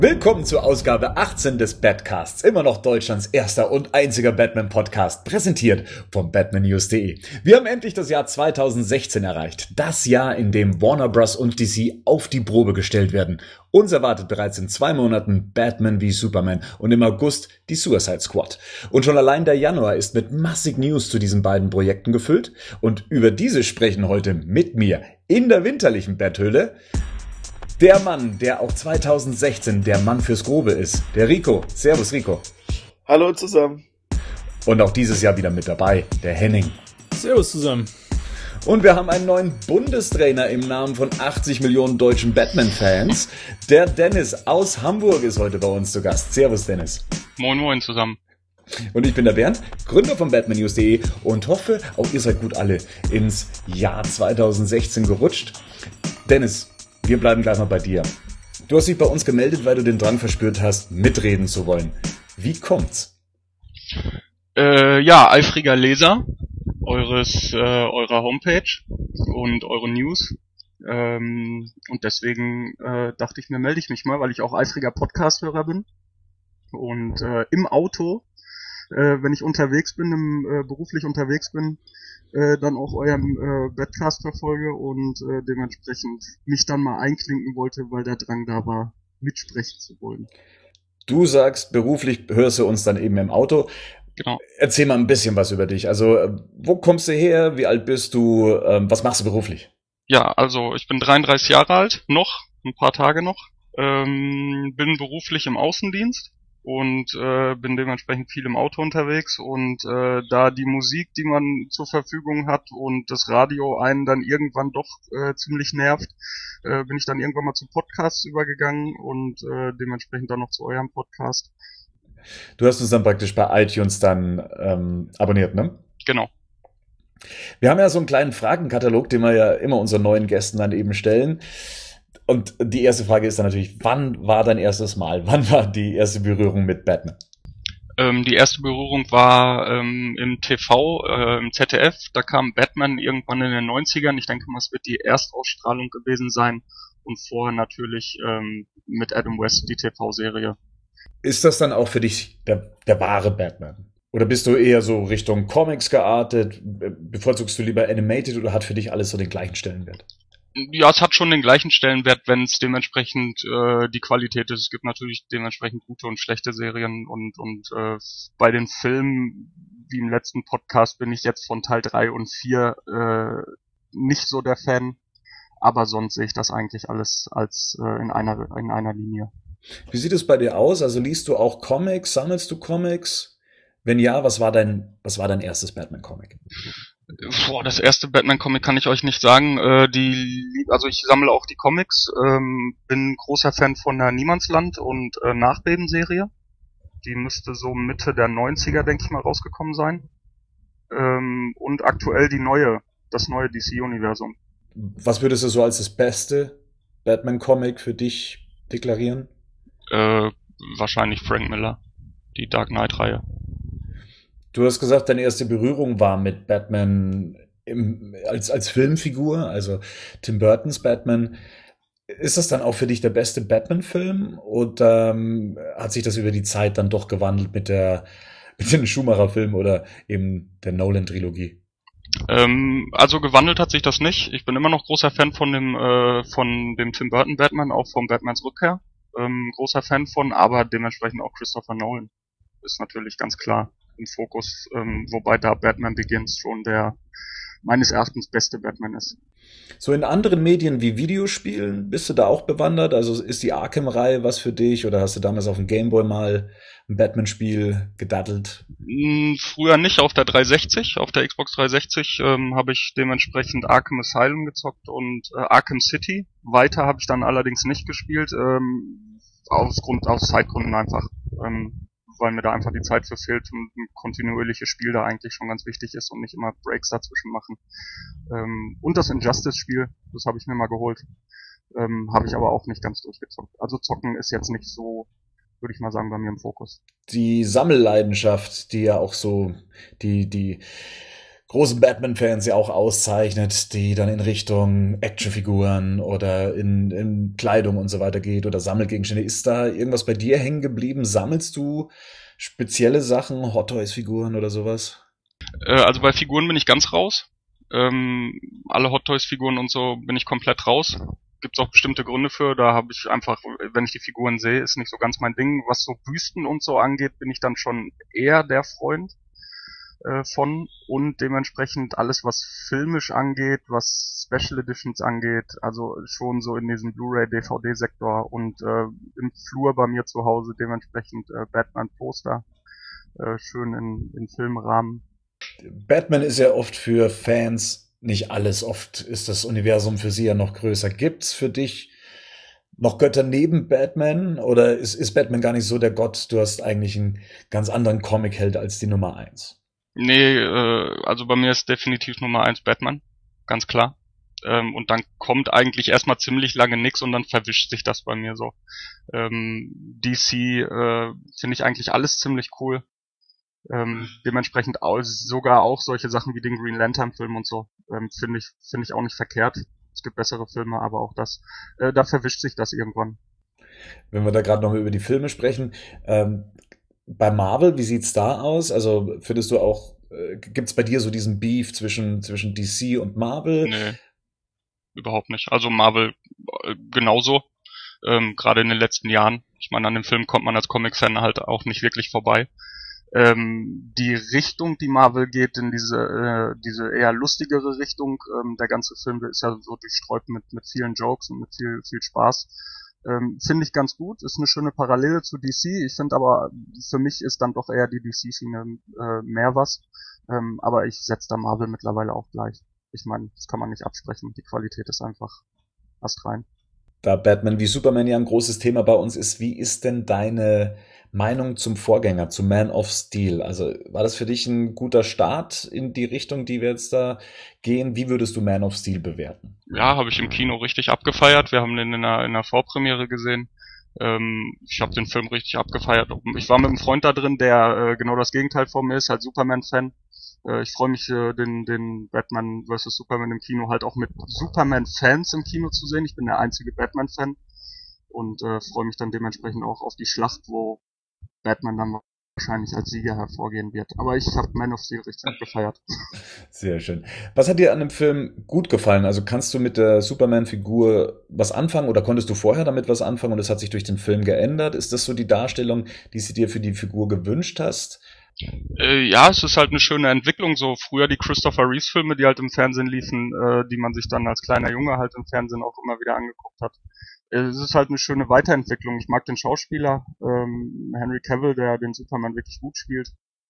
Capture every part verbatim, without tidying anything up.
Willkommen zur Ausgabe achtzehn des Batcasts, immer noch Deutschlands erster und einziger Batman-Podcast, präsentiert von batman news punkt de. Wir haben endlich das Jahr zweitausendsechzehn erreicht, das Jahr, in dem Warner Bros. Und D C auf die Probe gestellt werden. Uns erwartet bereits in zwei Monaten Batman wie Superman und im August die Suicide Squad. Und schon allein der Januar ist mit massig News zu diesen beiden Projekten gefüllt. Und über diese sprechen heute mit mir in der winterlichen Betthöhle der Mann, der auch zweitausendsechzehn der Mann fürs Grobe ist, der Rico. Servus, Rico. Hallo zusammen. Und auch dieses Jahr wieder mit dabei, der Henning. Servus zusammen. Und wir haben einen neuen Bundestrainer im Namen von achtzig Millionen deutschen Batman-Fans. Der Dennis aus Hamburg ist heute bei uns zu Gast. Servus, Dennis. Moin, moin zusammen. Und ich bin der Bernd, Gründer von batman news punkt de und hoffe, auch ihr seid gut alle ins Jahr zweitausendsechzehn gerutscht. Dennis, wir bleiben gleich mal bei dir. Du hast dich bei uns gemeldet, weil du den Drang verspürt hast, mitreden zu wollen. Wie kommt's? Äh, ja, eifriger Leser eures, äh, eurer Homepage und eure News. Ähm, und deswegen äh, dachte ich mir, melde ich mich mal, weil ich auch eifriger Podcast-Hörer bin. Und äh, im Auto, äh, wenn ich unterwegs bin, im, äh, beruflich unterwegs bin, äh, dann auch euren äh, Batcast verfolge und äh, dementsprechend mich dann mal einklinken wollte, weil der Drang da war, mitsprechen zu wollen. Du sagst, beruflich hörst du uns dann eben im Auto. Genau. Erzähl mal ein bisschen was über dich. Also, wo kommst du her? Wie alt bist du? Ähm, was machst du beruflich? Ja, also ich bin dreiunddreißig Jahre alt, noch, ein paar Tage noch, ähm, bin beruflich im Außendienst und äh, bin dementsprechend viel im Auto unterwegs und äh, da die Musik, die man zur Verfügung hat und das Radio einen dann irgendwann doch äh, ziemlich nervt, äh, bin ich dann irgendwann mal zu Podcasts übergegangen und äh, dementsprechend dann noch zu eurem Podcast. Du hast uns dann praktisch bei iTunes dann ähm, abonniert, ne? Genau. Wir haben ja so einen kleinen Fragenkatalog, den wir ja immer unseren neuen Gästen dann eben stellen. Und die erste Frage ist dann natürlich, wann war dein erstes Mal? Wann war die erste Berührung mit Batman? Ähm, die erste Berührung war ähm, im T V, äh, im Z D F. Da kam Batman irgendwann in den neunzigern. Ich denke mal, es wird die Erstausstrahlung gewesen sein. Und vorher natürlich ähm, mit Adam West die T V-Serie. Ist das dann auch für dich der, der wahre Batman? Oder bist du eher so Richtung Comics geartet? Bevorzugst du lieber Animated oder hat für dich alles so den gleichen Stellenwert? Ja, es hat schon den gleichen Stellenwert, wenn es dementsprechend äh, die Qualität ist. Es gibt natürlich dementsprechend gute und schlechte Serien und und äh, bei den Filmen, wie im letzten Podcast, bin ich jetzt von Teil drei und vier äh, nicht so der Fan, aber sonst sehe ich das eigentlich alles als äh, in einer in einer Linie. Wie sieht es bei dir aus? Also liest du auch Comics? Sammelst du Comics? Wenn ja, was war dein was war dein erstes Batman-Comic? Boah, das erste Batman-Comic kann ich euch nicht sagen. Äh, die, also ich sammle auch die Comics, ähm, bin großer Fan von der Niemandsland und äh, Nachbeben-Serie. Die müsste so Mitte der neunziger, denke ich mal, rausgekommen sein. Ähm, und aktuell die neue, das neue D C-Universum. Was würdest du so als das beste Batman-Comic für dich deklarieren? Äh, wahrscheinlich Frank Miller, die Dark Knight-Reihe. Du hast gesagt, deine erste Berührung war mit Batman im, als, als Filmfigur, also Tim Burtons Batman. Ist das dann auch für dich der beste Batman-Film oder ähm, hat sich das über die Zeit dann doch gewandelt mit der mit dem Schumacher-Film oder eben der Nolan-Trilogie? Ähm, also gewandelt hat sich das nicht. Ich bin immer noch großer Fan von dem äh, von dem Tim Burton Batman, auch von Batmans Rückkehr. Ähm, großer Fan von, aber dementsprechend auch Christopher Nolan ist natürlich ganz klar im Fokus, ähm, wobei da Batman Begins schon der meines Erachtens beste Batman ist. So in anderen Medien wie Videospielen, bist du da auch bewandert? Also ist die Arkham-Reihe was für dich oder hast du damals auf dem Gameboy mal ein Batman-Spiel gedaddelt? Hm, früher nicht, auf der dreihundertsechzig, auf der Xbox dreihundertsechzig ähm, habe ich dementsprechend Arkham Asylum gezockt und äh, Arkham City. Weiter habe ich dann allerdings nicht gespielt, ähm, aus Grund, aus Zeitgründen einfach. Ähm, weil mir da einfach die Zeit für fehlt und ein kontinuierliches Spiel da eigentlich schon ganz wichtig ist und nicht immer Breaks dazwischen machen. Ähm, und das Injustice-Spiel, das habe ich mir mal geholt, ähm, habe ich aber auch nicht ganz durchgezockt. Also zocken ist jetzt nicht so, würde ich mal sagen, bei mir im Fokus. Die Sammelleidenschaft, die ja auch so die die großen Batman-Fans ja auch auszeichnet, die dann in Richtung Actionfiguren oder in, in Kleidung und so weiter geht oder Sammelgegenstände. Ist da irgendwas bei dir hängen geblieben? Sammelst du spezielle Sachen, Hot Toys-Figuren oder sowas? Äh, also bei Figuren bin ich ganz raus. Ähm, alle Hot Toys-Figuren und so bin ich komplett raus. Gibt's auch bestimmte Gründe für. Da habe ich einfach, wenn ich die Figuren sehe, ist nicht so ganz mein Ding. Was so Büsten und so angeht, bin ich dann schon eher der Freund äh, von. Und dementsprechend alles, was filmisch angeht, was Special Editions angeht, also schon so in diesem Blu-ray-D V D-Sektor und äh, im Flur bei mir zu Hause dementsprechend äh, Batman-Poster, äh, schön in, in Filmrahmen. Batman ist ja oft für Fans nicht alles. Oft ist das Universum für sie ja noch größer. Gibt's für dich noch Götter neben Batman? Oder ist, ist Batman gar nicht so der Gott? Du hast eigentlich einen ganz anderen Comic-Held als die Nummer eins. Nee, äh, also bei mir ist definitiv Nummer eins Batman. Ganz klar. Ähm, und dann kommt eigentlich erstmal ziemlich lange nix und dann verwischt sich das bei mir so. Ähm, D C äh, finde ich eigentlich alles ziemlich cool. Ähm, dementsprechend auch, sogar auch solche Sachen wie den Green Lantern Film und so ähm, finde ich finde ich auch nicht verkehrt. Es gibt bessere Filme, aber auch das, äh, da verwischt sich das irgendwann. Wenn wir da gerade noch über die Filme sprechen, ähm, bei Marvel, wie sieht's da aus? Also findest du auch, äh, gibt's bei dir so diesen Beef zwischen zwischen D C und Marvel? Nee, überhaupt nicht. Also Marvel äh, genauso, ähm, gerade in den letzten Jahren. Ich meine, an dem Film kommt man als Comic-Fan halt auch nicht wirklich vorbei. Ähm, die Richtung, die Marvel geht, in diese äh, diese eher lustigere Richtung, ähm, der ganze Film, der ist ja so durchstreut mit mit vielen Jokes und mit viel viel Spaß. Ähm, finde ich ganz gut, ist eine schöne Parallele zu D C. Ich finde aber, für mich ist dann doch eher die D C-Schiene äh, mehr was. Ähm, aber ich setze da Marvel mittlerweile auch gleich. Ich meine, das kann man nicht absprechen. Die Qualität ist einfach astrein. Da Batman wie Superman ja ein großes Thema bei uns ist, wie ist denn deine Meinung zum Vorgänger, zu Man of Steel? Also war das für dich ein guter Start in die Richtung, die wir jetzt da gehen? Wie würdest du Man of Steel bewerten? Ja, habe ich im Kino richtig abgefeiert. Wir haben den in einer, in einer Vorpremiere gesehen. Ähm, ich habe den Film richtig abgefeiert. Ich war mit einem Freund da drin, der äh, genau das Gegenteil von mir ist, halt Superman-Fan. Äh, ich freue mich, äh, den, den Batman versus. Superman im Kino halt auch mit Superman-Fans im Kino zu sehen. Ich bin der einzige Batman-Fan und äh, freue mich dann dementsprechend auch auf die Schlacht, wo Batman dann wahrscheinlich als Sieger hervorgehen wird. Aber ich habe Man of Steel richtig gefeiert. Sehr schön. Was hat dir an dem Film gut gefallen? Also kannst du mit der Superman-Figur was anfangen oder konntest du vorher damit was anfangen und es hat sich durch den Film geändert? Ist das so die Darstellung, die du dir für die Figur gewünscht hast? Äh, ja, es ist halt eine schöne Entwicklung, so früher die Christopher Reeves Filme, die halt im Fernsehen liefen, äh, die man sich dann als kleiner Junge halt im Fernsehen auch immer wieder angeguckt hat. Äh, es ist halt eine schöne Weiterentwicklung. Ich mag den Schauspieler, ähm, Henry Cavill, der den Superman wirklich gut spielt.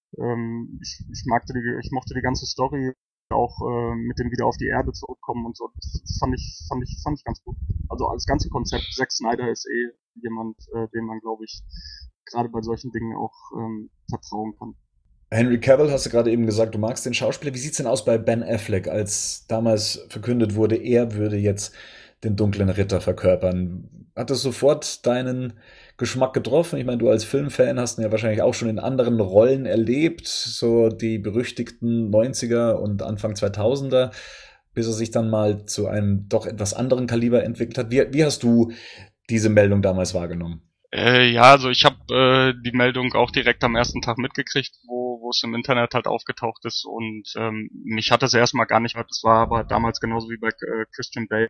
Ähm, ich, ich magte die, ich mochte die ganze Story, auch äh, mit dem wieder auf die Erde zurückkommen und so. Das fand ich, fand ich, fand ich ganz gut. Also das ganze Konzept, Zack Snyder ist eh jemand, äh, dem man, glaube ich, gerade bei solchen Dingen auch ähm, vertrauen kann. Henry Cavill, hast du gerade eben gesagt, du magst den Schauspieler. Wie sieht's denn aus bei Ben Affleck, als damals verkündet wurde, er würde jetzt den dunklen Ritter verkörpern? Hat das sofort deinen Geschmack getroffen? Ich meine, du als Filmfan hast ihn ja wahrscheinlich auch schon in anderen Rollen erlebt, so die berüchtigten neunziger und Anfang zweitausender, bis er sich dann mal zu einem doch etwas anderen Kaliber entwickelt hat. Wie, wie hast du diese Meldung damals wahrgenommen? Äh, ja, also ich habe äh, die Meldung auch direkt am ersten Tag mitgekriegt, wo wo es im Internet halt aufgetaucht ist und ähm, mich hat das erstmal gar nicht, das war aber damals genauso wie bei äh, Christian Bale,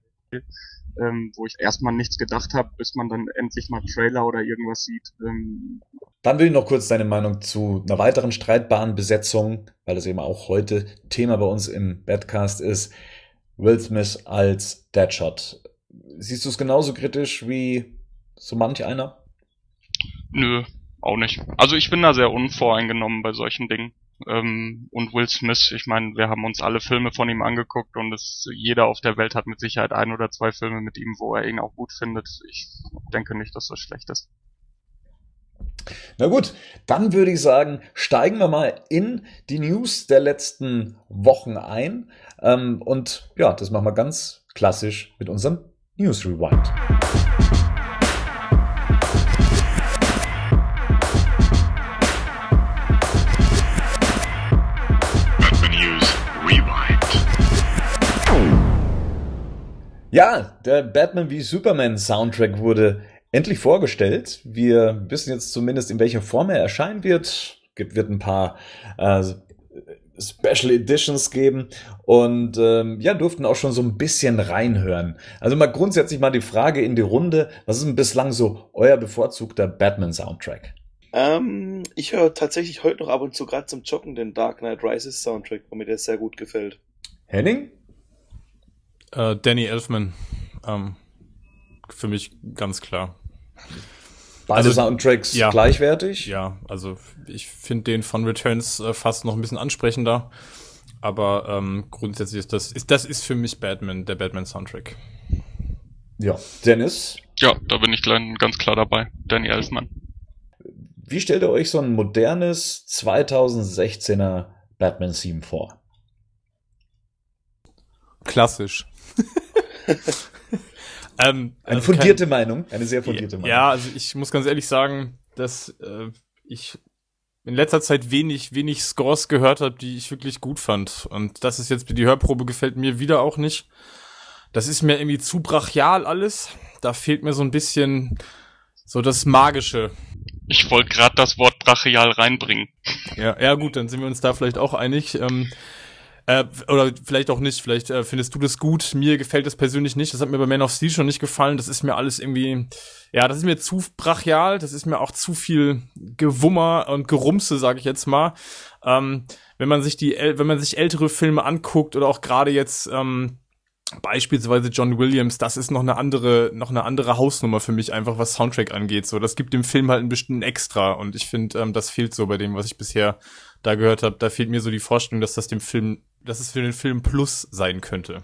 ähm, wo ich erstmal nichts gedacht habe, bis man dann endlich mal Trailer oder irgendwas sieht. Ähm. Dann will ich noch kurz deine Meinung zu einer weiteren streitbaren Besetzung, weil das eben auch heute Thema bei uns im Badcast ist, Will Smith als Deadshot. Siehst du es genauso kritisch wie so manch einer? Nö, auch nicht. Also ich bin da sehr unvoreingenommen bei solchen Dingen. Ähm, und Will Smith, ich meine, wir haben uns alle Filme von ihm angeguckt und es, jeder auf der Welt hat mit Sicherheit ein oder zwei Filme mit ihm, wo er ihn auch gut findet. Ich denke nicht, dass das schlecht ist. Na gut, dann würde ich sagen, steigen wir mal in die News der letzten Wochen ein. Ähm, und ja, das machen wir ganz klassisch mit unserem News Rewind. der Batman wie Superman Soundtrack wurde endlich vorgestellt. Wir wissen jetzt zumindest, in welcher Form er erscheinen wird. Es wird ein paar äh, Special Editions geben und ähm, ja, durften auch schon so ein bisschen reinhören. Also mal grundsätzlich mal die Frage in die Runde, was ist denn bislang so euer bevorzugter Batman-Soundtrack? Ähm, ich höre tatsächlich heute noch ab und zu gerade zum Joggen den Dark Knight Rises Soundtrack, weil mir der sehr gut gefällt. Henning? Äh, Danny Elfman. Ähm, für mich ganz klar. Beide Also, Soundtracks ja, gleichwertig? Ja, also ich finde den von Returns äh, fast noch ein bisschen ansprechender. Aber ähm, grundsätzlich ist das, ist das ist für mich Batman, der Batman-Soundtrack. Ja. Dennis? Ja, da bin ich gleich ganz klar dabei. Danny Elfman. Wie stellt ihr euch so ein modernes zweitausendsechzehner Batman-Theme vor? Klassisch. ähm, Eine also fundierte kein, Meinung, eine sehr fundierte ja, Meinung. Ja, also ich muss ganz ehrlich sagen, dass äh, ich in letzter Zeit wenig, wenig Scores gehört habe, die ich wirklich gut fand. Und das ist jetzt, die Hörprobe gefällt mir wieder auch nicht. Das ist mir irgendwie zu brachial alles. Da fehlt mir so ein bisschen so das Magische. Ich wollte gerade das Wort brachial reinbringen. Ja, ja gut, dann sind wir uns da vielleicht auch einig. Ähm, äh, oder vielleicht auch nicht. Vielleicht äh, findest du das gut. Mir gefällt das persönlich nicht. Das hat mir bei Man of Steel schon nicht gefallen. Das ist mir alles irgendwie, ja, das ist mir zu brachial. Das ist mir auch zu viel Gewummer und Gerumse, sage ich jetzt mal. Ähm, wenn man sich die, wenn man sich ältere Filme anguckt oder auch gerade jetzt ähm, beispielsweise John Williams, das ist noch eine andere, noch eine andere Hausnummer für mich einfach, was Soundtrack angeht. So, das gibt dem Film halt einen bestimmten Extra und ich finde, ähm, das fehlt so bei dem, was ich bisher da gehört habe. Da fehlt mir so die Vorstellung, dass das dem Film, dass es für den Film Plus sein könnte.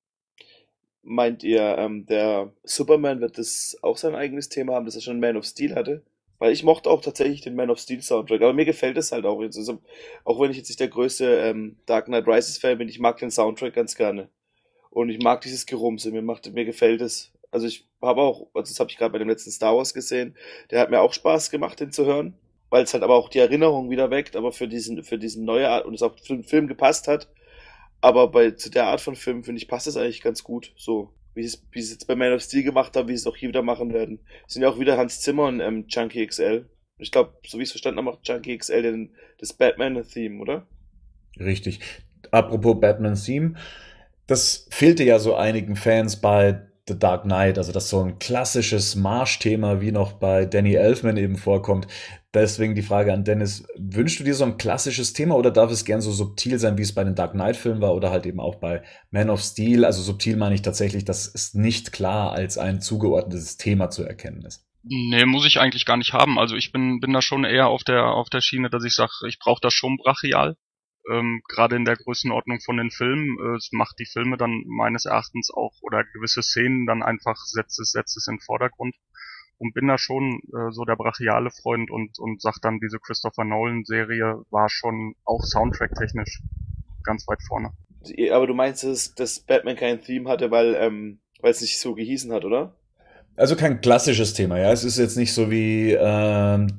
Meint ihr, ähm, der Superman wird das auch sein eigenes Thema haben, das er schon Man of Steel hatte? Weil ich mochte auch tatsächlich den Man of Steel Soundtrack, aber mir gefällt es halt auch jetzt. Also, auch wenn ich jetzt nicht der größte ähm, Dark Knight Rises Fan bin, ich mag den Soundtrack ganz gerne. Und ich mag dieses Gerumse, mir macht, mir gefällt es. Also ich habe auch, also das habe ich gerade bei dem letzten Star Wars gesehen, der hat mir auch Spaß gemacht, den zu hören, weil es halt aber auch die Erinnerung wieder weckt, aber für diesen, für diesen neue Art und es auch für den Film gepasst hat. Aber bei zu der Art von Film, finde ich, passt es eigentlich ganz gut. So, wie es, wie es jetzt bei Man of Steel gemacht haben, wie sie es auch hier wieder machen werden. Es sind ja auch wieder Hans Zimmer und ähm, Junkie X L. Ich glaube, so wie ich es verstanden habe, macht Junkie X L den, das Batman-Theme, oder? Richtig. Apropos Batman-Theme, das fehlte ja so einigen Fans bei The Dark Knight, also dass so ein klassisches Marschthema wie noch bei Danny Elfman eben vorkommt. Deswegen die Frage an Dennis, wünschst du dir so ein klassisches Thema oder darf es gern so subtil sein, wie es bei den Dark Knight-Filmen war oder halt eben auch bei Man of Steel? Also subtil meine ich tatsächlich, dass es nicht klar als ein zugeordnetes Thema zu erkennen ist. Nee, muss ich eigentlich gar nicht haben. Also ich bin bin da schon eher auf der auf der Schiene, dass ich sage, ich brauche das schon brachial. Ähm, gerade in der Größenordnung von den Filmen. Äh, es macht die Filme dann meines Erachtens auch, oder gewisse Szenen dann einfach, setzt es, setzt es in den Vordergrund. Und bin da schon äh, so der brachiale Freund und und sag dann, diese Christopher Nolan-Serie war schon auch Soundtrack-technisch ganz weit vorne. Aber du meinst, dass, dass Batman kein Theme hatte, weil ähm, weil es nicht so gehießen hat, oder? Also kein klassisches Thema, ja. Es ist jetzt nicht so wie ähm,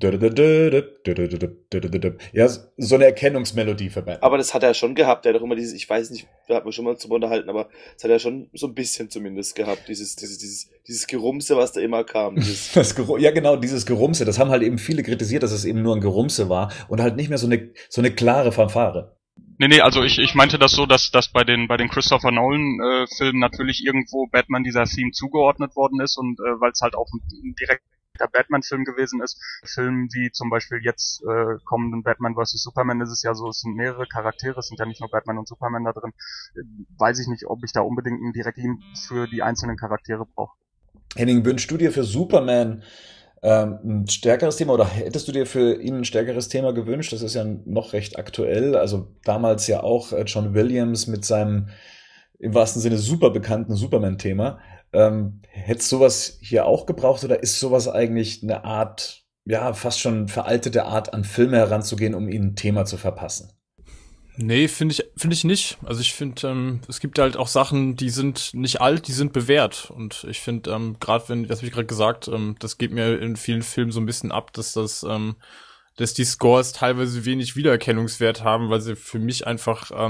ja, so eine Erkennungsmelodie für Batman. Aber das hat er schon gehabt. Er hat doch immer dieses, ich weiß nicht, da hat man schon mal drüber unterhalten, aber das hat er schon so ein bisschen zumindest gehabt. Dieses, dieses, dieses, dieses Gerumse, was da immer kam. Dieses das Geru- ja, genau, dieses Gerumse. Das haben halt eben viele kritisiert, dass es eben nur ein Gerumse war und halt nicht mehr so eine so eine klare Fanfare. Nee, nee, also ich, ich meinte das so, dass, dass bei den, bei den Christopher Nolan äh, Filmen natürlich irgendwo Batman dieser Theme zugeordnet worden ist und äh, weil es halt auch ein, ein direkter Batman-Film gewesen ist. Film wie zum Beispiel jetzt äh, kommenden Batman versus. Superman ist es ja so, es sind mehrere Charaktere, es sind ja nicht nur Batman und Superman da drin. Äh, weiß ich nicht, ob ich da unbedingt einen direkten für die einzelnen Charaktere brauche. Henning, wünschst du dir für Superman Ähm, ein stärkeres Thema oder hättest du dir für ihn ein stärkeres Thema gewünscht? Das ist ja noch recht aktuell. Also damals ja auch John Williams mit seinem im wahrsten Sinne super bekannten Superman-Thema. Ähm, hättest du sowas hier auch gebraucht oder ist sowas eigentlich eine Art, ja, fast schon veraltete Art, an Filme heranzugehen, um ihnen ein Thema zu verpassen? Nee, finde ich finde ich nicht. Also ich finde, ähm, es gibt halt auch Sachen, die sind nicht alt, die sind bewährt. Und ich finde, ähm, gerade wenn, das habe ich gerade gesagt, ähm, das geht mir in vielen Filmen so ein bisschen ab, dass das, ähm, dass die Scores teilweise wenig Wiedererkennungswert haben, weil sie für mich einfach, ähm,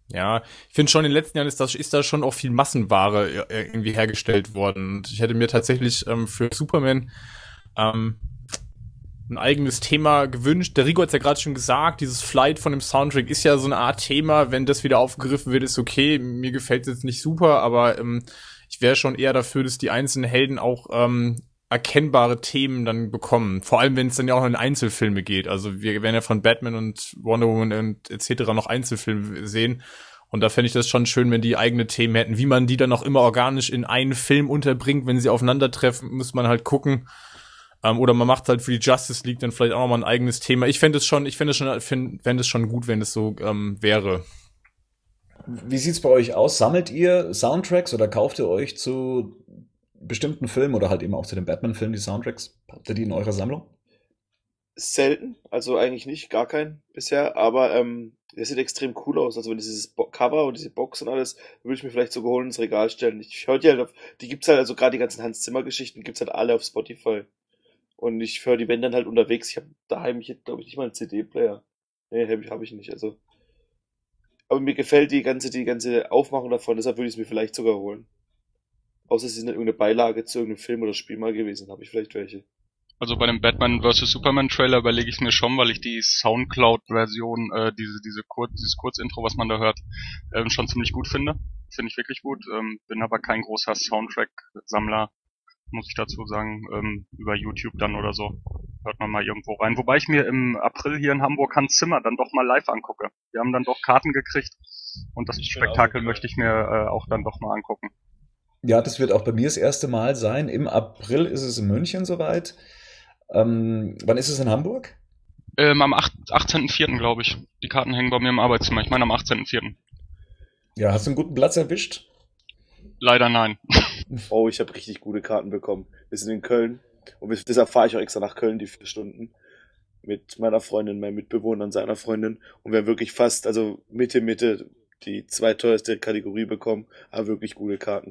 Ja, ich finde schon, in den letzten Jahren ist das ist da schon auch viel Massenware äh, irgendwie hergestellt worden. Und ich hätte mir tatsächlich ähm, für Superman ähm, ein eigenes Thema gewünscht. Der Rico hat es ja gerade schon gesagt, dieses Flight von dem Soundtrack ist ja so eine Art Thema. Wenn das wieder aufgegriffen wird, ist okay. Mir gefällt es jetzt nicht super, aber ähm, ich wäre schon eher dafür, dass die einzelnen Helden auch ähm, erkennbare Themen dann bekommen. Vor allem, wenn es dann ja auch noch in Einzelfilme geht. Also wir werden ja von Batman und Wonder Woman und et cetera noch Einzelfilme sehen. Und da fände ich das schon schön, wenn die eigene Themen hätten. Wie man die dann auch immer organisch in einen Film unterbringt, wenn sie aufeinandertreffen, muss man halt gucken. Ähm, oder man macht halt für die Justice League dann vielleicht auch nochmal ein eigenes Thema. Ich fände es schon, ich fände es schon, fände es schon gut, wenn es so ähm, wäre. Wie sieht's bei euch aus? Sammelt ihr Soundtracks oder kauft ihr euch zu bestimmten Filmen oder halt eben auch zu den Batman-Filmen die Soundtracks? Habt ihr die in eurer Sammlung? Selten, also eigentlich nicht, gar keinen bisher, aber ähm, das sieht extrem cool aus. Also wenn dieses Bo- Cover und diese Box und alles, würde ich mir vielleicht sogar holen ins Regal stellen. Ich höre die halt auf, die gibt's halt, also gerade die ganzen Hans Zimmer Geschichten gibt's halt alle auf Spotify. Und ich höre die, wenn dann halt unterwegs. Ich habe daheim, ich glaube ich, nicht mal einen C D-Player. Nee, habe ich, hab ich nicht, also. Aber mir gefällt die ganze, die ganze Aufmachung davon, deshalb würde ich es mir vielleicht sogar holen. Außer es ist nicht irgendeine Beilage zu irgendeinem Film oder Spiel mal gewesen, habe ich vielleicht welche. Also bei dem Batman versus. Superman Trailer überlege ich mir schon, weil ich die Soundcloud-Version, äh, diese, diese Kur dieses Kurzintro, was man da hört, ähm, schon ziemlich gut finde. Finde ich wirklich gut. Ähm, bin aber kein großer Soundtrack-Sammler, muss ich dazu sagen. Ähm, über YouTube dann oder so hört man mal irgendwo rein. Wobei ich mir im April hier in Hamburg Hans Zimmer dann doch mal live angucke. Wir haben dann doch Karten gekriegt und das Ich bin Spektakel auch möchte ich mir äh, auch dann doch mal angucken. Ja, das wird auch bei mir das erste Mal sein. Im April ist es in München soweit. Ähm, wann ist es in Hamburg? Ähm, am achtzehnten vierten glaube ich. Die Karten hängen bei mir im Arbeitszimmer. Ich meine am achtzehnten vierten Ja, hast du einen guten Platz erwischt? Leider nein. Oh, ich habe richtig gute Karten bekommen. Wir sind in Köln und wir- deshalb fahre ich auch extra nach Köln die vier Stunden mit meiner Freundin, meinem Mitbewohner und seiner Freundin und wir haben wirklich fast, also Mitte, Mitte, die zweiteuerste Kategorie bekommen, aber wirklich gute Karten.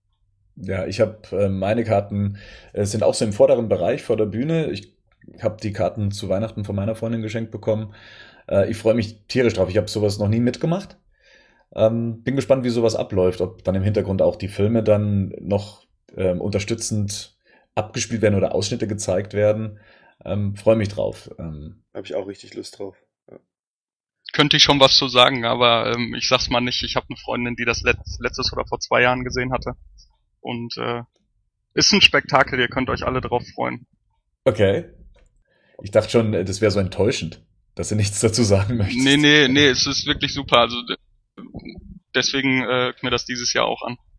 Ja, ich habe äh, meine Karten äh, sind auch so im vorderen Bereich vor der Bühne. Ich habe die Karten zu Weihnachten von meiner Freundin geschenkt bekommen. Äh, ich freue mich tierisch drauf. Ich habe sowas noch nie mitgemacht. Ähm, bin gespannt, wie sowas abläuft, ob dann im Hintergrund auch die Filme dann noch ähm, unterstützend abgespielt werden oder Ausschnitte gezeigt werden. Ähm, freue mich drauf. Ähm, Habe ich auch richtig Lust drauf. Ja. Könnte ich schon was zu sagen, aber ähm, ich sag's mal nicht. Ich habe eine Freundin, die das letzt, letztes oder vor zwei Jahren gesehen hatte. Und äh, ist ein Spektakel, ihr könnt euch alle drauf freuen. okay. Ich dachte schon, äh, das wäre so enttäuschend, dass du nichts dazu sagen möchtest. Nee, nee, nee, es ist wirklich super. Also d- deswegen äh, mir das dieses Jahr auch an.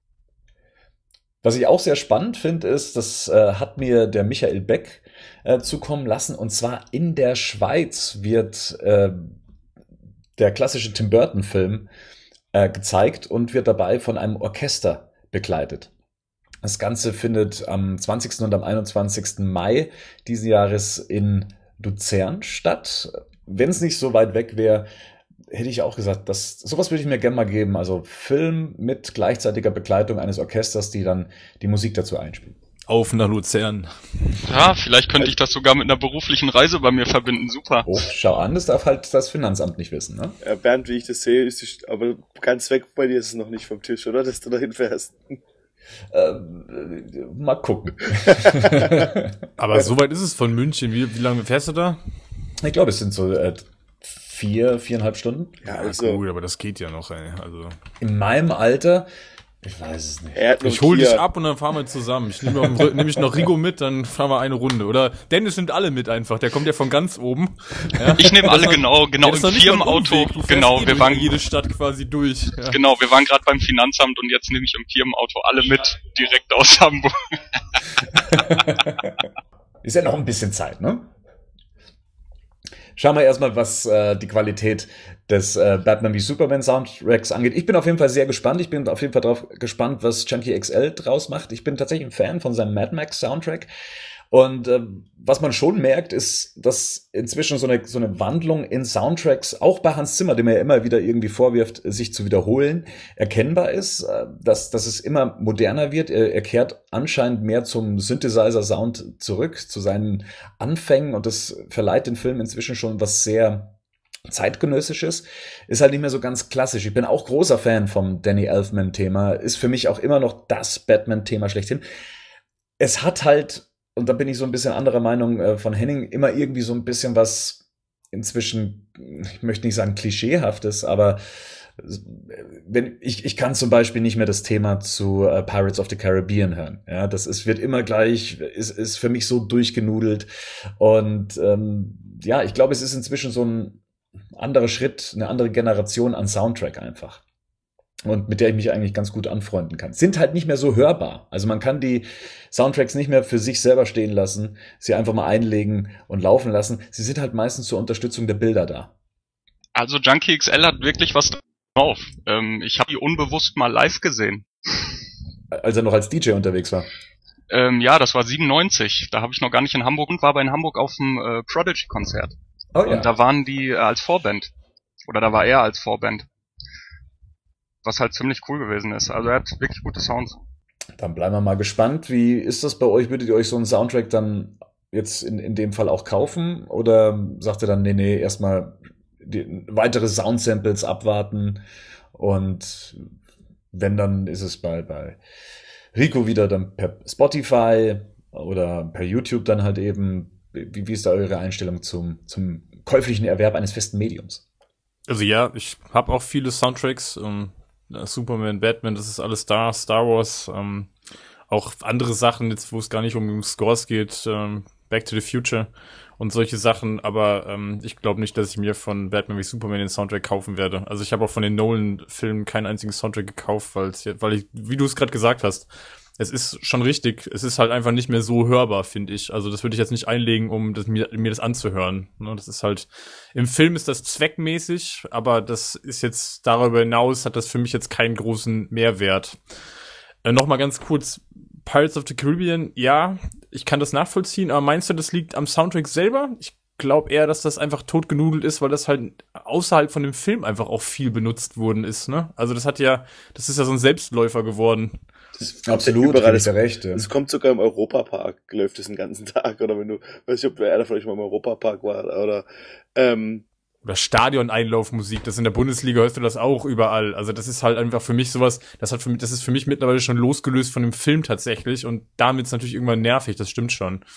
Was ich auch sehr spannend finde, ist, das äh, hat mir der Michael Beck äh, zukommen lassen. Und zwar in der Schweiz wird äh, der klassische Tim Burton-Film äh, gezeigt und wird dabei von einem Orchester begleitet. Das Ganze findet am zwanzigsten und am einundzwanzigsten Mai diesen Jahres in Luzern statt. Wenn es nicht so weit weg wäre, hätte ich auch gesagt, das, sowas würde ich mir gerne mal geben. Also Film mit gleichzeitiger Begleitung eines Orchesters, die dann die Musik dazu einspielen. Auf nach Luzern. Ja, vielleicht könnte ich das sogar mit einer beruflichen Reise bei mir verbinden. Super. Oh, schau an, das darf halt das Finanzamt nicht wissen, ne? Ja, Bernd, wie ich das sehe, ist die, aber ganz weg bei dir ist es noch nicht vom Tisch, oder? Dass du dahin fährst. Ähm, äh, mal gucken. Aber so weit ist es von München. Wie, wie lange fährst du da? Ich glaube, es sind so äh, vier, viereinhalb Stunden. Ja, Ja, also, gut, aber das geht ja noch, ey. Also, In meinem Alter, ich weiß es nicht. er hat nur ich hol Kia. dich ab und dann fahren wir zusammen. Ich nehme noch, nehm ich noch Rigo mit, dann fahren wir eine Runde. Oder Dennis nimmt alle mit einfach. Der kommt ja von ganz oben. Ja. Ich nehme alle Das ist genau, noch- genau ja, das ist im noch nicht mal ein Firmenauto. Umweg. Du fährst Genau, eh wir durch waren jede Stadt quasi durch. Ja. genau, wir waren gerade beim Finanzamt und jetzt nehme ich im Firmenauto alle mit direkt aus Hamburg. Ist ja noch ein bisschen Zeit, ne? Schauen wir erstmal, was äh, die Qualität des äh, Batman wie Superman Soundtracks angeht. Ich bin auf jeden Fall sehr gespannt. Ich bin auf jeden Fall drauf gespannt, was Chunky X L draus macht. Ich bin tatsächlich ein Fan von seinem Mad Max Soundtrack. Und äh, was man schon merkt, ist, dass inzwischen so eine, so eine Wandlung in Soundtracks, auch bei Hans Zimmer, dem er immer wieder irgendwie vorwirft, sich zu wiederholen, erkennbar ist, äh, dass, dass es immer moderner wird. Er, er kehrt anscheinend mehr zum Synthesizer-Sound zurück, zu seinen Anfängen. Und das verleiht den Film inzwischen schon was sehr zeitgenössisches, ist halt nicht mehr so ganz klassisch. Ich bin auch großer Fan vom Danny Elfman-Thema, ist für mich auch immer noch das Batman-Thema schlechthin. Es hat halt, und da bin ich so ein bisschen anderer Meinung äh, von Henning, immer irgendwie so ein bisschen was inzwischen, ich möchte nicht sagen klischeehaftes, aber wenn ich, ich kann zum Beispiel nicht mehr das Thema zu äh, Pirates of the Caribbean hören. Ja, das ist, wird immer gleich, ist, ist für mich so durchgenudelt. Und ähm, ja, ich glaube, es ist inzwischen so ein anderer Schritt, eine andere Generation an Soundtrack einfach. Und mit der ich mich eigentlich ganz gut anfreunden kann. Sind halt nicht mehr so hörbar. Also man kann die Soundtracks nicht mehr für sich selber stehen lassen, sie einfach mal einlegen und laufen lassen. Sie sind halt meistens zur Unterstützung der Bilder da. Also Junkie X L hat wirklich was drauf. Ähm, ich habe die unbewusst mal live gesehen. Als er noch als D J unterwegs war. Ähm, ja, das war siebenundneunzig. Da habe ich noch gar nicht in Hamburg und war aber in Hamburg auf dem äh, Prodigy-Konzert. Oh ja. Und da waren die äh, als Vorband. Oder da war er als Vorband. Was halt ziemlich cool gewesen ist. Also er hat wirklich gute Sounds. Dann bleiben wir mal gespannt. Wie ist das bei euch? Würdet ihr euch so einen Soundtrack dann jetzt in, in dem Fall auch kaufen? Oder sagt ihr dann, nee, nee, erstmal die, weitere Soundsamples abwarten? Und wenn, dann ist es bei, bei Rico wieder dann per Spotify oder per YouTube dann halt eben. Wie, wie ist da eure Einstellung zum, zum käuflichen Erwerb eines festen Mediums? Also ja, ich habe auch viele Soundtracks, ähm, Superman, Batman, das ist alles da, Star Wars, ähm, auch andere Sachen, jetzt wo es gar nicht um Scores geht, ähm, Back to the Future und solche Sachen, aber ähm, ich glaube nicht, dass ich mir von Batman wie Superman den Soundtrack kaufen werde. Also ich habe auch von den Nolan-Filmen keinen einzigen Soundtrack gekauft, weil weil ich, wie du es gerade gesagt hast, es ist schon richtig, es ist halt einfach nicht mehr so hörbar, finde ich. Also das würde ich jetzt nicht einlegen, um das, mir, mir das anzuhören. Ne, das ist halt, im Film ist das zweckmäßig, aber das ist jetzt, darüber hinaus hat das für mich jetzt keinen großen Mehrwert. Äh, Nochmal ganz kurz, Pirates of the Caribbean, ja, ich kann das nachvollziehen, aber meinst du, das liegt am Soundtrack selber? Ich glaube eher, dass das einfach totgenudelt ist, weil das halt außerhalb von dem Film einfach auch viel benutzt worden ist, ne? Also das hat ja, das ist ja so ein Selbstläufer geworden. Das Absolut, überall. das, recht, ja. Das kommt sogar im Europapark, läuft es den ganzen Tag. Oder wenn du, weiß ich, ob einer von euch mal im Europapark war, oder, ähm, Oder Stadion-Einlaufmusik, das in der Bundesliga hörst du das auch überall. Also das ist halt einfach für mich sowas, das hat für mich, das ist für mich mittlerweile schon losgelöst von dem Film tatsächlich und damit ist natürlich irgendwann nervig, das stimmt schon.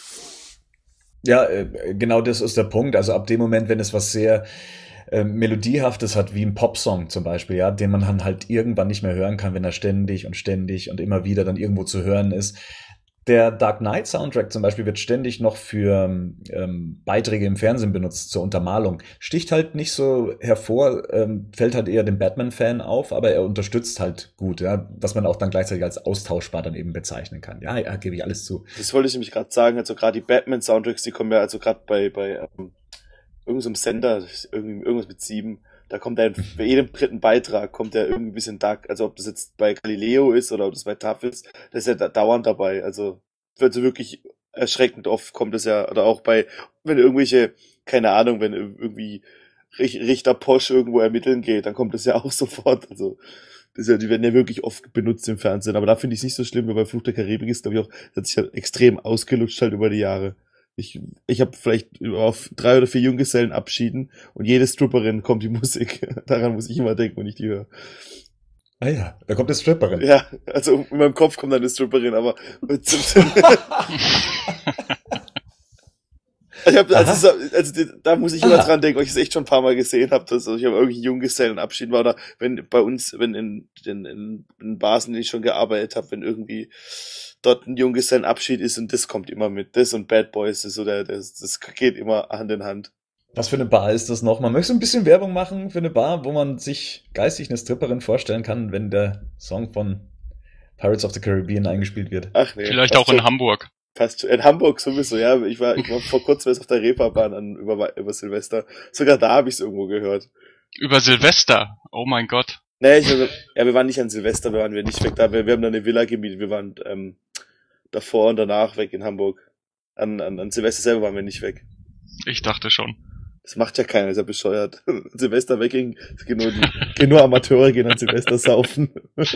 Ja, genau das ist der Punkt. Also ab dem Moment, wenn es was sehr äh, Melodiehaftes hat, wie ein Popsong zum Beispiel, ja, den man dann halt irgendwann nicht mehr hören kann, wenn er ständig und ständig und immer wieder dann irgendwo zu hören ist. Der Dark Knight Soundtrack zum Beispiel wird ständig noch für ähm, Beiträge im Fernsehen benutzt, zur Untermalung. Sticht halt nicht so hervor, ähm, fällt halt eher dem Batman-Fan auf, aber er unterstützt halt gut, ja, was man auch dann gleichzeitig als austauschbar dann eben bezeichnen kann. Ja, ja, gebe ich alles zu. Das wollte ich nämlich gerade sagen, also gerade die Batman-Soundtracks, die kommen ja also gerade bei, bei ähm, irgendeinem Sender, irgendwie, irgendwas mit sieben, da kommt er bei jedem dritten Beitrag kommt er irgendwie ein bisschen dark, also ob das jetzt bei Galileo ist oder ob das bei T A F ist, das ist ja da dauernd dabei, also also wirklich erschreckend oft kommt es ja, oder auch bei, wenn irgendwelche, keine Ahnung, wenn irgendwie Richter Posch irgendwo ermitteln geht, dann kommt das ja auch sofort, also das ist ja, die werden ja wirklich oft benutzt im Fernsehen, aber da finde ich es nicht so schlimm, weil bei Fluch der Karibik ist, glaube ich auch, das hat sich halt extrem ausgelutscht halt über die Jahre. Ich, ich habe vielleicht auf drei oder vier Junggesellenabschieden und jede Stripperin kommt die Musik. Daran muss ich immer denken, wenn ich die höre. Ah ja, da kommt eine Stripperin. Ja, also in meinem Kopf kommt dann eine Stripperin, aber ich hab, also, also da muss ich immer Aha. dran denken, weil ich es echt schon ein paar Mal gesehen habe, dass also ich habe irgendwie Junggesellenabschied war oder wenn bei uns, wenn in in, in, in Bars, in denen ich schon gearbeitet habe, wenn irgendwie dort ein Junggesellenabschied ist und das kommt immer mit, das und Bad Boys ist so der, das, das geht immer Hand in Hand. Was für eine Bar ist das noch? Man möchte ein bisschen Werbung machen für eine Bar, wo man sich geistig eine Stripperin vorstellen kann, wenn der Song von Pirates of the Caribbean eingespielt wird. Ach nee. Vielleicht auch in Hamburg. Passt in Hamburg sowieso, ja. Ich war, ich war vor kurzem erst auf der Reeperbahn an, über, über Silvester. Sogar da habe ich es irgendwo gehört. Über Silvester? Oh mein Gott. Nee, ich, ja, wir waren nicht an Silvester, wir waren wir nicht weg da. Wir, wir haben da eine Villa gemietet. Wir waren ähm, davor und danach weg in Hamburg. An, an, an Silvester selber waren wir nicht weg. Ich dachte schon. Das macht ja keiner, ist ja bescheuert. Silvester wegging, es gehen nur, die, gehen nur Amateure, gehen an Silvester saufen.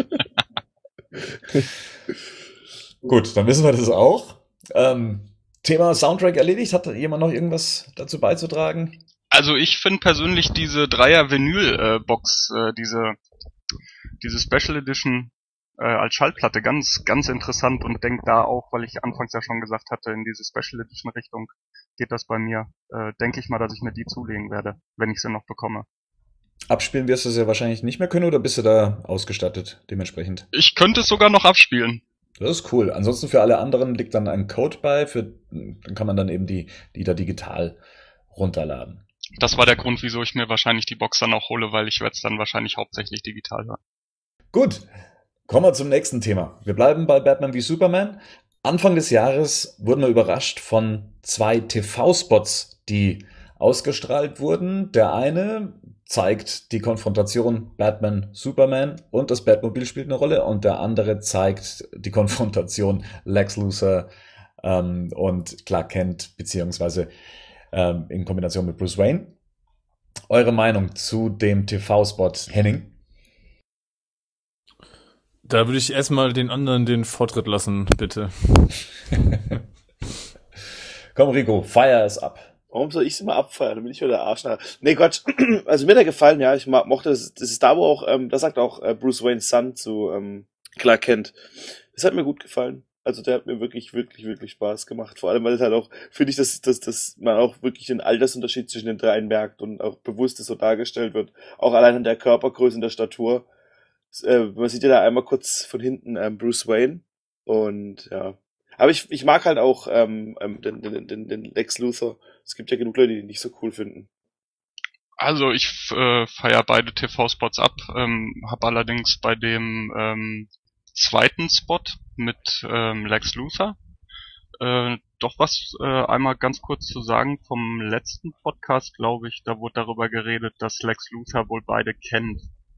Gut, dann wissen wir das auch. Ähm, Thema Soundtrack erledigt. Hat jemand noch irgendwas dazu beizutragen? Also ich finde persönlich diese Dreier-Vinyl-Box, äh, diese diese Special Edition äh, als Schallplatte ganz ganz interessant und denke da auch, weil ich anfangs ja schon gesagt hatte, in diese Special Edition Richtung geht das bei mir. Äh, denke ich mal, dass ich mir die zulegen werde, wenn ich sie noch bekomme. Abspielen wirst du es ja wahrscheinlich nicht mehr können, oder bist du da ausgestattet dementsprechend? Ich könnte es sogar noch abspielen. Das ist cool. Ansonsten für alle anderen liegt dann ein Code bei, für, dann kann man dann eben die, die da digital runterladen. Das war der Grund, wieso ich mir wahrscheinlich die Box dann auch hole, weil ich werde es dann wahrscheinlich hauptsächlich digital hören. Gut, kommen wir zum nächsten Thema. Wir bleiben bei Batman wie Superman. Anfang des Jahres wurden wir überrascht von zwei T V-Spots, die ausgestrahlt wurden. Der eine zeigt die Konfrontation Batman-Superman und das Batmobil spielt eine Rolle, und der andere zeigt die Konfrontation Lex Luthor ähm, und Clark Kent, beziehungsweise ähm, in Kombination mit Bruce Wayne. Eure Meinung zu dem T V-Spot, Henning? Da würde ich erstmal den anderen den Vortritt lassen, bitte. Komm, Rico, fire es ab. Warum soll ich es immer abfeiern? Dann bin ich wieder der Arsch. Nee, Quatsch. Also mir hat er gefallen, ja. Ich mochte das. Das ist da, wo auch, ähm, das sagt auch äh, Bruce Wayne's Son zu ähm, Clark Kent. Das hat mir gut gefallen. Also der hat mir wirklich, wirklich, wirklich Spaß gemacht. Vor allem, weil es halt auch, finde ich, dass, dass, dass man auch wirklich den Altersunterschied zwischen den dreien merkt und auch bewusst das so dargestellt wird. Auch allein an der Körpergröße und der Statur. Äh, man sieht ja da einmal kurz von hinten ähm, Bruce Wayne. Und ja. Aber ich, ich mag halt auch ähm, den, den, den, den Lex Luthor. Es gibt ja genug Leute, die ihn nicht so cool finden. Also ich äh, feiere beide T V-Spots ab, ähm, habe allerdings bei dem ähm, zweiten Spot mit ähm, Lex Luthor äh, doch was äh, einmal ganz kurz zu sagen. Vom letzten Podcast, glaube ich, da wurde darüber geredet, dass Lex Luthor wohl beide kennt.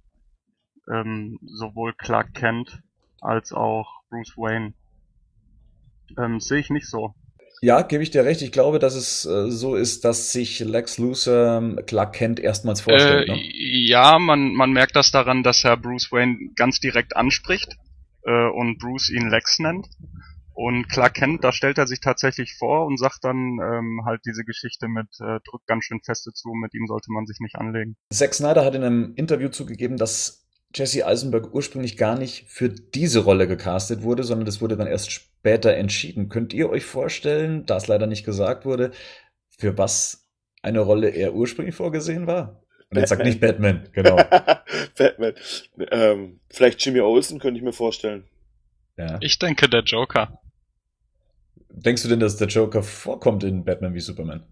Ähm, sowohl Clark Kent als auch Bruce Wayne. Ähm, sehe ich nicht so. Ja, gebe ich dir recht. Ich glaube, dass es äh, so ist, dass sich Lex Luthor ähm, Clark Kent erstmals vorstellt. Äh, Ne? Ja, man, man merkt das daran, dass er Bruce Wayne ganz direkt anspricht äh, und Bruce ihn Lex nennt. Und Clark Kent, da stellt er sich tatsächlich vor und sagt dann ähm, halt diese Geschichte mit äh, drückt ganz schön feste zu, mit ihm sollte man sich nicht anlegen. Zack Snyder hat in einem Interview zugegeben, dass Jesse Eisenberg ursprünglich gar nicht für diese Rolle gecastet wurde, sondern das wurde dann erst später entschieden. Könnt ihr euch vorstellen, da es leider nicht gesagt wurde, für was eine Rolle er ursprünglich vorgesehen war? Und jetzt sagt nicht Batman, genau. Batman. Ähm, vielleicht Jimmy Olsen, könnte ich mir vorstellen. Ja. Ich denke, der Joker. Denkst du denn, dass der Joker vorkommt in Batman wie Superman?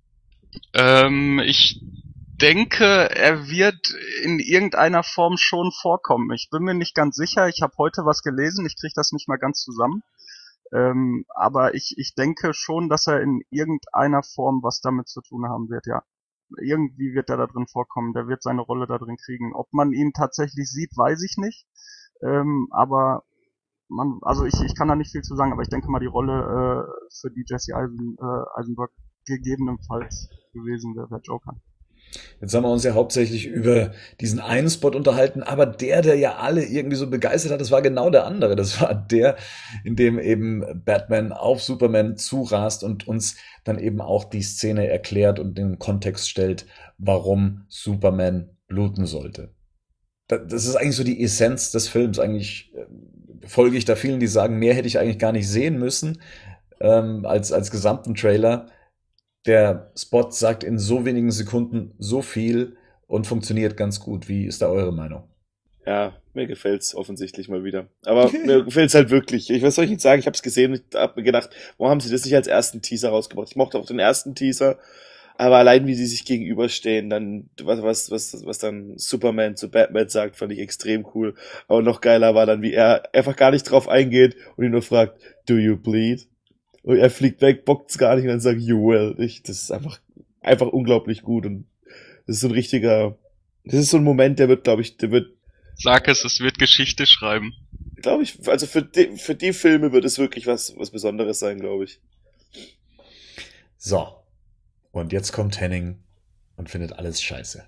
Ähm, ich denke, er wird in irgendeiner Form schon vorkommen. Ich bin mir nicht ganz sicher. Ich habe heute was gelesen. Ich kriege das nicht mal ganz zusammen. Ähm, aber ich, ich denke schon, dass er in irgendeiner Form was damit zu tun haben wird, ja. Irgendwie wird er da drin vorkommen. Der wird seine Rolle da drin kriegen. Ob man ihn tatsächlich sieht, weiß ich nicht. Ähm, aber man, also ich, ich kann da nicht viel zu sagen, aber ich denke mal, die Rolle äh, für die Jesse Eisen, äh, Eisenberg gegebenenfalls gewesen wäre, der Joker. Jetzt haben wir uns ja hauptsächlich über diesen einen Spot unterhalten, aber der, der ja alle irgendwie so begeistert hat, das war genau der andere. Das war der, in dem eben Batman auf Superman zurast und uns dann eben auch die Szene erklärt und den Kontext stellt, warum Superman bluten sollte. Das ist eigentlich so die Essenz des Films. Eigentlich folge ich da vielen, die sagen, mehr hätte ich eigentlich gar nicht sehen müssen, ähm, als, als gesamten Trailer. Der Spot sagt in so wenigen Sekunden so viel und funktioniert ganz gut. Wie ist da eure Meinung? Ja, mir gefällt's offensichtlich mal wieder. Aber mir gefällt's halt wirklich. Ich, was soll ich jetzt sagen? Ich hab's gesehen und hab mir gedacht, warum haben sie das nicht als ersten Teaser rausgebracht? Ich mochte auch den ersten Teaser, aber allein wie sie sich gegenüberstehen, dann was was was was dann Superman zu Batman sagt, fand ich extrem cool. Aber noch geiler war dann, wie er einfach gar nicht drauf eingeht und ihn nur fragt, do you bleed? Und er fliegt weg, bockt's gar nicht und dann sagt, you will. Ich, das ist einfach, einfach unglaublich gut und das ist so ein richtiger, das ist so ein Moment, der wird, glaube ich, der wird. Sag es, es wird Geschichte schreiben. Glaube ich, also für die, für die Filme wird es wirklich was, was Besonderes sein, glaube ich. So. Und jetzt kommt Henning und findet alles scheiße.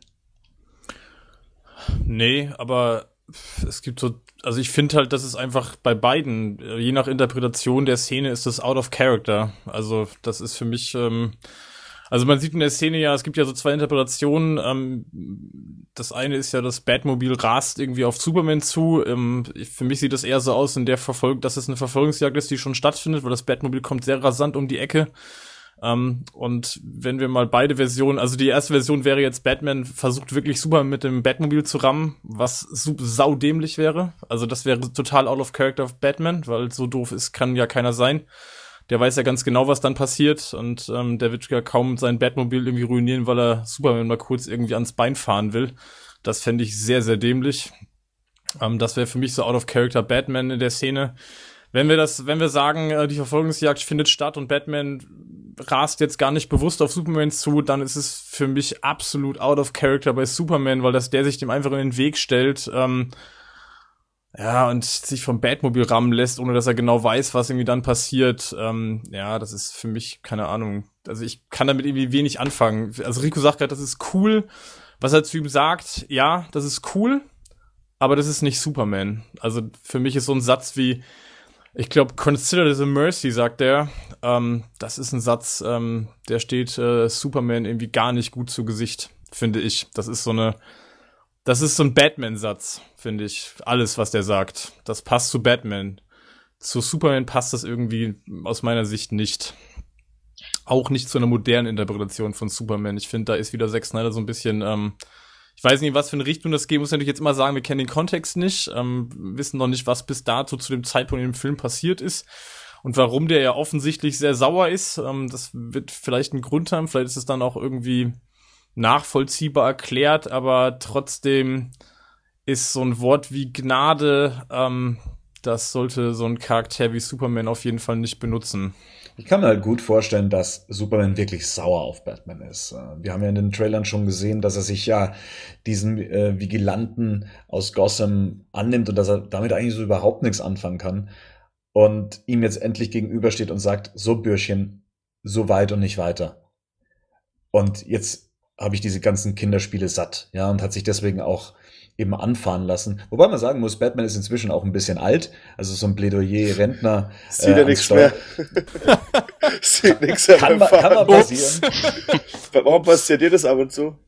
Nee, aber es gibt so, also ich finde halt, dass es einfach bei beiden, je nach Interpretation der Szene ist das out of character. Also das ist für mich, ähm, Also man sieht in der Szene ja, es gibt ja so zwei Interpretationen. Ähm, das eine ist ja, das Batmobil rast irgendwie auf Superman zu. Ähm, für mich sieht das eher so aus, in der Verfolgung, dass es eine Verfolgungsjagd ist, die schon stattfindet, weil das Batmobil kommt sehr rasant um die Ecke. Ähm, und wenn wir mal beide Versionen, also die erste Version wäre jetzt, Batman versucht wirklich Superman mit dem Batmobil zu rammen, was super saudämlich wäre. Also das wäre total out of character of Batman, weil so doof ist, kann ja keiner sein. Der weiß ja ganz genau, was dann passiert, und ähm, der wird ja kaum sein Batmobil irgendwie ruinieren, weil er Superman mal kurz irgendwie ans Bein fahren will. Das fände ich sehr, sehr dämlich. Ähm, das wäre für mich so out of character Batman in der Szene. Wenn wir das, wenn wir sagen, äh, die Verfolgungsjagd findet statt und Batman rast jetzt gar nicht bewusst auf Superman zu, dann ist es für mich absolut out of character bei Superman, weil das der sich dem einfach in den Weg stellt, ähm, ja, und sich vom Batmobil rammen lässt, ohne dass er genau weiß, was irgendwie dann passiert. Ähm, ja, das ist für mich, keine Ahnung. Also ich kann damit irgendwie wenig anfangen. Also Rico sagt gerade, das ist cool. Was er zu ihm sagt, ja, das ist cool, aber das ist nicht Superman. Also für mich ist so ein Satz wie, ich glaube, consider this a mercy, sagt er. Ähm, das ist ein Satz, ähm, der steht äh, Superman irgendwie gar nicht gut zu Gesicht, finde ich. Das ist so eine Das ist so ein Batman-Satz, finde ich. Alles, was der sagt. Das passt zu Batman. Zu Superman passt das irgendwie aus meiner Sicht nicht. Auch nicht zu einer modernen Interpretation von Superman. Ich finde, da ist wieder Zack Snyder so ein bisschen, ähm, ich weiß nicht, was für eine Richtung das geht. Muss natürlich jetzt immer sagen, wir kennen den Kontext nicht, ähm, wissen noch nicht, was bis dato zu dem Zeitpunkt in dem Film passiert ist. Und warum der ja offensichtlich sehr sauer ist. Ähm, das wird vielleicht einen Grund haben. Vielleicht ist es dann auch irgendwie nachvollziehbar erklärt, aber trotzdem ist so ein Wort wie Gnade, ähm, das sollte so ein Charakter wie Superman auf jeden Fall nicht benutzen. Ich kann mir halt gut vorstellen, dass Superman wirklich sauer auf Batman ist. Wir haben ja in den Trailern schon gesehen, dass er sich ja diesen äh, Vigilanten aus Gotham annimmt und dass er damit eigentlich so überhaupt nichts anfangen kann und ihm jetzt endlich gegenübersteht und sagt, so Bürschchen, so weit und nicht weiter. Und jetzt habe ich diese ganzen Kinderspiele satt, ja, und hat sich deswegen auch eben anfahren lassen. Wobei man sagen muss, Batman ist inzwischen auch ein bisschen alt, also so ein Plädoyer-Rentner. Sieht äh, er nichts mehr. Sieht nichts mehr. Kann, kann mal passieren. Warum passiert dir das ab und zu?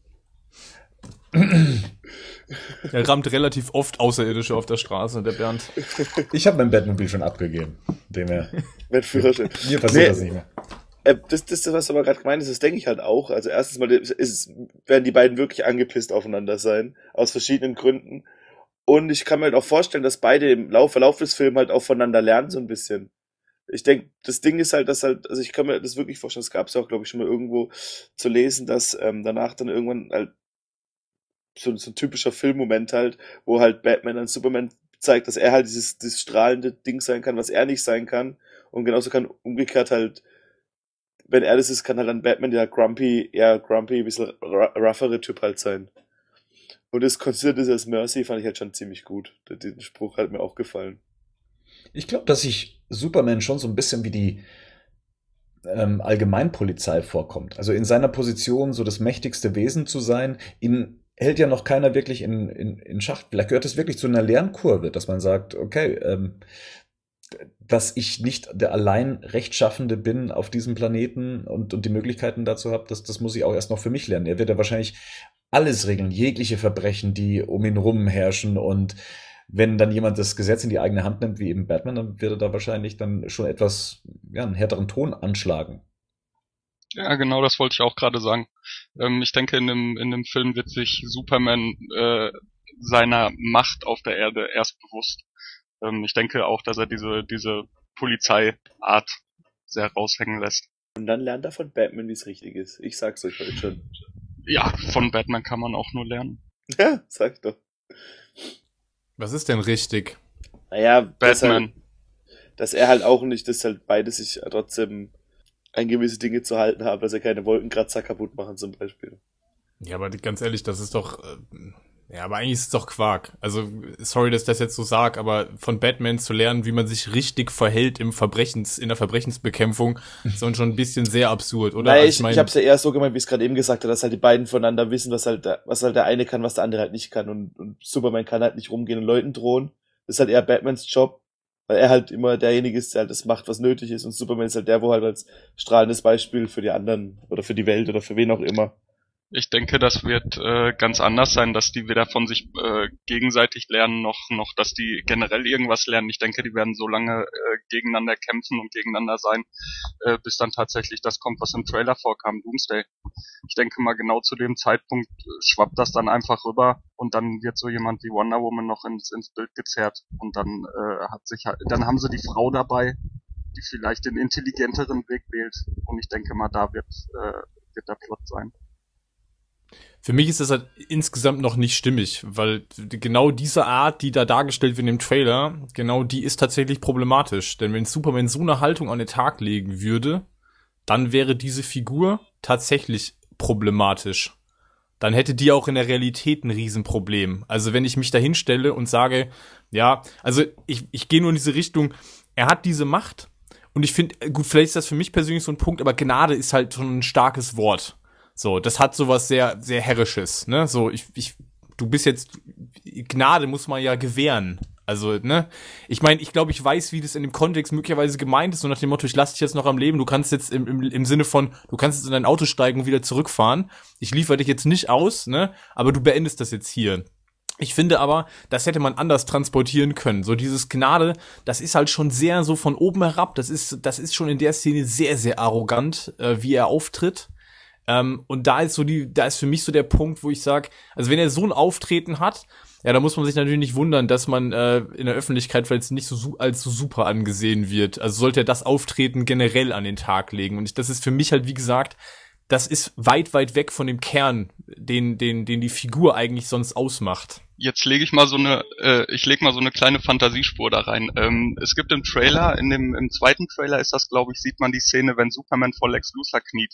Er rammt relativ oft Außerirdische auf der Straße, der Bernd. Ich habe mein Batmobil schon abgegeben. Dem her. Mit Führerschein. Mir passiert nee. das nicht mehr. Das, das, das, was du aber gerade gemeint hast, das denke ich halt auch. Also erstens mal ist, werden die beiden wirklich angepisst aufeinander sein, aus verschiedenen Gründen. Und ich kann mir halt auch vorstellen, dass beide im Lauf, Verlauf des Films halt auch voneinander lernen, so ein bisschen. Ich denke, das Ding ist halt, dass halt, also ich kann mir das wirklich vorstellen, das gab es ja auch, glaube ich, schon mal irgendwo zu lesen, dass ähm, danach dann irgendwann halt so, so ein typischer Filmmoment halt, wo halt Batman an Superman zeigt, dass er halt dieses, dieses strahlende Ding sein kann, was er nicht sein kann. Und genauso kann umgekehrt halt, wenn er das ist, kann halt dann Batman der grumpy, eher grumpy, ein bisschen roughere Typ halt sein. Und das Consider this as Mercy fand ich halt schon ziemlich gut. Den Spruch hat mir auch gefallen. Ich glaube, dass sich Superman schon so ein bisschen wie die ähm, Allgemeinpolizei vorkommt. Also in seiner Position so das mächtigste Wesen zu sein, ihn hält ja noch keiner wirklich in, in, in Schach. Vielleicht gehört es wirklich zu einer Lernkurve, dass man sagt, okay, ähm, dass ich nicht der allein Rechtschaffende bin auf diesem Planeten und, und die Möglichkeiten dazu habe, das, das muss ich auch erst noch für mich lernen. Er wird ja wahrscheinlich alles regeln, jegliche Verbrechen, die um ihn rum herrschen, und wenn dann jemand das Gesetz in die eigene Hand nimmt, wie eben Batman, dann wird er da wahrscheinlich dann schon etwas, ja, einen härteren Ton anschlagen. Ja, genau, das wollte ich auch gerade sagen. Ähm, ich denke, in dem, in dem Film wird sich Superman äh, seiner Macht auf der Erde erst bewusst. Ähm, ich denke auch, dass er diese, diese Polizeiart sehr raushängen lässt. Und dann lernt er von Batman, wie es richtig ist. Ich sag's euch heute schon. Ja, von Batman kann man auch nur lernen. Ja, sag doch. Was ist denn richtig? Naja, Batman. Dass, halt, dass er halt auch nicht, dass halt beide sich trotzdem an gewisse Dinge zu halten haben, dass er keine Wolkenkratzer kaputt machen zum Beispiel. Ja, aber ganz ehrlich, das ist doch, äh, ja, aber eigentlich ist es doch Quark. Also, sorry, dass ich das jetzt so sag, aber von Batman zu lernen, wie man sich richtig verhält im Verbrechens, in der Verbrechensbekämpfung, ist schon ein bisschen sehr absurd, oder? Naja, also, ich, ich, mein, ich hab's ja eher so gemeint, wie ich es gerade eben gesagt habe, dass halt die beiden voneinander wissen, was halt, der, was halt der eine kann, was der andere halt nicht kann. Und, und Superman kann halt nicht rumgehen und Leuten drohen. Das ist halt eher Batmans Job. weil er halt immer derjenige ist, der halt das macht, was nötig ist, und Superman ist halt der, wo halt als strahlendes Beispiel für die anderen oder für die Welt oder für wen auch immer. Ich denke, das wird äh, ganz anders sein, dass die weder von sich äh, gegenseitig lernen, noch noch dass die generell irgendwas lernen. Ich denke, die werden so lange äh, gegeneinander kämpfen und gegeneinander sein, äh, bis dann tatsächlich das kommt, was im Trailer vorkam, Doomsday. Ich denke mal, genau zu dem Zeitpunkt äh, schwappt das dann einfach rüber und dann wird so jemand wie Wonder Woman noch ins ins Bild gezerrt und dann äh, hat sich halt, dann haben sie die Frau dabei, die vielleicht den intelligenteren Weg wählt, und ich denke mal, da wird äh, wird der Plot sein. Für mich ist das halt insgesamt noch nicht stimmig, weil genau diese Art, die da dargestellt wird im Trailer, genau die ist tatsächlich problematisch. Denn wenn Superman so eine Haltung an den Tag legen würde, dann wäre diese Figur tatsächlich problematisch. Dann hätte die auch in der Realität ein Riesenproblem. Also wenn ich mich da hinstelle und sage, ja, also ich, ich gehe nur in diese Richtung, er hat diese Macht und ich finde, gut, vielleicht ist das für mich persönlich so ein Punkt, aber Gnade ist halt schon ein starkes Wort. So, das hat sowas sehr, sehr Herrisches, ne? So, ich, ich, du bist jetzt, Gnade muss man ja gewähren. Also, ne? Ich meine, ich glaube, ich weiß, wie das in dem Kontext möglicherweise gemeint ist, so nach dem Motto, ich lasse dich jetzt noch am Leben, du kannst jetzt im, im, im Sinne von, du kannst jetzt in dein Auto steigen und wieder zurückfahren. Ich liefere dich jetzt nicht aus, ne? Aber du beendest das jetzt hier. Ich finde aber, das hätte man anders transportieren können. So dieses Gnade, das ist halt schon sehr so von oben herab. Das ist, das ist schon in der Szene sehr, sehr arrogant, äh, wie er auftritt. Ähm, und da ist so die, da ist für mich so der Punkt, wo ich sage, also wenn er so ein Auftreten hat, ja, da muss man sich natürlich nicht wundern, dass man äh, in der Öffentlichkeit vielleicht nicht so allzu super angesehen wird. Also sollte er das Auftreten generell an den Tag legen. Und ich, das ist für mich halt, wie gesagt, das ist weit, weit weg von dem Kern, den, den, den die Figur eigentlich sonst ausmacht. Jetzt lege ich mal so eine, äh, ich lege mal so eine kleine Fantasiespur da rein. Ähm, es gibt im Trailer, in dem, im zweiten Trailer ist das, glaube ich, sieht man die Szene, wenn Superman vor Lex Luthor kniet.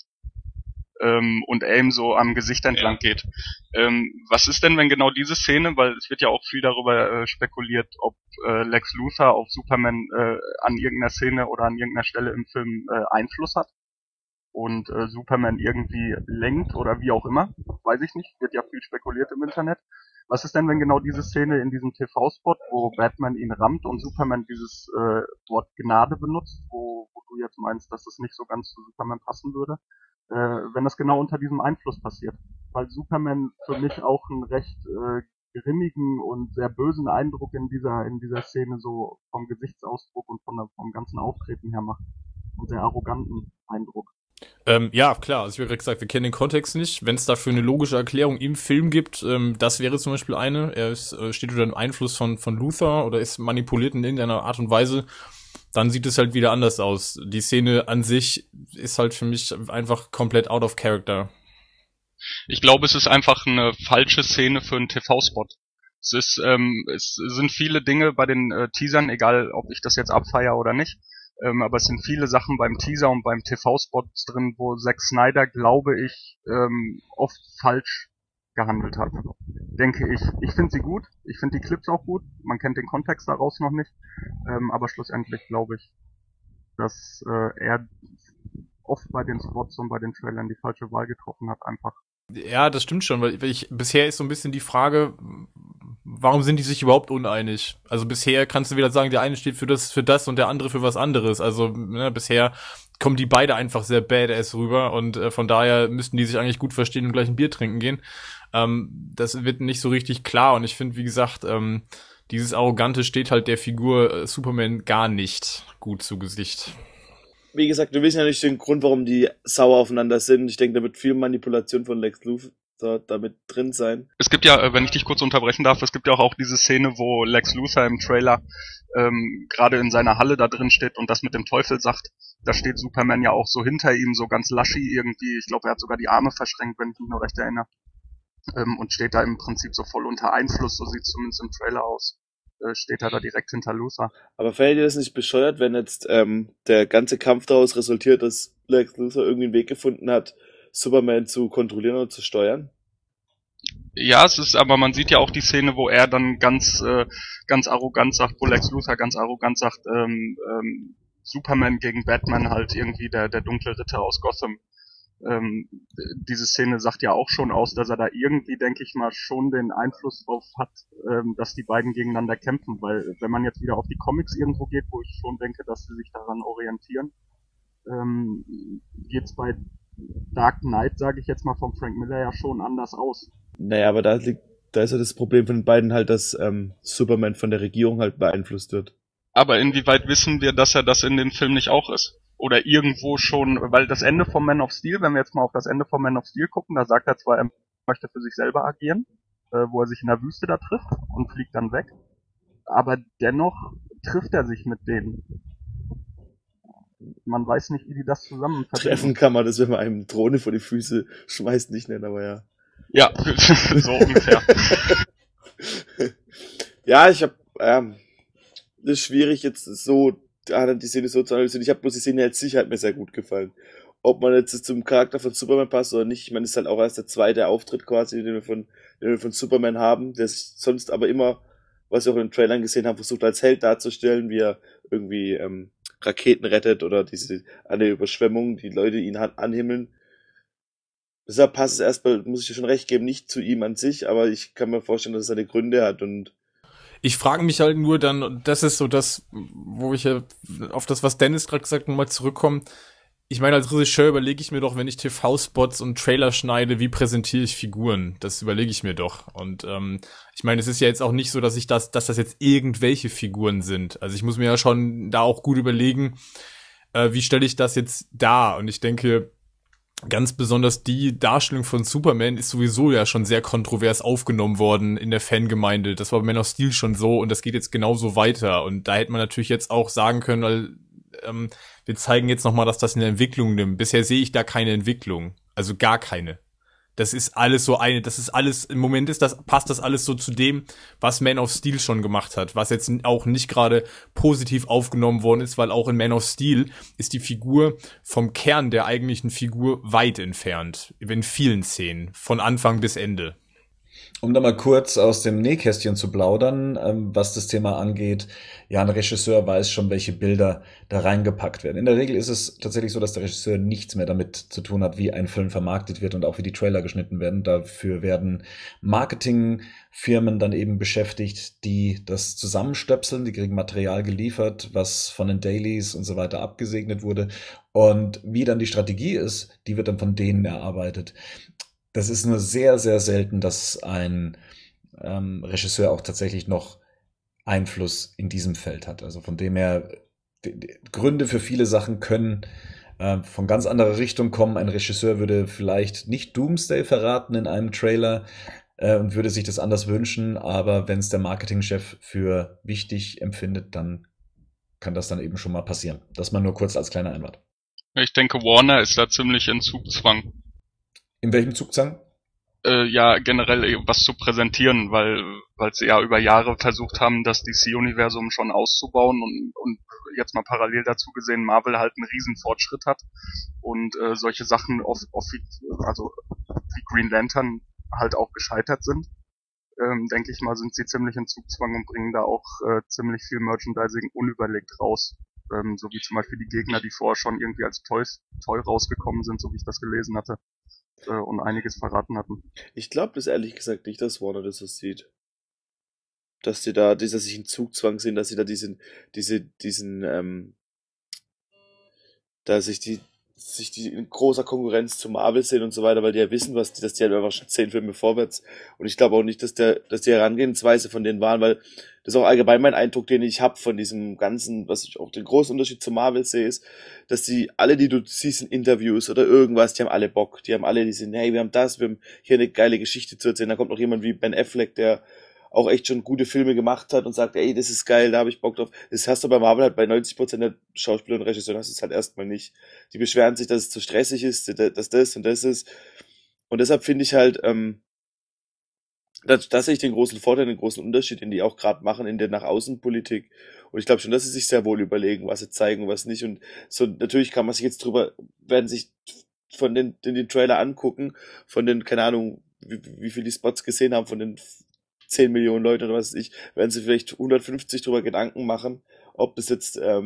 Ähm, und er ihm so am Gesicht entlang ja. geht. Ähm, was ist denn, wenn genau diese Szene, weil es wird ja auch viel darüber äh, spekuliert, ob äh, Lex Luthor auf Superman äh, an irgendeiner Szene oder an irgendeiner Stelle im Film äh, Einfluss hat und äh, Superman irgendwie lenkt oder wie auch immer, weiß ich nicht, wird ja viel spekuliert im Internet. Was ist denn, wenn genau diese Szene in diesem T V-Spot, wo Batman ihn rammt und Superman dieses äh, Wort Gnade benutzt, wo, wo du jetzt meinst, dass es nicht so ganz zu Superman passen würde, Äh, wenn das genau unter diesem Einfluss passiert. Weil Superman für mich auch einen recht äh, grimmigen und sehr bösen Eindruck in dieser in dieser Szene so vom Gesichtsausdruck und von der, vom ganzen Auftreten her macht. Und sehr arroganten Eindruck. Ähm, ja, klar, also ich habe gerade gesagt, wir kennen den Kontext nicht. Wenn es dafür eine logische Erklärung im Film gibt, ähm, das wäre zum Beispiel eine. Er ist, äh, steht unter dem Einfluss von, von Luthor oder ist manipuliert in irgendeiner Art und Weise. Dann sieht es halt wieder anders aus. Die Szene an sich ist halt für mich einfach komplett out of character. Ich glaube, es ist einfach eine falsche Szene für einen T V-Spot. Es ist, ähm, es sind viele Dinge bei den äh, Teasern, egal ob ich das jetzt abfeiere oder nicht, ähm, aber es sind viele Sachen beim Teaser und beim T V-Spot drin, wo Zack Snyder, glaube ich, ähm, oft falsch gehandelt hat. Denke ich. Ich finde sie gut. Ich finde die Clips auch gut. Man kennt den Kontext daraus noch nicht. Ähm, aber schlussendlich glaube ich, dass äh, er oft bei den Spots und bei den Trailern die falsche Wahl getroffen hat, einfach. Ja, das stimmt schon, weil ich, bisher ist so ein bisschen die Frage, warum sind die sich überhaupt uneinig? Also bisher kannst du wieder sagen, der eine steht für das, für das und der andere für was anderes. Also ne, bisher kommen die beide einfach sehr badass rüber und äh, von daher müssten die sich eigentlich gut verstehen und gleich ein Bier trinken gehen. Ähm, das wird nicht so richtig klar und ich finde, wie gesagt, ähm, dieses Arrogante steht halt der Figur äh, Superman gar nicht gut zu Gesicht. Wie gesagt, wir wissen ja nicht den Grund, warum die sauer aufeinander sind. Ich denke, da wird viel Manipulation von Lex Luthor damit drin sein. Es gibt ja, wenn ich dich kurz unterbrechen darf, es gibt ja auch, auch diese Szene, wo Lex Luthor im Trailer ähm, gerade in seiner Halle da drin steht und das mit dem Teufel sagt. Da steht Superman ja auch so hinter ihm, so ganz laschi irgendwie. Ich glaube, er hat sogar die Arme verschränkt, wenn ich mich noch recht erinnere. Ähm, und steht da im Prinzip so voll unter Einfluss, so sieht es zumindest im Trailer aus. Steht er da direkt hinter Luthor. Aber fällt dir das nicht bescheuert, wenn jetzt ähm, der ganze Kampf daraus resultiert, dass Lex Luthor irgendwie einen Weg gefunden hat, Superman zu kontrollieren oder zu steuern? Ja, es ist, aber man sieht ja auch die Szene, wo er dann ganz äh, ganz arrogant sagt, wo Lex Luthor ganz arrogant sagt, ähm, ähm, Superman gegen Batman halt irgendwie der der dunkle Ritter aus Gotham. ähm, diese Szene sagt ja auch schon aus, dass er da irgendwie, denke ich mal, schon den Einfluss drauf hat, ähm, dass die beiden gegeneinander kämpfen, weil wenn man jetzt wieder auf die Comics irgendwo geht, wo ich schon denke, dass sie sich daran orientieren, ähm, geht's bei Dark Knight, sage ich jetzt mal, von Frank Miller ja schon anders aus. Naja, aber da liegt, da ist ja das Problem von den beiden halt, dass ähm, Superman von der Regierung halt beeinflusst wird. Aber inwieweit wissen wir, dass er das in dem Film nicht auch ist? Oder irgendwo schon, weil das Ende von Man of Steel, wenn wir jetzt mal auf das Ende von Man of Steel gucken, da sagt er zwar, er möchte für sich selber agieren, äh, wo er sich in der Wüste da trifft und fliegt dann weg, aber dennoch trifft er sich mit denen. Man weiß nicht, wie die das zusammen verbinden. Treffen kann man das, wenn man einem Drohne vor die Füße schmeißt, nicht nennen, aber ja. Ja, so ungefähr. Ja, ich hab, ähm, das ist schwierig jetzt so, die Szene so zu analysieren. Ich habe bloß die Szene als sich hat mir sehr gut gefallen. Ob man jetzt zum Charakter von Superman passt oder nicht, ich meine, das ist halt auch erst der zweite Auftritt quasi, den wir von, den wir von Superman haben, der sich sonst aber immer, was wir auch in den Trailern gesehen haben, versucht als Held darzustellen, wie er irgendwie ähm, Raketen rettet oder diese eine Überschwemmung, die Leute ihn anhimmeln. Deshalb passt es erstmal, muss ich dir schon recht geben, nicht zu ihm an sich, aber ich kann mir vorstellen, dass es seine Gründe hat und ich frage mich halt nur dann, und das ist so das, wo ich ja auf das, was Dennis gerade gesagt hat, nochmal zurückkomme. Ich meine, als Regisseur überlege ich mir doch, wenn ich T V-Spots und Trailer schneide, wie präsentiere ich Figuren? Das überlege ich mir doch. Und ähm, ich meine, es ist ja jetzt auch nicht so, dass ich das, dass das jetzt irgendwelche Figuren sind. Also ich muss mir ja schon da auch gut überlegen, äh, wie stelle ich das jetzt dar? Und ich denke, ganz besonders die Darstellung von Superman ist sowieso ja schon sehr kontrovers aufgenommen worden in der Fangemeinde. Das war bei Man of Steel schon so und das geht jetzt genauso weiter. Und da hätte man natürlich jetzt auch sagen können, weil ähm, wir zeigen jetzt nochmal, dass das eine Entwicklung nimmt. Bisher sehe ich da keine Entwicklung. Also gar keine. Das ist alles so eine, das ist alles, im Moment ist das, passt das alles so zu dem, was Man of Steel schon gemacht hat, was jetzt auch nicht gerade positiv aufgenommen worden ist, weil auch in Man of Steel ist die Figur vom Kern der eigentlichen Figur weit entfernt, in vielen Szenen, von Anfang bis Ende. Um da mal kurz aus dem Nähkästchen zu plaudern, ähm, was das Thema angeht, ja, ein Regisseur weiß schon, welche Bilder da reingepackt werden. In der Regel ist es tatsächlich so, dass der Regisseur nichts mehr damit zu tun hat, wie ein Film vermarktet wird und auch wie die Trailer geschnitten werden. Dafür werden Marketingfirmen dann eben beschäftigt, die das zusammenstöpseln, die kriegen Material geliefert, was von den Dailies und so weiter abgesegnet wurde. Und wie dann die Strategie ist, die wird dann von denen erarbeitet. Das ist nur sehr, sehr selten, dass ein ähm, Regisseur auch tatsächlich noch Einfluss in diesem Feld hat. Also von dem her, die, die Gründe für viele Sachen können äh, von ganz anderer Richtung kommen. Ein Regisseur würde vielleicht nicht Doomsday verraten in einem Trailer äh, und würde sich das anders wünschen, aber wenn es der Marketingchef für wichtig empfindet, dann kann das dann eben schon mal passieren. Das mal nur kurz als kleiner Einwand. Ich denke, Warner ist da ziemlich in Zugzwang. In welchem Zugzwang? Äh, ja, generell was zu präsentieren, weil weil sie ja über Jahre versucht haben, das D C-Universum schon auszubauen und, und jetzt mal parallel dazu gesehen, Marvel halt einen riesen Fortschritt hat und äh, solche Sachen, off, off, also wie Green Lantern halt auch gescheitert sind. Ähm, denke ich mal, sind sie ziemlich in Zugzwang und bringen da auch äh, ziemlich viel Merchandising unüberlegt raus. Ähm, so wie zum Beispiel die Gegner, die vorher schon irgendwie als Toys, Toy rausgekommen sind, so wie ich das gelesen hatte. Und einiges verraten hatten. Ich glaube das ehrlich gesagt nicht, dass Warner das so sieht. Dass die da, dass sich in Zugzwang sind, dass sie da diesen, diese, diesen, ähm, dass sich die, sich die in großer Konkurrenz zu Marvel sehen und so weiter, weil die ja wissen, was die, dass die halt einfach schon zehn Filme vorwärts. Und ich glaube auch nicht, dass der, dass die Herangehensweise von denen waren, weil das ist auch allgemein mein Eindruck, den ich habe von diesem ganzen, was ich auch den großen Unterschied zu Marvel sehe, ist, dass die alle, die du siehst in Interviews oder irgendwas, die haben alle Bock, die haben alle, die sind, hey, wir haben das, wir haben hier eine geile Geschichte zu erzählen. Da kommt noch jemand wie Ben Affleck, der auch echt schon gute Filme gemacht hat und sagt, ey, das ist geil, da habe ich Bock drauf. Das hast du bei Marvel halt bei neunzig Prozent der Schauspieler und Regisseuren hast du es halt erstmal nicht. Die beschweren sich, dass es zu stressig ist, dass das und das ist. Und deshalb finde ich halt, ähm, das, das sehe ich den großen Vorteil, den großen Unterschied, den die auch gerade machen in der Nach-Außen-Politik. Und ich glaube schon, dass sie sich sehr wohl überlegen, was sie zeigen und was nicht. Und so natürlich kann man sich jetzt drüber, werden sich von den, den, den Trailer angucken, von den, keine Ahnung, wie, wie viel die Spots gesehen haben, von den zehn Millionen Leute oder was weiß ich, werden sie vielleicht hundertfünfzig drüber Gedanken machen, ob das jetzt ähm,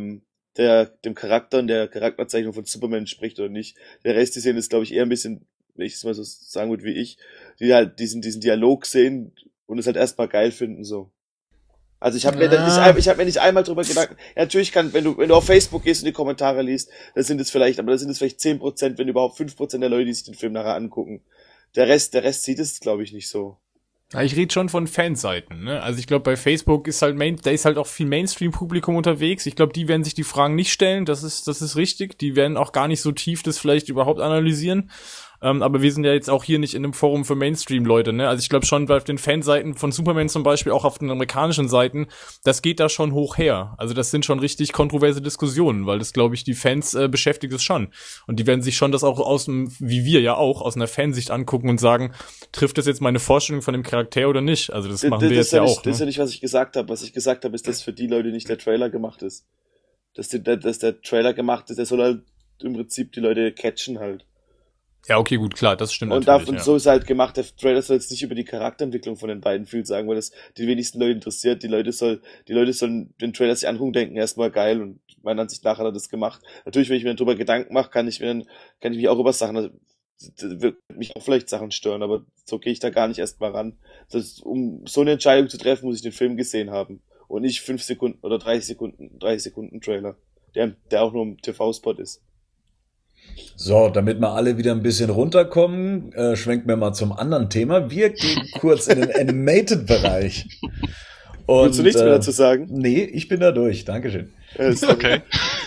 der dem Charakter und der Charakterzeichnung von Superman entspricht oder nicht. Der Rest, die sehen, ist, glaube ich, eher ein bisschen, wenn ich es mal so sagen würde wie ich, die halt diesen, diesen Dialog sehen und es halt erstmal geil finden, so. Also ich habe mir, Ah. ich, ich hab mir nicht einmal drüber gedacht, ja, natürlich kann, wenn du, wenn du auf Facebook gehst und die Kommentare liest, das sind es vielleicht, aber das sind es vielleicht zehn Prozent, wenn überhaupt fünf Prozent der Leute, die sich den Film nachher angucken. Der Rest, der Rest sieht es, glaube ich, nicht so. Ja, ich rede schon von Fanseiten, ne? Also ich glaube, bei Facebook ist halt Main, da ist halt auch viel Mainstream-Publikum unterwegs. Ich glaube, die werden sich die Fragen nicht stellen, das ist, das ist richtig. Die werden auch gar nicht so tief das vielleicht überhaupt analysieren. Ähm, aber wir sind ja jetzt auch hier nicht in einem Forum für Mainstream-Leute, ne? Also ich glaube schon, auf den Fanseiten von Superman zum Beispiel, auch auf den amerikanischen Seiten, das geht da schon hoch her. Also das sind schon richtig kontroverse Diskussionen, weil das, glaube ich, die Fans äh, beschäftigt es schon. Und die werden sich schon das auch aus dem, wie wir ja auch, aus einer Fansicht angucken und sagen, trifft das jetzt meine Vorstellung von dem Charakter oder nicht? Also das, das machen wir jetzt ja, ja nicht, auch. Das ist Ne? ja nicht, was ich gesagt habe. Was ich gesagt habe, ist, dass für die Leute nicht der Trailer gemacht ist. Dass, die, dass der Trailer gemacht ist, der soll halt im Prinzip die Leute catchen halt. Ja, okay, gut, klar, das stimmt und natürlich. Und ja. so ist halt gemacht, der Trailer soll jetzt nicht über die Charakterentwicklung von den beiden viel sagen, weil das die wenigsten Leute interessiert. Die Leute soll, die Leute sollen den Trailer sich angucken, denken erstmal geil und meiner Ansicht nach hat er das gemacht. Natürlich, wenn ich mir darüber Gedanken mache, kann ich mir dann, kann ich mich auch über Sachen, also, wird mich auch vielleicht Sachen stören, aber so gehe ich da gar nicht erst mal ran. Das, um so eine Entscheidung zu treffen, muss ich den Film gesehen haben. Und nicht fünf Sekunden oder dreißig Sekunden, dreißig Sekunden Trailer, der, der auch nur ein T V-Spot ist. So, damit wir alle wieder ein bisschen runterkommen, äh, schwenken wir mal zum anderen Thema. Wir gehen kurz in den Animated-Bereich. Und, Willst du nichts mehr dazu sagen? Nee, ich bin da durch. Dankeschön. Okay.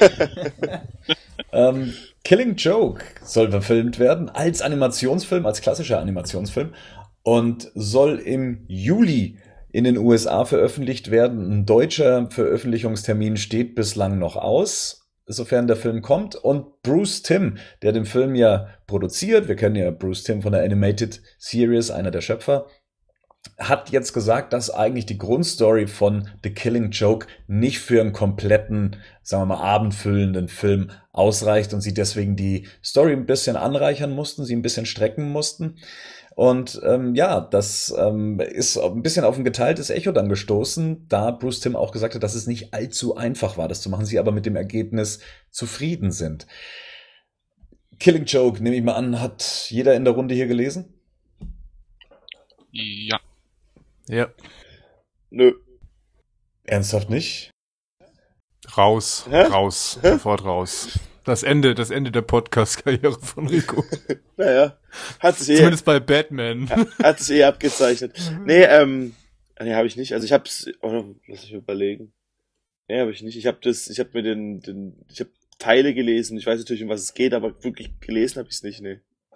ähm, Killing Joke soll verfilmt werden als Animationsfilm, als klassischer Animationsfilm und soll im Juli in den U S A veröffentlicht werden. Ein deutscher Veröffentlichungstermin steht bislang noch aus, sofern der Film kommt. Und Bruce Timm, der den Film ja produziert, wir kennen ja Bruce Timm von der Animated Series, einer der Schöpfer, hat jetzt gesagt, dass eigentlich die Grundstory von The Killing Joke nicht für einen kompletten, sagen wir mal, abendfüllenden Film ausreicht und sie deswegen die Story ein bisschen anreichern mussten, sie ein bisschen strecken mussten. Und ähm, ja, das ähm, ist ein bisschen auf ein geteiltes Echo dann gestoßen, da Bruce Timm auch gesagt hat, dass es nicht allzu einfach war, das zu machen, sie aber mit dem Ergebnis zufrieden sind. Killing Joke, nehme ich mal an, hat jeder in der Runde hier gelesen? Ja. Ja. Nö. Ernsthaft nicht? Raus, Hä? raus, sofort raus. Das Ende, das Ende der Podcast-Karriere von Rico. Naja, hat sich eh, Zumindest bei Batman. hat sich eh abgezeichnet. Nee, ähm, nee, habe ich nicht. Also ich hab's, oh, lass ich überlegen. Nee, habe ich nicht. Ich habe das, ich habe mir den, den, ich habe Teile gelesen. Ich weiß natürlich, um was es geht, aber wirklich gelesen habe ich es nicht, nee.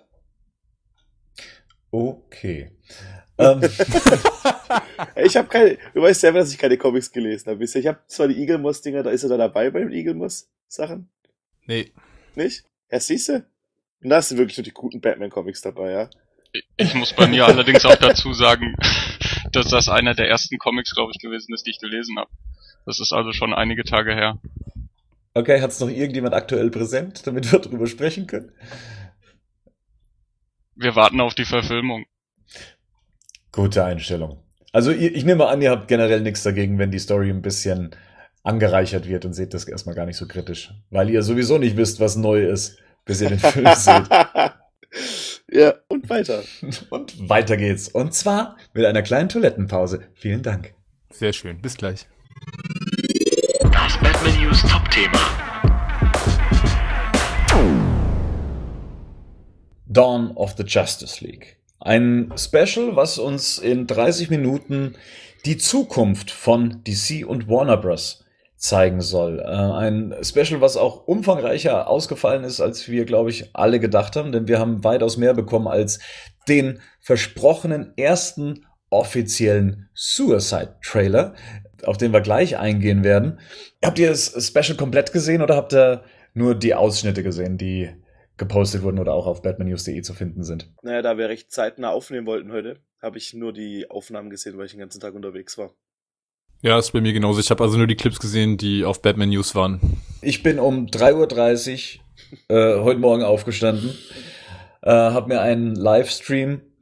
Okay. ähm. Ich habe keine, du weißt selber, dass ich keine Comics gelesen habe bisher. Ich habe zwar die Eagle Moss Dinger, da ist er da dabei bei den Eagle Moss Sachen. Nee. Nicht? Ja, siehste? Und da hast du wirklich nur die guten Batman-Comics dabei, ja? Ich muss bei mir allerdings auch dazu sagen, dass das einer der ersten Comics, glaube ich, gewesen ist, die ich gelesen habe. Das ist also schon einige Tage her. Okay, hat's noch irgendjemand aktuell präsent, damit wir drüber sprechen können? Wir warten auf die Verfilmung. Gute Einstellung. Also ich, ich nehme an, ihr habt generell nichts dagegen, wenn die Story ein bisschen angereichert wird und seht das erstmal gar nicht so kritisch. Weil ihr sowieso nicht wisst, was neu ist, bis ihr den Film seht. Ja, und weiter. Und weiter geht's. Und zwar mit einer kleinen Toilettenpause. Vielen Dank. Sehr schön. Bis gleich. Das Batman News Top-Thema. Dawn of the Justice League. Ein Special, was uns in dreißig Minuten die Zukunft von D C und Warner Bros. Zeigen soll. Ein Special, was auch umfangreicher ausgefallen ist, als wir, glaube ich, alle gedacht haben, denn wir haben weitaus mehr bekommen als den versprochenen ersten offiziellen Suicide-Trailer, auf den wir gleich eingehen werden. Habt ihr das Special komplett gesehen oder habt ihr nur die Ausschnitte gesehen, die gepostet wurden oder auch auf batman news punkt de zu finden sind? Naja, da wir recht zeitnah aufnehmen wollten heute, habe ich nur die Aufnahmen gesehen, weil ich den ganzen Tag unterwegs war. Ja, ist bei mir genauso. Ich habe also nur die Clips gesehen, die auf Batman News waren. Ich bin um drei Uhr dreißig äh, heute Morgen aufgestanden, äh, habe mir einen Livestream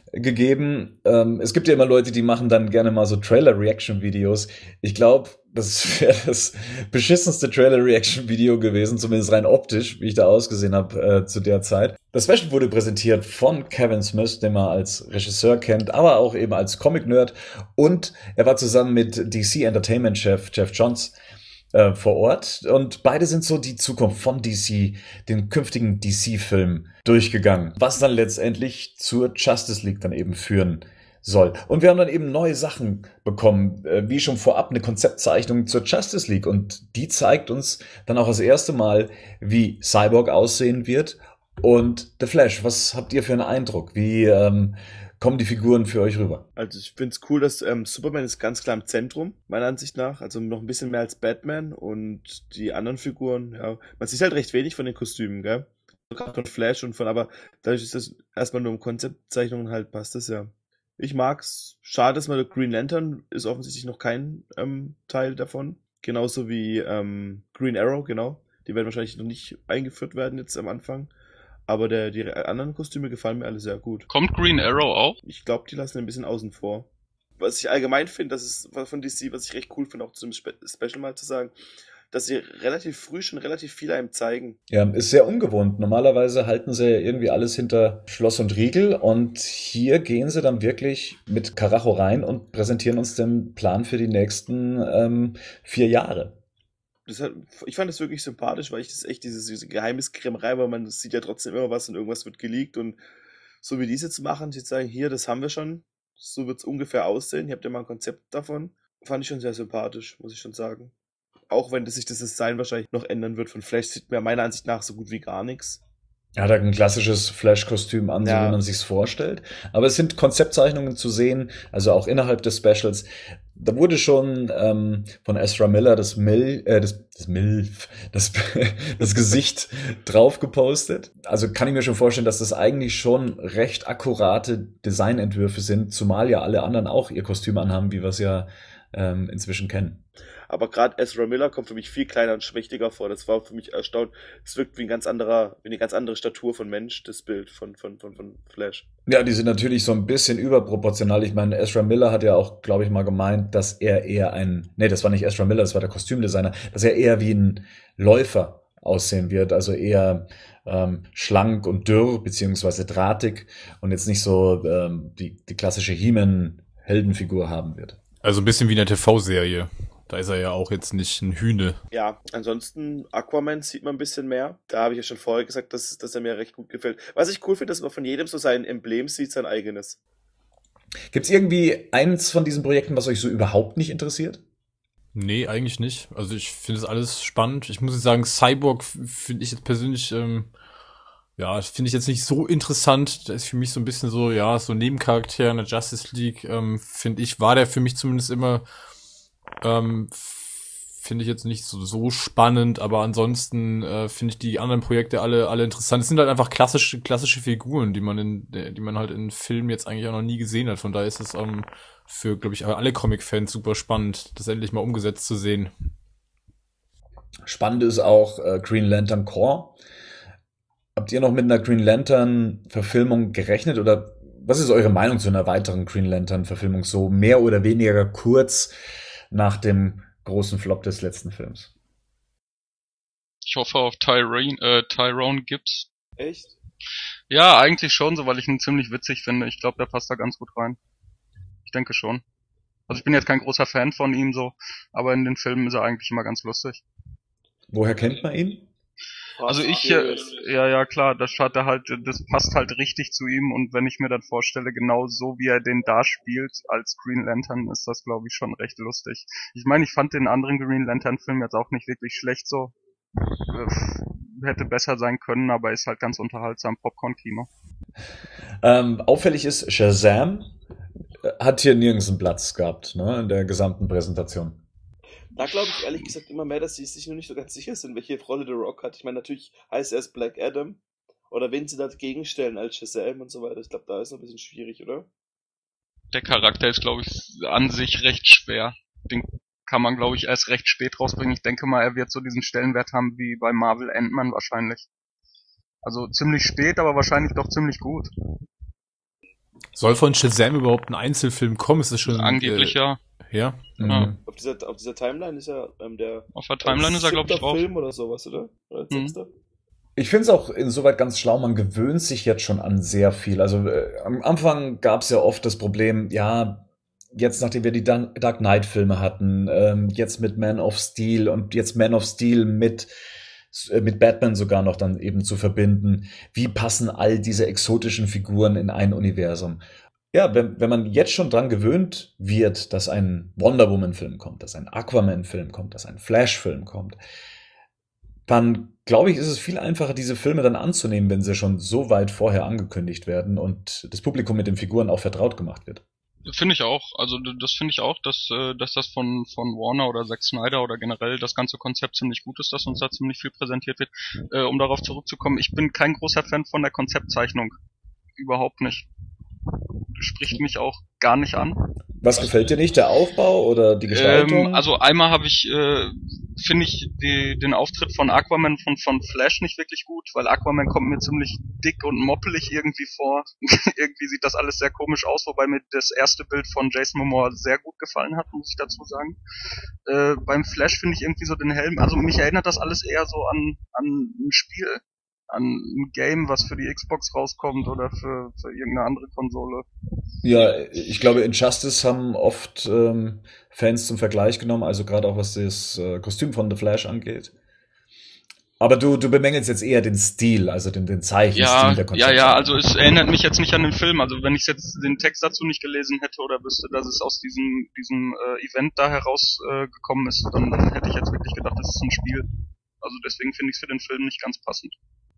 gegeben. Ähm, es gibt ja immer Leute, die machen dann gerne mal so Trailer-Reaction-Videos. Ich glaube, das wäre das beschissenste Trailer-Reaction-Video gewesen, zumindest rein optisch, wie ich da ausgesehen habe äh, zu der Zeit. Das Special wurde präsentiert von Kevin Smith, den man als Regisseur kennt, aber auch eben als Comic-Nerd. Und er war zusammen mit D C Entertainment-Chef Jeff Johns äh, vor Ort. Und beide sind so die Zukunft von D C, den künftigen D C-Film durchgegangen, was dann letztendlich zur Justice League dann eben führen soll. Und wir haben dann eben neue Sachen bekommen, äh, wie schon vorab eine Konzeptzeichnung zur Justice League. Und die zeigt uns dann auch das erste Mal, wie Cyborg aussehen wird. Und The Flash, was habt ihr für einen Eindruck? Wie ähm, kommen die Figuren für euch rüber? Also ich finde es cool, dass ähm, Superman ist ganz klar im Zentrum, meiner Ansicht nach. Also noch ein bisschen mehr als Batman und die anderen Figuren, ja. Man sieht halt recht wenig von den Kostümen, gell? Gerade von Flash und von, aber dadurch ist das erstmal nur um Konzeptzeichnungen halt, passt das ja. Ich mag's. Schade, dass man der Green Lantern ist offensichtlich noch kein ähm, Teil davon. Genauso wie ähm, Green Arrow, genau. Die werden wahrscheinlich noch nicht eingeführt werden jetzt am Anfang. Aber der, die anderen Kostüme gefallen mir alle sehr gut. Kommt Green Arrow auch? Ich glaube, die lassen ein bisschen außen vor. Was ich allgemein finde, das ist von D C, was ich recht cool finde, auch zu dem Spe- Special mal zu sagen, dass sie relativ früh schon relativ viel einem zeigen. Ja, ist sehr ungewohnt. Normalerweise halten sie ja irgendwie alles hinter Schloss und Riegel und hier gehen sie dann wirklich mit Karacho rein und präsentieren uns den Plan für die nächsten ähm, vier Jahre. Das hat, ich fand das wirklich sympathisch, weil ich das echt diese, diese Geheimniskrämerei, weil man sieht ja trotzdem immer was und irgendwas wird geleakt und so wie die es jetzt machen, sie sagen, hier, das haben wir schon, so wird es ungefähr aussehen, ihr habt ja mal ein Konzept davon, fand ich schon sehr sympathisch, muss ich schon sagen. Auch wenn das sich das Design wahrscheinlich noch ändern wird von Flash, sieht mir meiner Ansicht nach so gut wie gar nichts. Er hat ein klassisches Flash-Kostüm an, Ja. so wie man sich's vorstellt. Aber es sind Konzeptzeichnungen zu sehen, also auch innerhalb des Specials. Da wurde schon ähm, von Ezra Miller das Mil, äh, das, das Milf, das, das Gesicht drauf gepostet. Also kann ich mir schon vorstellen, dass das eigentlich schon recht akkurate Designentwürfe sind, zumal ja alle anderen auch ihr Kostüm anhaben, wie wir es ja ähm, inzwischen kennen. Aber gerade Ezra Miller kommt für mich viel kleiner und schmächtiger vor. Das war für mich erstaunt. Es wirkt wie ein ganz anderer, wie eine ganz andere Statur von Mensch, das Bild von, von, von, von Flash. Ja, die sind natürlich so ein bisschen überproportional. Ich meine, Ezra Miller hat ja auch, glaube ich, mal gemeint, dass er eher ein, nee, das war nicht Ezra Miller, das war der Kostümdesigner, dass er eher wie ein Läufer aussehen wird, also eher ähm, schlank und dürr, beziehungsweise drahtig und jetzt nicht so ähm, die, die klassische He-Man-Heldenfigur haben wird. Also ein bisschen wie in der T V-Serie. Da ist er ja auch jetzt nicht ein Hühne. Ja, ansonsten Aquaman sieht man ein bisschen mehr. Da habe ich ja schon vorher gesagt, dass, dass er mir recht gut gefällt. Was ich cool finde, dass man von jedem so sein Emblem sieht, sein eigenes. Gibt's irgendwie eins von diesen Projekten, was euch so überhaupt nicht interessiert? Nee, eigentlich nicht. Also ich finde das alles spannend. Ich muss jetzt sagen, Cyborg finde ich jetzt persönlich, ähm, ja, finde ich jetzt nicht so interessant. Der ist für mich so ein bisschen so, ja, so ein Nebencharakter in der Justice League, ähm, finde ich, war der für mich zumindest immer Ähm, finde ich jetzt nicht so, so spannend, aber ansonsten äh, finde ich die anderen Projekte alle alle interessant. Es sind halt einfach klassische klassische Figuren, die man in die man halt in Filmen jetzt eigentlich auch noch nie gesehen hat. Von daher ist es ähm, für, glaube ich, alle Comic-Fans super spannend, das endlich mal umgesetzt zu sehen. Spannend ist auch äh, Green Lantern Corps. Habt ihr noch mit einer Green Lantern Verfilmung gerechnet oder was ist eure Meinung zu einer weiteren Green Lantern Verfilmung so mehr oder weniger kurz nach dem großen Flop des letzten Films? Ich hoffe auf Tyrone, äh, Tyrone Gibbs. Echt? Ja, eigentlich schon, so weil ich ihn ziemlich witzig finde. Ich glaube, der passt da ganz gut rein. Ich denke schon. Also ich bin jetzt kein großer Fan von ihm so, aber in den Filmen ist er eigentlich immer ganz lustig. Woher kennt man ihn? Also ich, äh, ja, ja, klar, das hat er halt, das passt halt richtig zu ihm und wenn ich mir dann vorstelle, genau so wie er den da spielt als Green Lantern, ist das, glaube ich, schon recht lustig. Ich meine, ich fand den anderen Green Lantern Film jetzt auch nicht wirklich schlecht so. Äh, hätte besser sein können, aber ist halt ganz unterhaltsam, Popcorn-Kino. Ähm, auffällig ist, Shazam hat hier nirgends einen Platz gehabt, ne, in der gesamten Präsentation. Da glaube ich ehrlich gesagt immer mehr, dass sie sich nur nicht so ganz sicher sind, welche Rolle The Rock hat. Ich meine, natürlich heißt er es Black Adam. Oder wen sie dagegen stellen als Shazam und so weiter. Ich glaube, da ist noch ein bisschen schwierig, oder? Der Charakter ist, glaube ich, an sich recht schwer. Den kann man, glaube ich, erst recht spät rausbringen. Ich denke mal, er wird so diesen Stellenwert haben wie bei Marvel Ant-Man wahrscheinlich. Also ziemlich spät, aber wahrscheinlich doch ziemlich gut. Soll von Shazam überhaupt ein Einzelfilm kommen? Ist das schon angeblich äh, ja. Ja. Ja. Auf dieser, auf dieser Timeline ist ja ähm, der Auf der Timeline ist er, glaube ich, drauf. Film oder sowas, oder? Oder Mhm. sechster? Ich finde es auch insoweit ganz schlau, man gewöhnt sich jetzt schon an sehr viel. Also äh, am Anfang gab es ja oft das Problem, ja, jetzt nachdem wir die Dan- Dark Knight-Filme hatten, ähm, jetzt mit Man of Steel und jetzt Man of Steel mit, äh, mit Batman sogar noch dann eben zu verbinden, wie passen all diese exotischen Figuren in ein Universum? Ja, wenn, wenn man jetzt schon dran gewöhnt wird, dass ein Wonder Woman-Film kommt, dass ein Aquaman-Film kommt, dass ein Flash-Film kommt, dann glaube ich, ist es viel einfacher, diese Filme dann anzunehmen, wenn sie schon so weit vorher angekündigt werden und das Publikum mit den Figuren auch vertraut gemacht wird. Finde ich auch. Also d- das finde ich auch, dass äh, dass das von von Warner oder Zack Snyder oder generell das ganze Konzept ziemlich gut ist, dass uns da ziemlich viel präsentiert wird. Äh, um darauf zurückzukommen, ich bin kein großer Fan von der Konzeptzeichnung. Überhaupt nicht. Spricht mich auch gar nicht an. Was gefällt dir nicht? Der Aufbau oder die Gestaltung? Ähm, also einmal habe ich, äh, finde ich die, den Auftritt von Aquaman von, von Flash nicht wirklich gut, weil Aquaman kommt mir ziemlich dick und moppelig irgendwie vor. Irgendwie sieht das alles sehr komisch aus, wobei mir das erste Bild von Jason Momoa sehr gut gefallen hat, muss ich dazu sagen. Äh, beim Flash finde ich irgendwie so den Helm, also mich erinnert das alles eher so an, an ein Spiel, an ein Game, was für die Xbox rauskommt oder für, für irgendeine andere Konsole. Ja, ich glaube, Injustice haben oft ähm, Fans zum Vergleich genommen, also gerade auch was das äh, Kostüm von The Flash angeht. Aber du, du bemängelst jetzt eher den Stil, also den, den Zeichenstil Ja, der ja, Konzepte. ja, also es erinnert mich jetzt nicht an den Film. Also wenn ich jetzt den Text dazu nicht gelesen hätte oder wüsste, dass es aus diesem diesem äh, Event da herausgekommen äh, gekommen ist, dann hätte ich jetzt wirklich gedacht, das ist ein Spiel. Also deswegen finde ich es für den Film nicht ganz passend.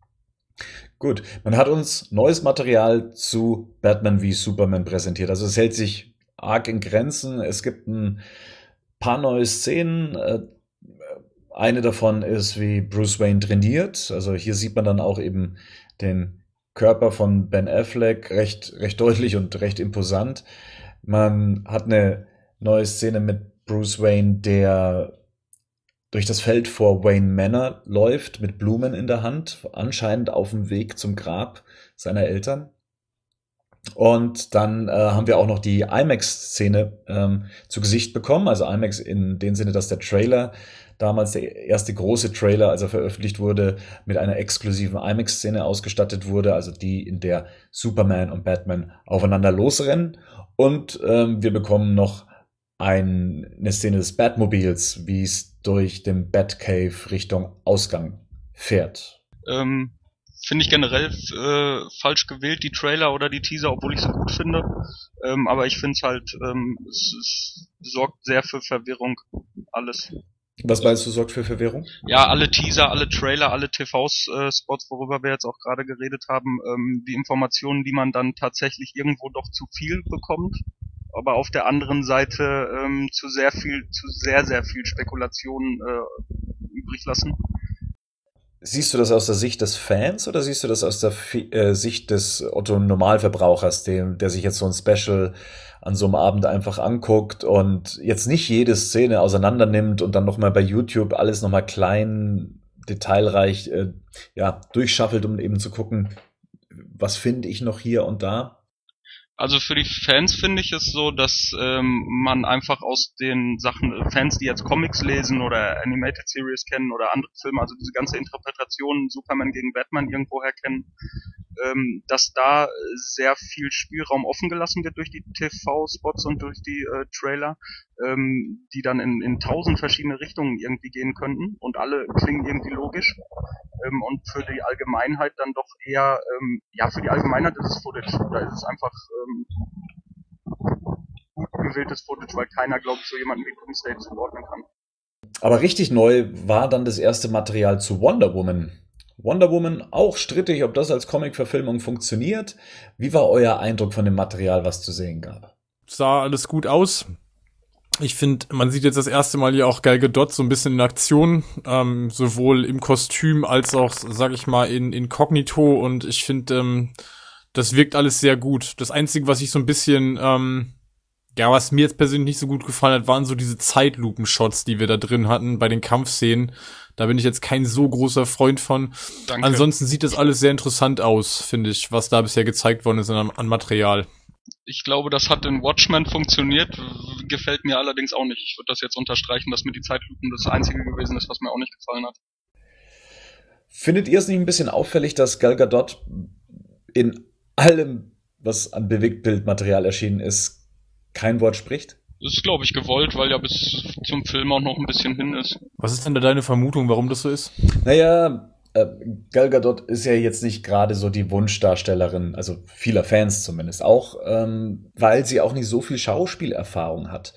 Gut, man hat uns neues Material zu Batman wie Superman präsentiert. Also es hält sich arg in Grenzen. Es gibt ein paar neue Szenen. Äh, Eine davon ist, wie Bruce Wayne trainiert. Also hier sieht man dann auch eben den Körper von Ben Affleck recht, recht deutlich und recht imposant. Man hat eine neue Szene mit Bruce Wayne, der durch das Feld vor Wayne Manor läuft, mit Blumen in der Hand, anscheinend auf dem Weg zum Grab seiner Eltern. Und dann äh, haben wir auch noch die IMAX-Szene ähm, zu Gesicht bekommen. Also IMAX in dem Sinne, dass der Trailer, damals der erste große Trailer, als er veröffentlicht wurde, mit einer exklusiven IMAX-Szene ausgestattet wurde, also die, in der Superman und Batman aufeinander losrennen. Und ähm, wir bekommen noch ein, eine Szene des Batmobils, wie es durch den Batcave Richtung Ausgang fährt. Ähm, finde ich generell äh, falsch gewählt, die Trailer oder die Teaser, obwohl ich sie gut finde. Ähm, aber ich finde es halt, ähm, es, es sorgt sehr für Verwirrung, alles. Was meinst du, sorgt für Verwirrung? Ja, alle Teaser, alle Trailer, alle T V-Spots, worüber wir jetzt auch gerade geredet haben, ähm, die Informationen, die man dann tatsächlich irgendwo doch zu viel bekommt, aber auf der anderen Seite ähm, zu sehr viel, zu sehr, sehr viel Spekulation äh, übrig lassen. Siehst du das aus der Sicht des Fans oder siehst du das aus der äh, Sicht des Otto-Normalverbrauchers, dem, der sich jetzt so ein Special an so einem Abend einfach anguckt und jetzt nicht jede Szene auseinander nimmt und dann nochmal bei YouTube alles nochmal klein, detailreich äh, ja, durchschaffelt, um eben zu gucken, was finde ich noch hier und da? Also für die Fans finde ich es so, dass ähm, man einfach aus den Sachen, Fans, die jetzt Comics lesen oder Animated Series kennen oder andere Filme, also diese ganze Interpretation Superman gegen Batman irgendwoher kennen, ähm, dass da sehr viel Spielraum offen gelassen wird durch die T V-Spots und durch die äh, Trailer, ähm, die dann in, in tausend verschiedene Richtungen irgendwie gehen könnten und alle klingen irgendwie logisch. Ähm, und für die Allgemeinheit dann doch eher, ähm, ja, für die Allgemeinheit ist es Footage. Da ist es einfach ähm, gut gewähltes Footage, weil keiner, glaube ich, so jemanden wie Doomsday zuordnen kann. Aber richtig neu war dann das erste Material zu Wonder Woman. Wonder Woman, auch strittig, ob das als Comic-Verfilmung funktioniert. Wie war euer Eindruck von dem Material, was zu sehen gab? Sah alles gut aus. Ich finde, man sieht jetzt das erste Mal hier auch Gal Gadot so ein bisschen in Aktion, ähm, sowohl im Kostüm als auch, sag ich mal, in Inkognito, und ich finde, ähm, das wirkt alles sehr gut. Das Einzige, was ich so ein bisschen, ähm, ja, was mir jetzt persönlich nicht so gut gefallen hat, waren so diese Zeitlupen-Shots, die wir da drin hatten bei den Kampfszenen. Da bin ich jetzt kein so großer Freund von. Danke. Ansonsten sieht das alles sehr interessant aus, finde ich, was da bisher gezeigt worden ist an, an Material. Ich glaube, das hat in Watchmen funktioniert, gefällt mir allerdings auch nicht. Ich würde das jetzt unterstreichen, dass mir die Zeitlupen das Einzige gewesen ist, was mir auch nicht gefallen hat. Findet ihr es nicht ein bisschen auffällig, dass Gal Gadot in allem, was an Bewegtbildmaterial erschienen ist, kein Wort spricht? Das ist, glaube ich, gewollt, weil ja bis zum Film auch noch ein bisschen hin ist. Was ist denn da deine Vermutung, warum das so ist? Naja, äh, Gal Gadot ist ja jetzt nicht gerade so die Wunschdarstellerin, also vieler Fans zumindest auch, ähm, weil sie auch nicht so viel Schauspielerfahrung hat.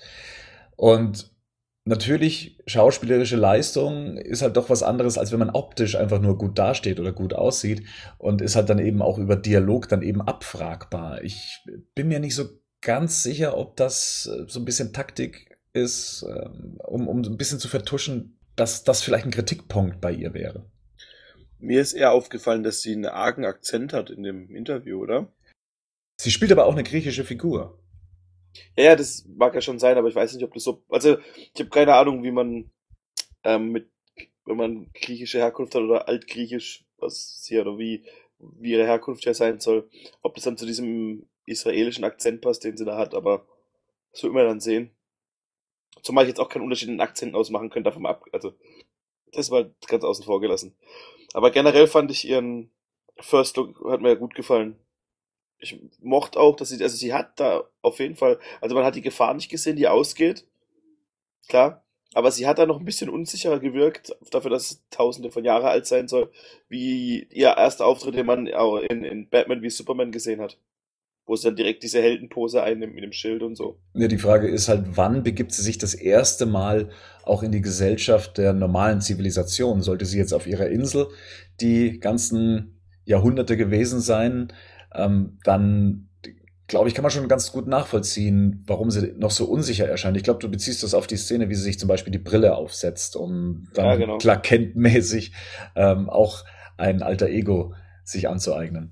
Und natürlich, schauspielerische Leistung ist halt doch was anderes, als wenn man optisch einfach nur gut dasteht oder gut aussieht und ist halt dann eben auch über Dialog dann eben abfragbar. Ich bin mir nicht so ganz sicher, ob das äh, so ein bisschen Taktik ist, ähm, um, um ein bisschen zu vertuschen, dass das vielleicht ein Kritikpunkt bei ihr wäre. Mir ist eher aufgefallen, dass sie einen argen Akzent hat in dem Interview, oder? Sie spielt aber auch eine griechische Figur. Ja, ja, das mag ja schon sein, aber ich weiß nicht, ob das so... Also, ich habe keine Ahnung, wie man ähm, mit, wenn man griechische Herkunft hat oder altgriechisch, was sie oder wie, wie ihre Herkunft ja sein soll, ob das dann zu diesem israelischen Akzent passt, den sie da hat, aber das wird man dann sehen. Zumal ich jetzt auch keinen Unterschied in den Akzenten ausmachen könnte, davon mal ab... Also, das war ganz außen vor gelassen. Aber generell fand ich ihren First Look, hat mir ja gut gefallen. Ich mochte auch, dass sie, also sie hat da auf jeden Fall, also man hat die Gefahr nicht gesehen, die ausgeht, klar, aber sie hat da noch ein bisschen unsicherer gewirkt, dafür, dass es tausende von Jahren alt sein soll, wie ihr erster Auftritt, den man auch in, in Batman wie Superman gesehen hat. Wo sie dann direkt diese Heldenpose einnimmt mit dem Schild und so. Ja, die Frage ist halt, wann begibt sie sich das erste Mal auch in die Gesellschaft der normalen Zivilisation? Sollte sie jetzt auf ihrer Insel die ganzen Jahrhunderte gewesen sein, ähm, dann glaube ich, kann man schon ganz gut nachvollziehen, warum sie noch so unsicher erscheint. Ich glaube, du beziehst das auf die Szene, wie sie sich zum Beispiel die Brille aufsetzt, um dann Ja, genau. Clark Kent-mäßig ähm, auch ein alter Ego sich anzueignen.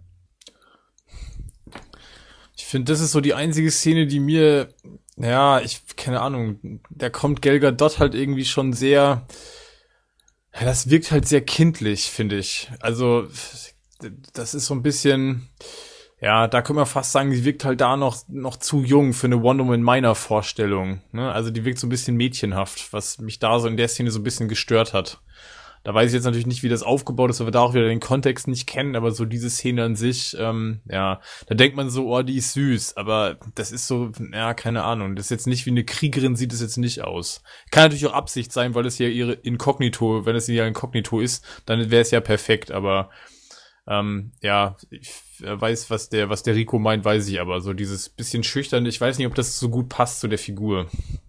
Ich finde, das ist so die einzige Szene, die mir, ja, ich, keine Ahnung, da kommt Gal Gadot halt irgendwie schon sehr, ja, das wirkt halt sehr kindlich, finde ich. Also, das ist so ein bisschen, ja, da können wir fast sagen, die wirkt halt da noch noch zu jung für eine Wonder Woman meiner Vorstellung. Ne? Also die wirkt so ein bisschen mädchenhaft, was mich da so in der Szene so ein bisschen gestört hat. Da weiß ich jetzt natürlich nicht, wie das aufgebaut ist, weil wir da auch wieder den Kontext nicht kennen, aber so diese Szene an sich, ähm, ja, da denkt man so, oh, die ist süß, aber das ist so, ja, keine Ahnung, das ist jetzt nicht wie eine Kriegerin, sieht es jetzt nicht aus. Kann natürlich auch Absicht sein, weil es ja ihre Inkognito, wenn es ja Inkognito ist, dann wäre es ja perfekt, aber ähm, ja, ich weiß, was der, was der Rico meint, weiß ich aber, so dieses bisschen schüchtern, ich weiß nicht, ob das so gut passt zu der Figur.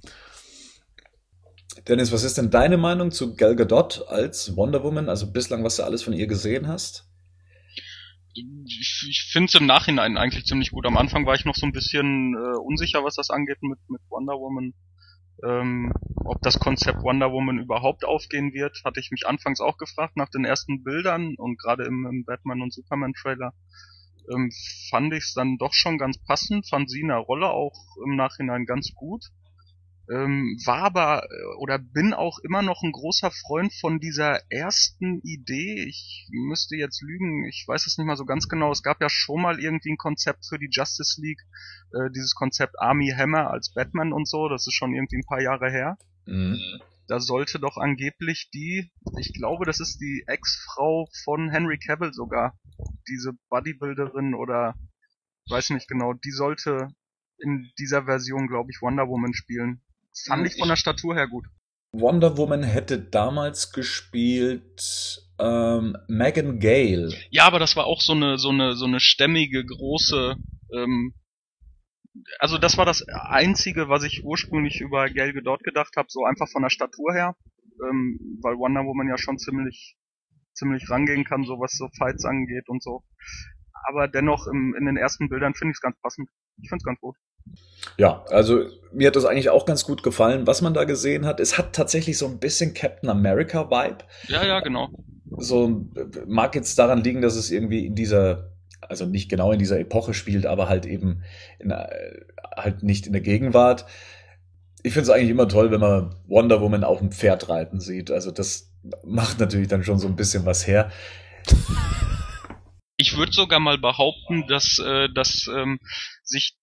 Dennis, was ist denn deine Meinung zu Gal Gadot als Wonder Woman? Also bislang, was du alles von ihr gesehen hast? Ich, ich finde es im Nachhinein eigentlich ziemlich gut. Am Anfang war ich noch so ein bisschen äh, unsicher, was das angeht mit, mit Wonder Woman. Ähm, ob das Konzept Wonder Woman überhaupt aufgehen wird, hatte ich mich anfangs auch gefragt nach den ersten Bildern und gerade im, im Batman und Superman Trailer ähm, fand ich es dann doch schon ganz passend, fand sie in der Rolle auch im Nachhinein ganz gut. Ähm, war aber äh, oder bin auch immer noch ein großer Freund von dieser ersten Idee. Ich müsste jetzt lügen, ich weiß es nicht mal so ganz genau. Es gab ja schon mal irgendwie ein Konzept für die Justice League, äh, dieses Konzept Armie Hammer als Batman und so, das ist schon irgendwie ein paar Jahre her. Mhm. Da sollte doch angeblich die, ich glaube, das ist die Ex-Frau von Henry Cavill sogar, diese Bodybuilderin oder weiß nicht genau, die sollte in dieser Version, glaube ich, Wonder Woman spielen. Fand ich von der Statur her gut. Wonder Woman hätte damals gespielt ähm, Megan Gale. Ja, aber das war auch so eine so eine so eine stämmige große. Ähm, also das war das Einzige, was ich ursprünglich über Gal Gadot gedacht habe, so einfach von der Statur her, ähm, weil Wonder Woman ja schon ziemlich ziemlich rangehen kann, so was so Fights angeht und so. Aber dennoch im, in den ersten Bildern finde ich es ganz passend. Ich finde es ganz gut. Ja, also mir hat das eigentlich auch ganz gut gefallen, was man da gesehen hat. Es hat tatsächlich so ein bisschen Captain America Vibe. Ja, ja, genau. So mag jetzt daran liegen, dass es irgendwie in dieser, also nicht genau in dieser Epoche spielt, aber halt eben in, halt nicht in der Gegenwart. Ich finde es eigentlich immer toll, wenn man Wonder Woman auf dem Pferd reiten sieht. Also das macht natürlich dann schon so ein bisschen was her. Ich würde sogar mal behaupten, dass, äh, dass ähm, sich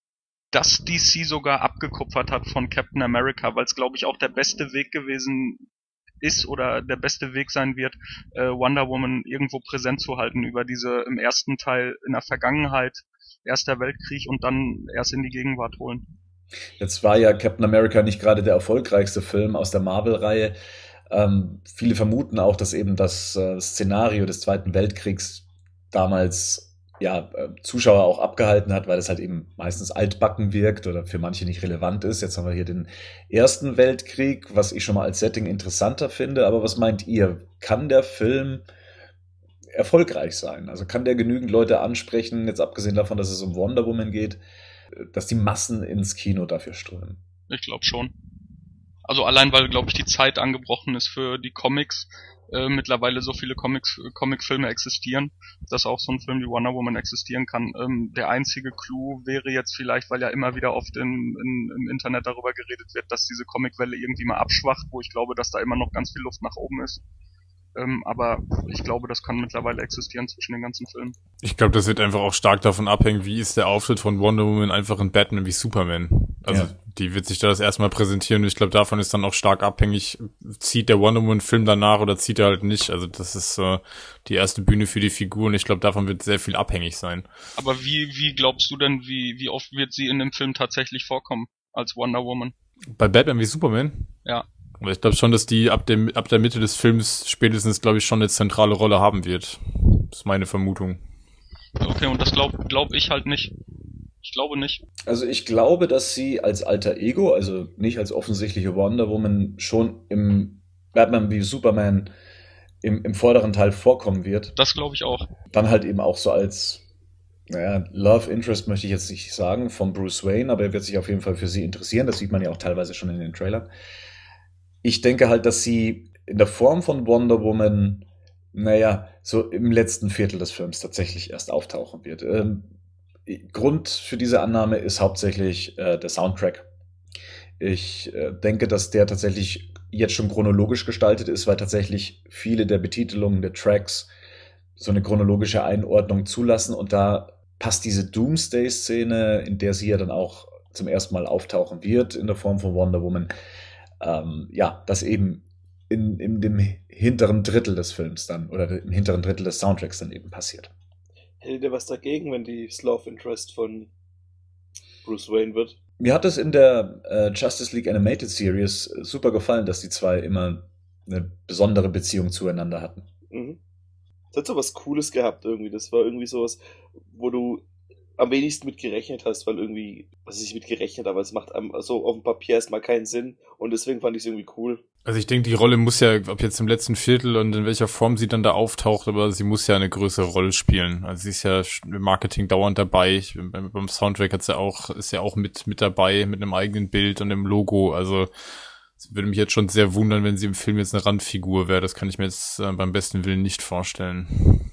dass D C sogar abgekupfert hat von Captain America, weil es, glaube ich, auch der beste Weg gewesen ist oder der beste Weg sein wird, äh, Wonder Woman irgendwo präsent zu halten über diese im ersten Teil in der Vergangenheit, Erster Weltkrieg und dann erst in die Gegenwart holen. Jetzt war ja Captain America nicht gerade der erfolgreichste Film aus der Marvel-Reihe. Ähm, viele vermuten auch, dass eben das äh, Szenario des Zweiten Weltkriegs damals ja, äh, Zuschauer auch abgehalten hat, weil es halt eben meistens altbacken wirkt oder für manche nicht relevant ist. Jetzt haben wir hier den Ersten Weltkrieg, was ich schon mal als Setting interessanter finde. Aber was meint ihr? Kann der Film erfolgreich sein? Also kann der genügend Leute ansprechen, jetzt abgesehen davon, dass es um Wonder Woman geht, dass die Massen ins Kino dafür strömen? Ich glaube schon. Also allein, weil, glaube ich, die Zeit angebrochen ist für die Comics. Äh, mittlerweile so viele Comics, Comicfilme existieren, dass auch so ein Film wie Wonder Woman existieren kann. Ähm, der einzige Clou wäre jetzt vielleicht, weil ja immer wieder oft in, in, im Internet darüber geredet wird, dass diese Comicwelle irgendwie mal abschwacht, wo ich glaube, dass da immer noch ganz viel Luft nach oben ist. Ähm, aber ich glaube, das kann mittlerweile existieren zwischen den ganzen Filmen. Ich glaube, das wird einfach auch stark davon abhängen, wie ist der Auftritt von Wonder Woman einfach in Batman wie Superman. Also ja. Die wird sich da das erstmal präsentieren und ich glaube, davon ist dann auch stark abhängig, zieht der Wonder Woman-Film danach oder zieht er halt nicht. Also das ist äh, die erste Bühne für die Figur und ich glaube, davon wird sehr viel abhängig sein. Aber wie wie glaubst du denn, wie wie oft wird sie in dem Film tatsächlich vorkommen als Wonder Woman? Bei Batman wie Superman? Ja. Aber ich glaube schon, dass die ab dem ab der Mitte des Films spätestens, glaube ich, schon eine zentrale Rolle haben wird. Das ist meine Vermutung. Okay, und das glaube glaub ich halt nicht. Ich glaube nicht. Also ich glaube, dass sie als alter Ego, also nicht als offensichtliche Wonder Woman, schon im Batman wie Superman im, im vorderen Teil vorkommen wird. Das glaube ich auch. Dann halt eben auch so als, naja, Love Interest möchte ich jetzt nicht sagen, von Bruce Wayne, aber er wird sich auf jeden Fall für sie interessieren. Das sieht man ja auch teilweise schon in den Trailern. Ich denke halt, dass sie in der Form von Wonder Woman, naja, so im letzten Viertel des Films tatsächlich erst auftauchen wird. Ähm, Grund für diese Annahme ist hauptsächlich äh, der Soundtrack. Ich äh, denke, dass der tatsächlich jetzt schon chronologisch gestaltet ist, weil tatsächlich viele der Betitelungen der Tracks so eine chronologische Einordnung zulassen und da passt diese Doomsday-Szene, in der sie ja dann auch zum ersten Mal auftauchen wird in der Form von Wonder Woman, ähm, ja, das eben in, in dem hinteren Drittel des Films dann oder im hinteren Drittel des Soundtracks dann eben passiert. Hält ihr was dagegen, wenn die Love Interest von Bruce Wayne wird? Mir hat es in der äh, Justice League Animated Series super gefallen, dass die zwei immer eine besondere Beziehung zueinander hatten. Mhm. Das hat so was Cooles gehabt irgendwie. Das war irgendwie sowas, wo du am wenigsten mit gerechnet hast, weil irgendwie, was ich mit gerechnet, aber es macht einem so auf dem Papier erstmal keinen Sinn und deswegen fand ich es irgendwie cool. Also ich denke, die Rolle muss ja, ob jetzt im letzten Viertel und in welcher Form sie dann da auftaucht, aber sie muss ja eine größere Rolle spielen. Also sie ist ja im Marketing dauernd dabei. Ich, beim Soundtrack hat sie auch, ist ja auch mit mit dabei, mit einem eigenen Bild und einem Logo. Also es würde mich jetzt schon sehr wundern, wenn sie im Film jetzt eine Randfigur wäre. Das kann ich mir jetzt äh, beim besten Willen nicht vorstellen.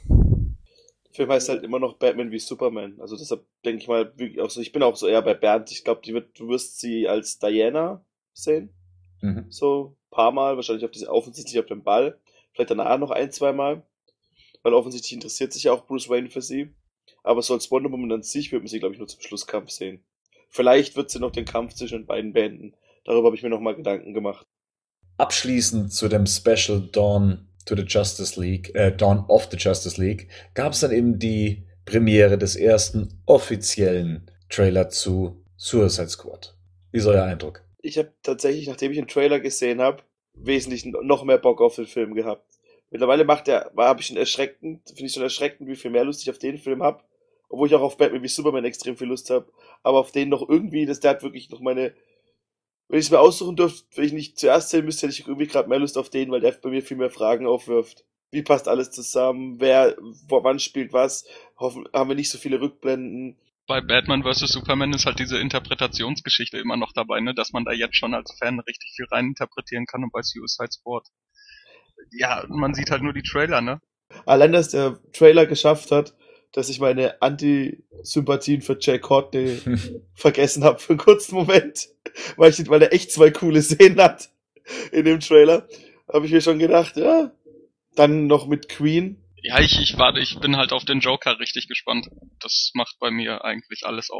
Der Film heißt halt immer noch Batman wie Superman. Also deshalb denke ich mal, wirklich auch so, ich bin auch so eher bei Bernd. Ich glaube, die wird, du wirst sie als Diana sehen. Mhm. So ein paar Mal, wahrscheinlich auf diese, offensichtlich auf dem Ball. Vielleicht danach noch ein, zwei Mal. Weil offensichtlich interessiert sich ja auch Bruce Wayne für sie. Aber so als Wonder Woman an sich wird man sie, glaube ich, nur zum Schlusskampf sehen. Vielleicht wird sie noch den Kampf zwischen den beiden beenden. Darüber habe ich mir nochmal Gedanken gemacht. Abschließend zu dem Special Dawn to the Justice League, äh, Dawn of the Justice League, gab es dann eben die Premiere des ersten offiziellen Trailer zu Suicide Squad. Wie ist euer Eindruck? Ich habe tatsächlich, nachdem ich den Trailer gesehen habe, wesentlich noch mehr Bock auf den Film gehabt. Mittlerweile macht der, war habe ich schon erschreckend, finde ich schon erschreckend, wie viel mehr Lust ich auf den Film habe, obwohl ich auch auf Batman wie Superman extrem viel Lust habe, aber auf den noch irgendwie, das der hat wirklich noch meine, wenn ich es mir aussuchen dürfte, wenn ich nicht zuerst sehen müsste, hätte ich irgendwie gerade mehr Lust auf den, weil der bei mir viel mehr Fragen aufwirft. Wie passt alles zusammen? Wer, wo, wann spielt was? Hoffen, haben wir nicht so viele Rückblenden? Bei Batman versus. Superman ist halt diese Interpretationsgeschichte immer noch dabei, ne, dass man da jetzt schon als Fan richtig viel reininterpretieren kann und bei Suicide Squad. Ja, man sieht halt nur die Trailer, ne? Allein, dass der Trailer geschafft hat, dass ich meine Anti-Sympathien für Jay Courtney vergessen habe für einen kurzen Moment, weil, ich, weil er echt zwei coole Szenen hat in dem Trailer, habe ich mir schon gedacht, ja, dann noch mit Queen. Ja, ich, ich warte, ich bin halt auf den Joker richtig gespannt. Das macht bei mir eigentlich alles aus.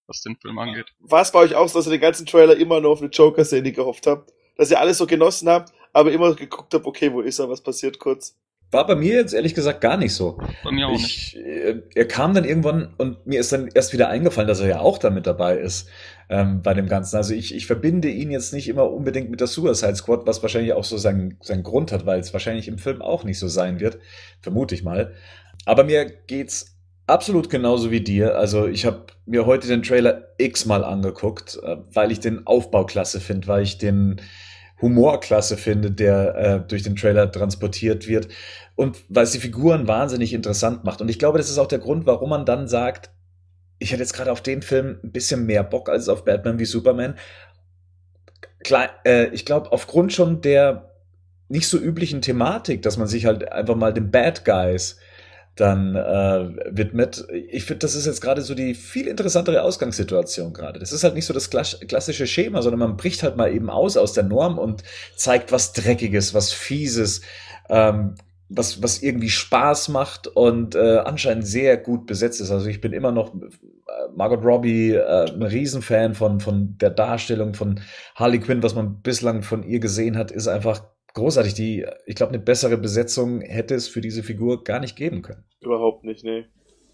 was den Film angeht. War es bei euch auch so, dass ihr den ganzen Trailer immer nur auf eine Joker-Szene gehofft habt? Dass ihr alles so genossen habt, aber immer geguckt habt, okay, wo ist er, was passiert kurz? War bei mir jetzt ehrlich gesagt gar nicht so. Bei mir auch ich, nicht. äh, Er kam dann irgendwann und mir ist dann erst wieder eingefallen, dass er ja auch da mit dabei ist ähm, bei dem Ganzen. Also ich, ich verbinde ihn jetzt nicht immer unbedingt mit der Suicide Squad, was wahrscheinlich auch so seinen, seinen Grund hat, weil es wahrscheinlich im Film auch nicht so sein wird. Vermute ich mal. Aber mir geht's absolut genauso wie dir. Also ich habe mir heute den Trailer x-mal angeguckt, äh, weil ich den Aufbau klasse finde, weil ich den Humor klasse finde, der äh, durch den Trailer transportiert wird und weil es die Figuren wahnsinnig interessant macht. Und ich glaube, das ist auch der Grund, warum man dann sagt, ich hätte jetzt gerade auf den Film ein bisschen mehr Bock als auf Batman wie Superman. Klar, äh, ich glaube, aufgrund schon der nicht so üblichen Thematik, dass man sich halt einfach mal den Bad Guys dann äh, widmet. Ich finde, das ist jetzt gerade so die viel interessantere Ausgangssituation gerade. Das ist halt nicht so das klassische Schema, sondern man bricht halt mal eben aus aus der Norm und zeigt was Dreckiges, was Fieses, ähm, was was irgendwie Spaß macht und äh, anscheinend sehr gut besetzt ist. Also ich bin immer noch äh, Margot Robbie äh, ein Riesenfan von von der Darstellung von Harley Quinn, was man bislang von ihr gesehen hat, ist einfach großartig. Die, ich glaube, eine bessere Besetzung hätte es für diese Figur gar nicht geben können. Überhaupt nicht, nee.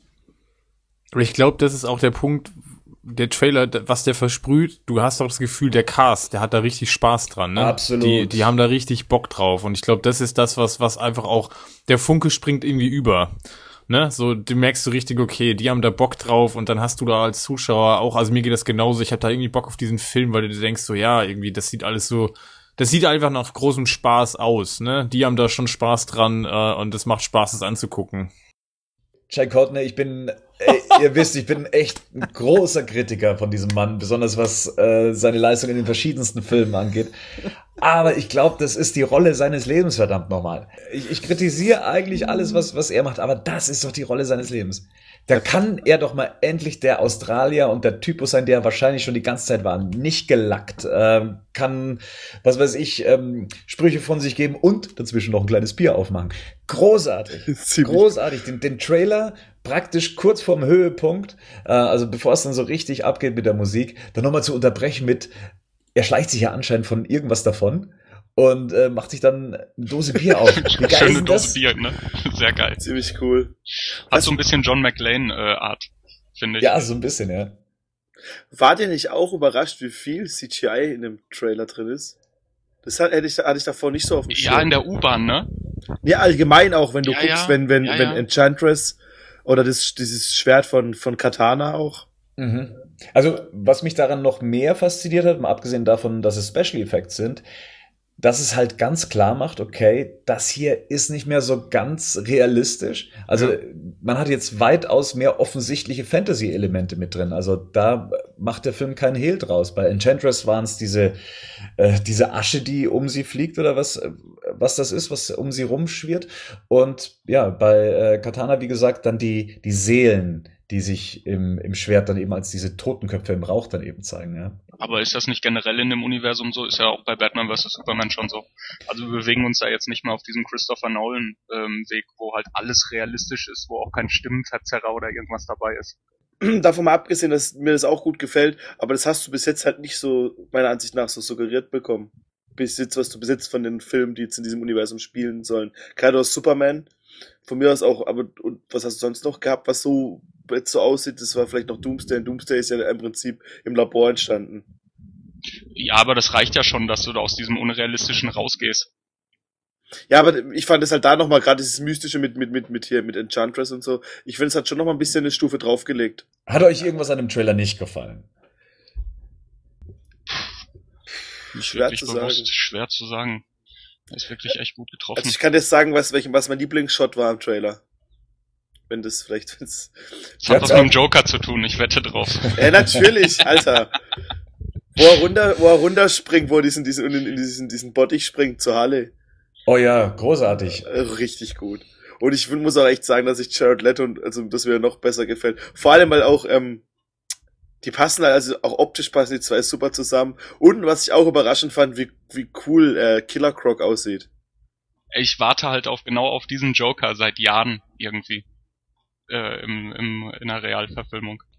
Aber ich glaube, das ist auch der Punkt, der Trailer, was der versprüht, du hast doch das Gefühl, der Cast, der hat da richtig Spaß dran, ne? Absolut. Die, die haben da richtig Bock drauf. Und ich glaube, das ist das, was, was einfach auch, der Funke springt irgendwie über. Ne, so, du merkst so richtig, okay, die haben da Bock drauf und dann hast du da als Zuschauer auch, also mir geht das genauso, ich habe da irgendwie Bock auf diesen Film, weil du dir denkst so, ja, irgendwie, das sieht alles so, das sieht einfach nach großem Spaß aus, ne? Die haben da schon Spaß dran äh, und es macht Spaß, es anzugucken. Jai Courtney, ich bin, äh, ihr wisst, ich bin echt ein großer Kritiker von diesem Mann, besonders was äh, seine Leistung in den verschiedensten Filmen angeht. Aber ich glaube, das ist die Rolle seines Lebens, verdammt nochmal. Ich, ich kritisiere eigentlich alles, was, was er macht, aber das ist doch die Rolle seines Lebens. Da kann er doch mal endlich der Australier und der Typus sein, der wahrscheinlich schon die ganze Zeit war, nicht gelackt, ähm, kann, was weiß ich, ähm, Sprüche von sich geben und dazwischen noch ein kleines Bier aufmachen. Großartig, großartig. Den, den Trailer praktisch kurz vorm Höhepunkt, äh, also bevor es dann so richtig abgeht mit der Musik, dann nochmal zu unterbrechen mit, er schleicht sich ja anscheinend von irgendwas davon und äh, macht sich dann eine Dose Bier auf. Wie geil Schöne ist denn Dose das? Bier, ne? Sehr geil. Ziemlich cool. Hat so ein bisschen John McClane-Art, finde ich. Ja, so ein bisschen, ja. Wart ihr nicht auch überrascht, wie viel C G I in dem Trailer drin ist? Das hat, hätte ich, hatte ich davor nicht so auf dem Schirm. Ja, in der U-Bahn, ne? Ja, allgemein auch, wenn du Ja, guckst, ja. wenn, wenn, Ja, wenn ja. Enchantress oder das, dieses Schwert von, von Katana auch. Mhm. Also, was mich daran noch mehr fasziniert hat, mal abgesehen davon, dass es Special Effects sind, dass es halt ganz klar macht, okay, das hier ist nicht mehr so ganz realistisch. Also Ja. man hat jetzt weitaus mehr offensichtliche Fantasy-Elemente mit drin. Also da macht der Film keinen Hehl draus. Bei Enchantress waren es diese äh, diese Asche, die um sie fliegt oder was äh, was das ist, was um sie rumschwirrt. Und ja, bei äh, Katana, wie gesagt, dann die die Seelen, die sich im im Schwert dann eben als diese Totenköpfe im Rauch dann eben zeigen. Ja. Aber ist das nicht generell in dem Universum so? Ist ja auch bei Batman versus. Superman schon so. Also wir bewegen uns da jetzt nicht mehr auf diesem Christopher Nolan ähm, Weg, wo halt alles realistisch ist, wo auch kein Stimmenverzerrer oder irgendwas dabei ist. Davon mal abgesehen, dass mir das auch gut gefällt, aber das hast du bis jetzt halt nicht so, meiner Ansicht nach, so suggeriert bekommen. Bis jetzt, was du besitzt von den Filmen, die jetzt in diesem Universum spielen sollen. Gerade aus Superman, von mir aus auch, aber und was hast du sonst noch gehabt, was so jetzt so aussieht? Das war vielleicht noch Doomsday. Und Doomsday ist ja im Prinzip im Labor entstanden. Ja, aber das reicht ja schon, dass du da aus diesem Unrealistischen rausgehst. Ja, aber ich fand es halt da nochmal, gerade dieses Mystische mit, mit, mit, mit hier, mit Enchantress und so, ich finde, es hat schon nochmal ein bisschen eine Stufe draufgelegt. Hat euch irgendwas an dem Trailer nicht gefallen? Schwer Wirklich zu bewusst, sagen. schwer zu sagen. Ist wirklich echt gut getroffen. Also ich kann jetzt sagen, was, welchen, was mein Lieblingsshot war im Trailer. Wenn das vielleicht, wenn's, das hat was mit dem Joker zu tun, ich wette drauf. ja, natürlich, Alter. Wo er runter, wo er runterspringt, wo er diesen, diesen, in diesen, diesen Bottich springt zur Halle. Oh ja, großartig. Äh, Richtig gut. Und ich muss auch echt sagen, dass ich Jared Leto, also das mir noch besser gefällt. Vor allem, weil auch, ähm, die passen halt, also auch optisch passen die zwei super zusammen. Und was ich auch überraschend fand, wie, wie cool äh, Killer Croc aussieht. Ich warte halt auf genau auf diesen Joker seit Jahren irgendwie. Äh, im, im, in der Realverfilmung.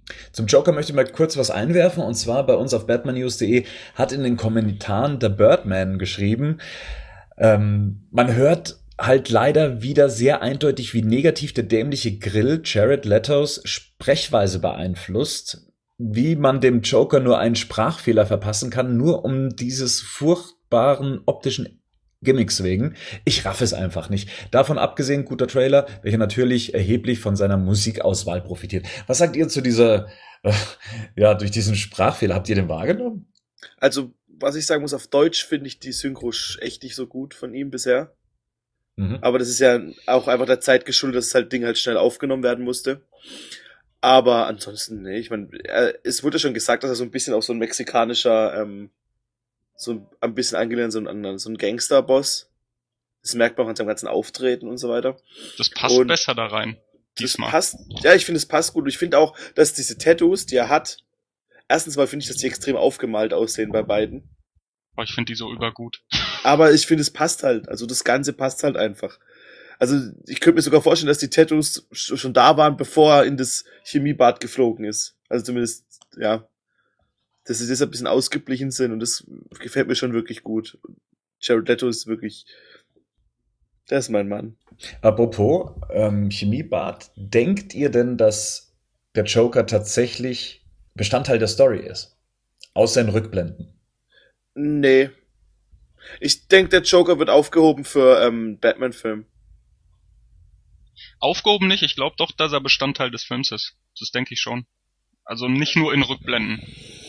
Zum Joker möchte ich mal kurz was einwerfen, und zwar bei uns auf batman news punkt de hat in den Kommentaren der Birdman geschrieben, ähm, man hört halt leider wieder sehr eindeutig, wie negativ der dämliche Grill Jared Letos Sprechweise beeinflusst, wie man dem Joker nur einen Sprachfehler verpassen kann, nur um dieses furchtbaren optischen Gimmicks wegen. Ich raff es einfach nicht. Davon abgesehen, guter Trailer, welcher natürlich erheblich von seiner Musikauswahl profitiert. Was sagt ihr zu dieser, äh, ja, durch diesen Sprachfehler? Habt ihr den wahrgenommen? Also, was ich sagen muss, auf Deutsch finde ich die Synchro echt nicht so gut von ihm bisher. Mhm. Aber das ist ja auch einfach der Zeit geschuldet, dass das halt Ding halt schnell aufgenommen werden musste. Aber ansonsten, nee, ich meine, es wurde schon gesagt, dass er so ein bisschen auch so ein mexikanischer, ähm, so ein bisschen angelehnt so an so ein Gangsterboss. Das merkt man auch an seinem ganzen Auftreten und so weiter. Das passt und besser da rein. Diesmal. Das passt, ja, ich finde, es passt gut. Und ich finde auch, dass diese Tattoos, die er hat, erstens mal finde ich, dass die extrem aufgemalt aussehen bei beiden. Aber ich finde die so übergut. Aber ich finde, es passt halt. Also das Ganze passt halt einfach. Also ich könnte mir sogar vorstellen, dass die Tattoos schon da waren, bevor er in das Chemiebad geflogen ist. Also zumindest, ja, dass sie deshalb ein bisschen ausgeglichen sind, und das gefällt mir schon wirklich gut. Jared Leto ist wirklich, der ist mein Mann. Apropos ähm, Chemiebad, denkt ihr denn, dass der Joker tatsächlich Bestandteil der Story ist? Aus seinen Rückblenden? Nee. Ich denke, der Joker wird aufgehoben für ähm, Batman-Film. Aufgehoben nicht, ich glaube doch, dass er Bestandteil des Films ist. Das denke ich schon. Also nicht nur in Rückblenden.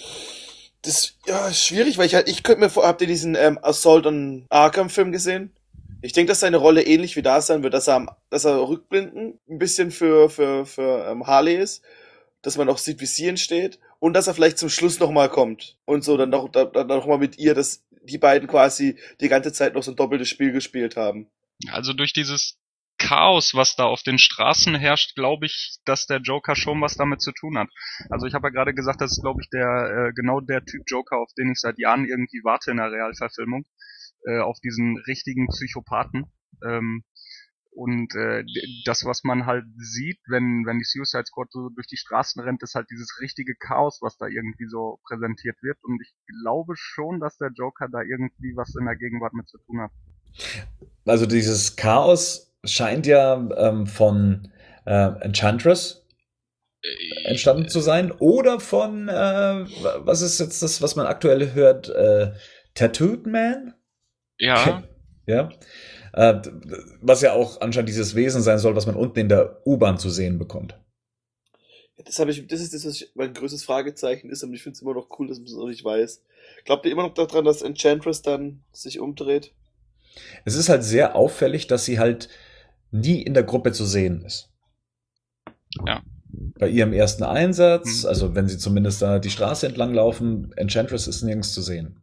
Das ja ist schwierig, weil ich halt, ich könnte mir vor, habt ihr diesen ähm, Assault on Arkham Film gesehen? Ich denke, dass seine Rolle ähnlich wie da sein wird, dass er, dass er Rückblenden ein bisschen für für für ähm, Harley ist, dass man auch sieht, wie sie entsteht, und dass er vielleicht zum Schluss noch mal kommt und so dann noch dann noch mal mit ihr, dass die beiden quasi die ganze Zeit noch so ein doppeltes Spiel gespielt haben. Also durch dieses Chaos, was da auf den Straßen herrscht, glaube ich, dass der Joker schon was damit zu tun hat. Also ich habe ja gerade gesagt, das ist, glaube ich, der äh, genau der Typ Joker, auf den ich seit Jahren irgendwie warte in der Realverfilmung, äh, auf diesen richtigen Psychopathen. Ähm, und äh, das, was man halt sieht, wenn wenn die Suicide Squad so durch die Straßen rennt, ist halt dieses richtige Chaos, was da irgendwie so präsentiert wird. Und ich glaube schon, dass der Joker da irgendwie was in der Gegenwart mit zu tun hat. Also dieses Chaos scheint ja ähm, von äh, Enchantress entstanden zu sein, oder von, äh, was ist jetzt das, was man aktuell hört, äh, Tattooed Man? Ja. Ja. Äh, was ja auch anscheinend dieses Wesen sein soll, was man unten in der U-Bahn zu sehen bekommt. Das habe ich, das ist das, was mein größtes Fragezeichen ist, und ich finde es immer noch cool, dass man es noch nicht weiß. Glaubt ihr immer noch daran, dass Enchantress dann sich umdreht? Es ist halt sehr auffällig, dass sie halt nie in der Gruppe zu sehen ist. Ja. Bei ihrem ersten Einsatz, mhm. also wenn sie zumindest da die Straße entlang laufen, Enchantress ist nirgends zu sehen.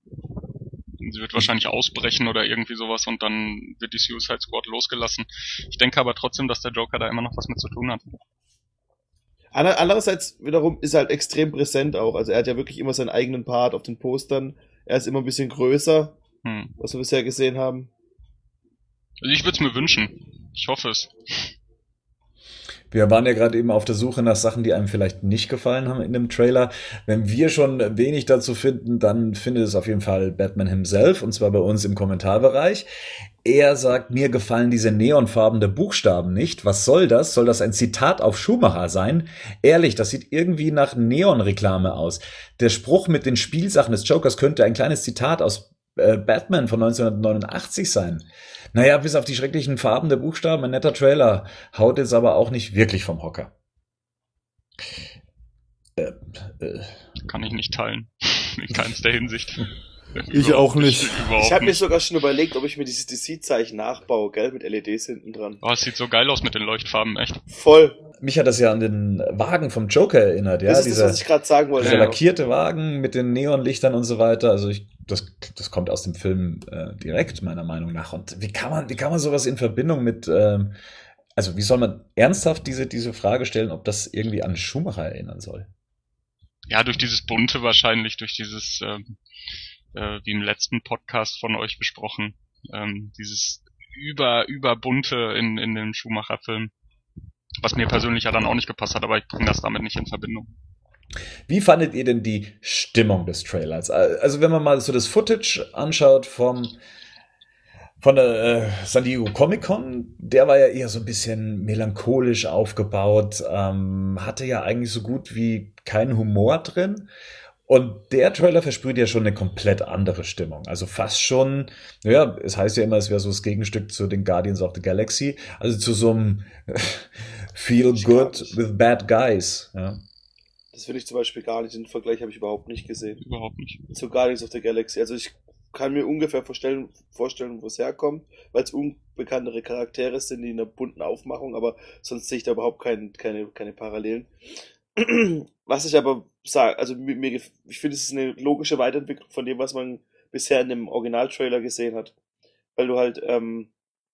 Sie wird wahrscheinlich ausbrechen oder irgendwie sowas, und dann wird die Suicide Squad losgelassen. Ich denke aber trotzdem, dass der Joker da immer noch was mit zu tun hat. Andererseits wiederum ist er halt extrem präsent auch. Also er hat ja wirklich immer seinen eigenen Part auf den Postern. Er ist immer ein bisschen größer, hm. was wir bisher gesehen haben. Also ich würde es mir wünschen. Ich hoffe es. Wir waren ja gerade eben auf der Suche nach Sachen, die einem vielleicht nicht gefallen haben in dem Trailer. Wenn wir schon wenig dazu finden, dann findet es auf jeden Fall Batman himself, und zwar bei uns im Kommentarbereich. Er sagt, mir gefallen diese Neonfarben der Buchstaben nicht. Was soll das? Soll das ein Zitat auf Schumacher sein? Ehrlich, das sieht irgendwie nach Neon-Reklame aus. Der Spruch mit den Spielsachen des Jokers könnte ein kleines Zitat aus äh, Batman von neunzehnhundertneunundachtzig sein. Naja, bis auf die schrecklichen Farben der Buchstaben, ein netter Trailer, haut jetzt aber auch nicht wirklich vom Hocker. Äh, äh. Kann ich nicht teilen. In keinster Hinsicht. Ich auch nicht. Ich habe mir sogar schon überlegt, ob ich mir dieses D C-Zeichen nachbaue, gell, mit L E Ds hinten dran. Oh, es sieht so geil aus mit den Leuchtfarben, echt. Voll. Mich hat das ja an den Wagen vom Joker erinnert, ja. Das ist dieser, das, was ich gerade sagen wollte. Dieser lackierte Wagen mit den Neonlichtern und so weiter. Also ich, das, das kommt aus dem Film äh, direkt, meiner Meinung nach. Und wie kann man, wie kann man sowas in Verbindung mit, ähm, also wie soll man ernsthaft diese, diese Frage stellen, ob das irgendwie an Schumacher erinnern soll? Ja, durch dieses Bunte wahrscheinlich, durch dieses, ähm, äh, wie im letzten Podcast von euch besprochen, ähm, dieses über, überbunte in, in dem Schumacher-Film. Was mir persönlich ja dann auch nicht gepasst hat, aber ich bringe das damit nicht in Verbindung. Wie fandet ihr denn die Stimmung des Trailers? Also wenn man mal so das Footage anschaut vom von der äh, San Diego Comic-Con, der war ja eher so ein bisschen melancholisch aufgebaut, ähm, hatte ja eigentlich so gut wie keinen Humor drin. Und der Trailer versprüht ja schon eine komplett andere Stimmung. Also fast schon, naja, es heißt ja immer, es wäre so das Gegenstück zu den Guardians of the Galaxy, also zu so einem Feel Good with Bad Guys. Ja. Das finde ich zum Beispiel gar nicht. Den Vergleich habe ich überhaupt nicht gesehen. Überhaupt nicht. Zu Guardians of the Galaxy. Also ich kann mir ungefähr vorstellen, vorstellen wo es herkommt, weil es unbekanntere Charaktere sind, die in einer bunten Aufmachung, aber sonst sehe ich da überhaupt kein, keine, keine Parallelen. Was ich aber sage, also mir, mir, ich finde, es ist eine logische Weiterentwicklung von dem, was man bisher in dem Original-Trailer gesehen hat. Weil du halt, ähm,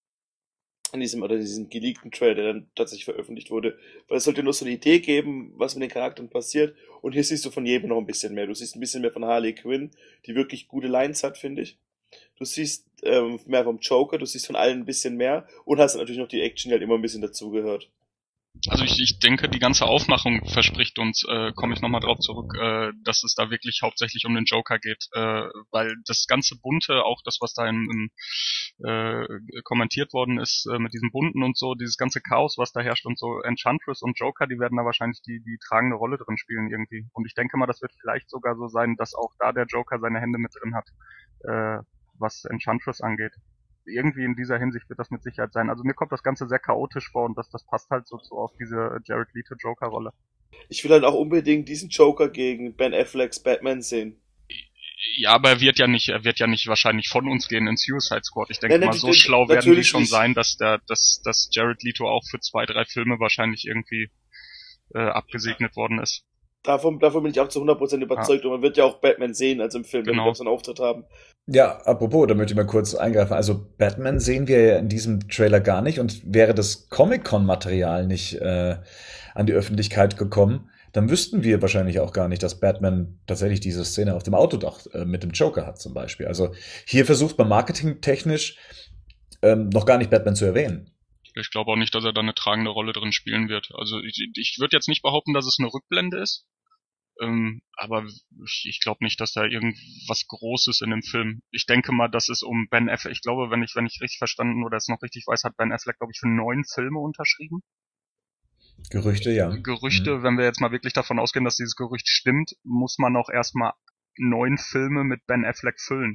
in diesem, oder diesen geleakten Trailer, der dann tatsächlich veröffentlicht wurde, weil es sollte nur so eine Idee geben, was mit den Charakteren passiert, und hier siehst du von jedem noch ein bisschen mehr. Du siehst ein bisschen mehr von Harley Quinn, die wirklich gute Lines hat, finde ich. Du siehst ähm, mehr vom Joker, du siehst von allen ein bisschen mehr und hast natürlich noch die Action, die halt immer ein bisschen dazugehört. Also ich, ich denke, die ganze Aufmachung verspricht uns, äh, komme ich nochmal drauf zurück, äh, dass es da wirklich hauptsächlich um den Joker geht, äh, weil das ganze Bunte, auch das, was da im, im äh, kommentiert worden ist, äh, mit diesem Bunten und so, dieses ganze Chaos, was da herrscht und so, Enchantress und Joker, die werden da wahrscheinlich die, die tragende Rolle drin spielen irgendwie. Und ich denke mal, das wird vielleicht sogar so sein, dass auch da der Joker seine Hände mit drin hat, äh, was Enchantress angeht. Irgendwie in dieser Hinsicht wird das mit Sicherheit sein. Also mir kommt das Ganze sehr chaotisch vor und das, das passt halt so zu auf diese Jared Leto Joker-Rolle. Ich will halt auch unbedingt diesen Joker gegen Ben Afflecks Batman sehen. Ja, aber er wird ja nicht, er wird ja nicht wahrscheinlich von uns gehen in Suicide Squad. Ich denke Nein, nein, mal, die- so die- schlau werden die natürlich schon nicht. sein, dass der, dass, dass Jared Leto auch für zwei, drei Filme wahrscheinlich irgendwie äh, abgesegnet worden ist. Davon, davon bin ich auch zu hundert Prozent überzeugt, und man wird ja auch Batman sehen, also im Film, wenn Genau. wir so einen Auftritt haben. Ja, apropos, da möchte ich mal kurz eingreifen. Also Batman sehen wir ja in diesem Trailer gar nicht, und wäre das Comic-Con-Material nicht äh, an die Öffentlichkeit gekommen, dann wüssten wir wahrscheinlich auch gar nicht, dass Batman tatsächlich diese Szene auf dem Autodach äh, mit dem Joker hat zum Beispiel. Also hier versucht man marketingtechnisch ähm, noch gar nicht Batman zu erwähnen. Ich glaube auch nicht, dass er da eine tragende Rolle drin spielen wird. Also ich, ich würde jetzt nicht behaupten, dass es eine Rückblende ist. Ähm, aber ich, ich glaube nicht, dass da irgendwas Großes in dem Film. Ich denke mal, dass es um Ben Affleck, ich glaube, wenn ich wenn ich richtig verstanden oder es noch richtig weiß, hat Ben Affleck, glaube ich, für neun Filme unterschrieben. Gerüchte, ja. Gerüchte, Mhm. wenn wir jetzt mal wirklich davon ausgehen, dass dieses Gerücht stimmt, muss man auch erstmal neun Filme mit Ben Affleck füllen.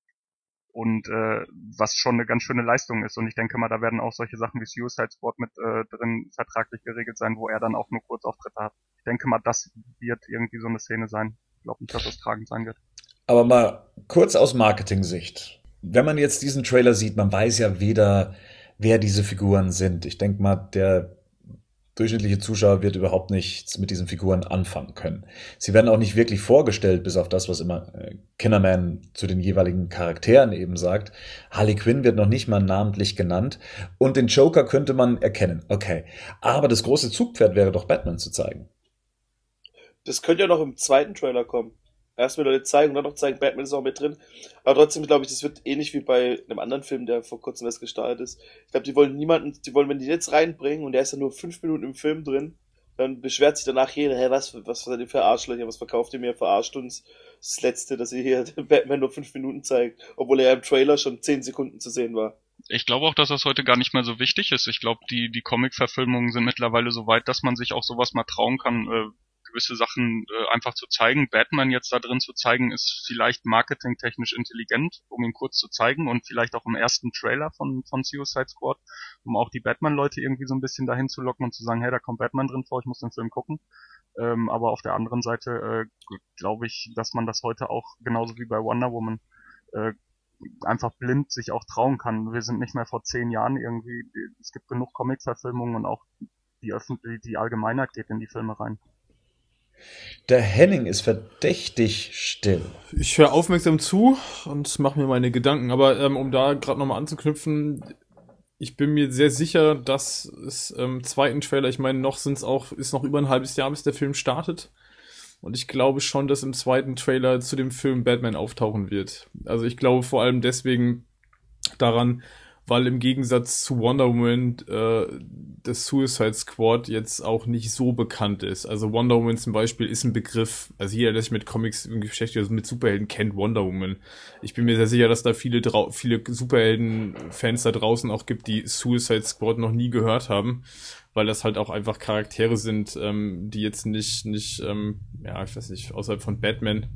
Und äh, was schon eine ganz schöne Leistung ist. Und ich denke mal, da werden auch solche Sachen wie Suicide Squad mit äh, drin vertraglich geregelt sein, wo er dann auch nur Kurzauftritte hat. Ich denke mal, das wird irgendwie so eine Szene sein. Ich glaube nicht, dass das tragend sein wird. Aber mal kurz aus Marketing-Sicht. Wenn man jetzt diesen Trailer sieht, man weiß ja weder, wer diese Figuren sind. Ich denke mal, der durchschnittliche Zuschauer wird überhaupt nichts mit diesen Figuren anfangen können. Sie werden auch nicht wirklich vorgestellt, bis auf das, was immer äh, Kinnaman zu den jeweiligen Charakteren eben sagt. Harley Quinn wird noch nicht mal namentlich genannt. Und den Joker könnte man erkennen. Okay. Aber das große Zugpferd wäre doch Batman zu zeigen. Das könnte ja noch im zweiten Trailer kommen. Erst mir Leute zeigen und dann noch zeigen, Batman ist auch mit drin. Aber trotzdem glaube ich, das wird ähnlich wie bei einem anderen Film, der vor kurzem erst gestartet ist. Ich glaube, die wollen niemanden, die wollen, wenn die jetzt reinbringen und der ist dann nur fünf Minuten im Film drin, dann beschwert sich danach jeder, hä, was, was seid ihr für Arschlöcher, was verkauft ihr mir, verarscht uns? Das Letzte, dass ihr hier den Batman nur fünf Minuten zeigt, obwohl er ja im Trailer schon zehn Sekunden zu sehen war. Ich glaube auch, dass das heute gar nicht mehr so wichtig ist. Ich glaube, die die Comic-Verfilmungen sind mittlerweile so weit, dass man sich auch sowas mal trauen kann, äh, gewisse Sachen äh, einfach zu zeigen. Batman jetzt da drin zu zeigen, ist vielleicht marketingtechnisch intelligent, um ihn kurz zu zeigen und vielleicht auch im ersten Trailer von von Suicide Squad, um auch die Batman-Leute irgendwie so ein bisschen dahin zu locken und zu sagen, hey, da kommt Batman drin vor, ich muss den Film gucken. Ähm, aber auf der anderen Seite äh, glaube ich, dass man das heute auch genauso wie bei Wonder Woman äh, einfach blind sich auch trauen kann. Wir sind nicht mehr vor zehn Jahren irgendwie, es gibt genug Comic-Verfilmungen und auch die Öffentlich die Allgemeinheit geht in die Filme rein. Der Henning ist verdächtig still. Ich höre aufmerksam zu und mache mir meine Gedanken. Aber ähm, um da gerade nochmal anzuknüpfen, ich bin mir sehr sicher, dass es im ähm, zweiten Trailer, ich meine, noch sind's auch, ist noch über ein halbes Jahr, bis der Film startet. Und ich glaube schon, dass im zweiten Trailer zu dem Film Batman auftauchen wird. Also ich glaube vor allem deswegen daran, weil im Gegensatz zu Wonder Woman äh, das Suicide Squad jetzt auch nicht so bekannt ist. Also Wonder Woman zum Beispiel ist ein Begriff, also jeder, der sich mit Comics irgendwie beschäftigt, also mit Superhelden, kennt Wonder Woman. Ich bin mir sehr sicher, dass da viele drau- viele Superhelden-Fans da draußen auch gibt, die Suicide Squad noch nie gehört haben, weil das halt auch einfach Charaktere sind, ähm, die jetzt nicht, nicht, ähm, ja, ich weiß nicht, außerhalb von Batman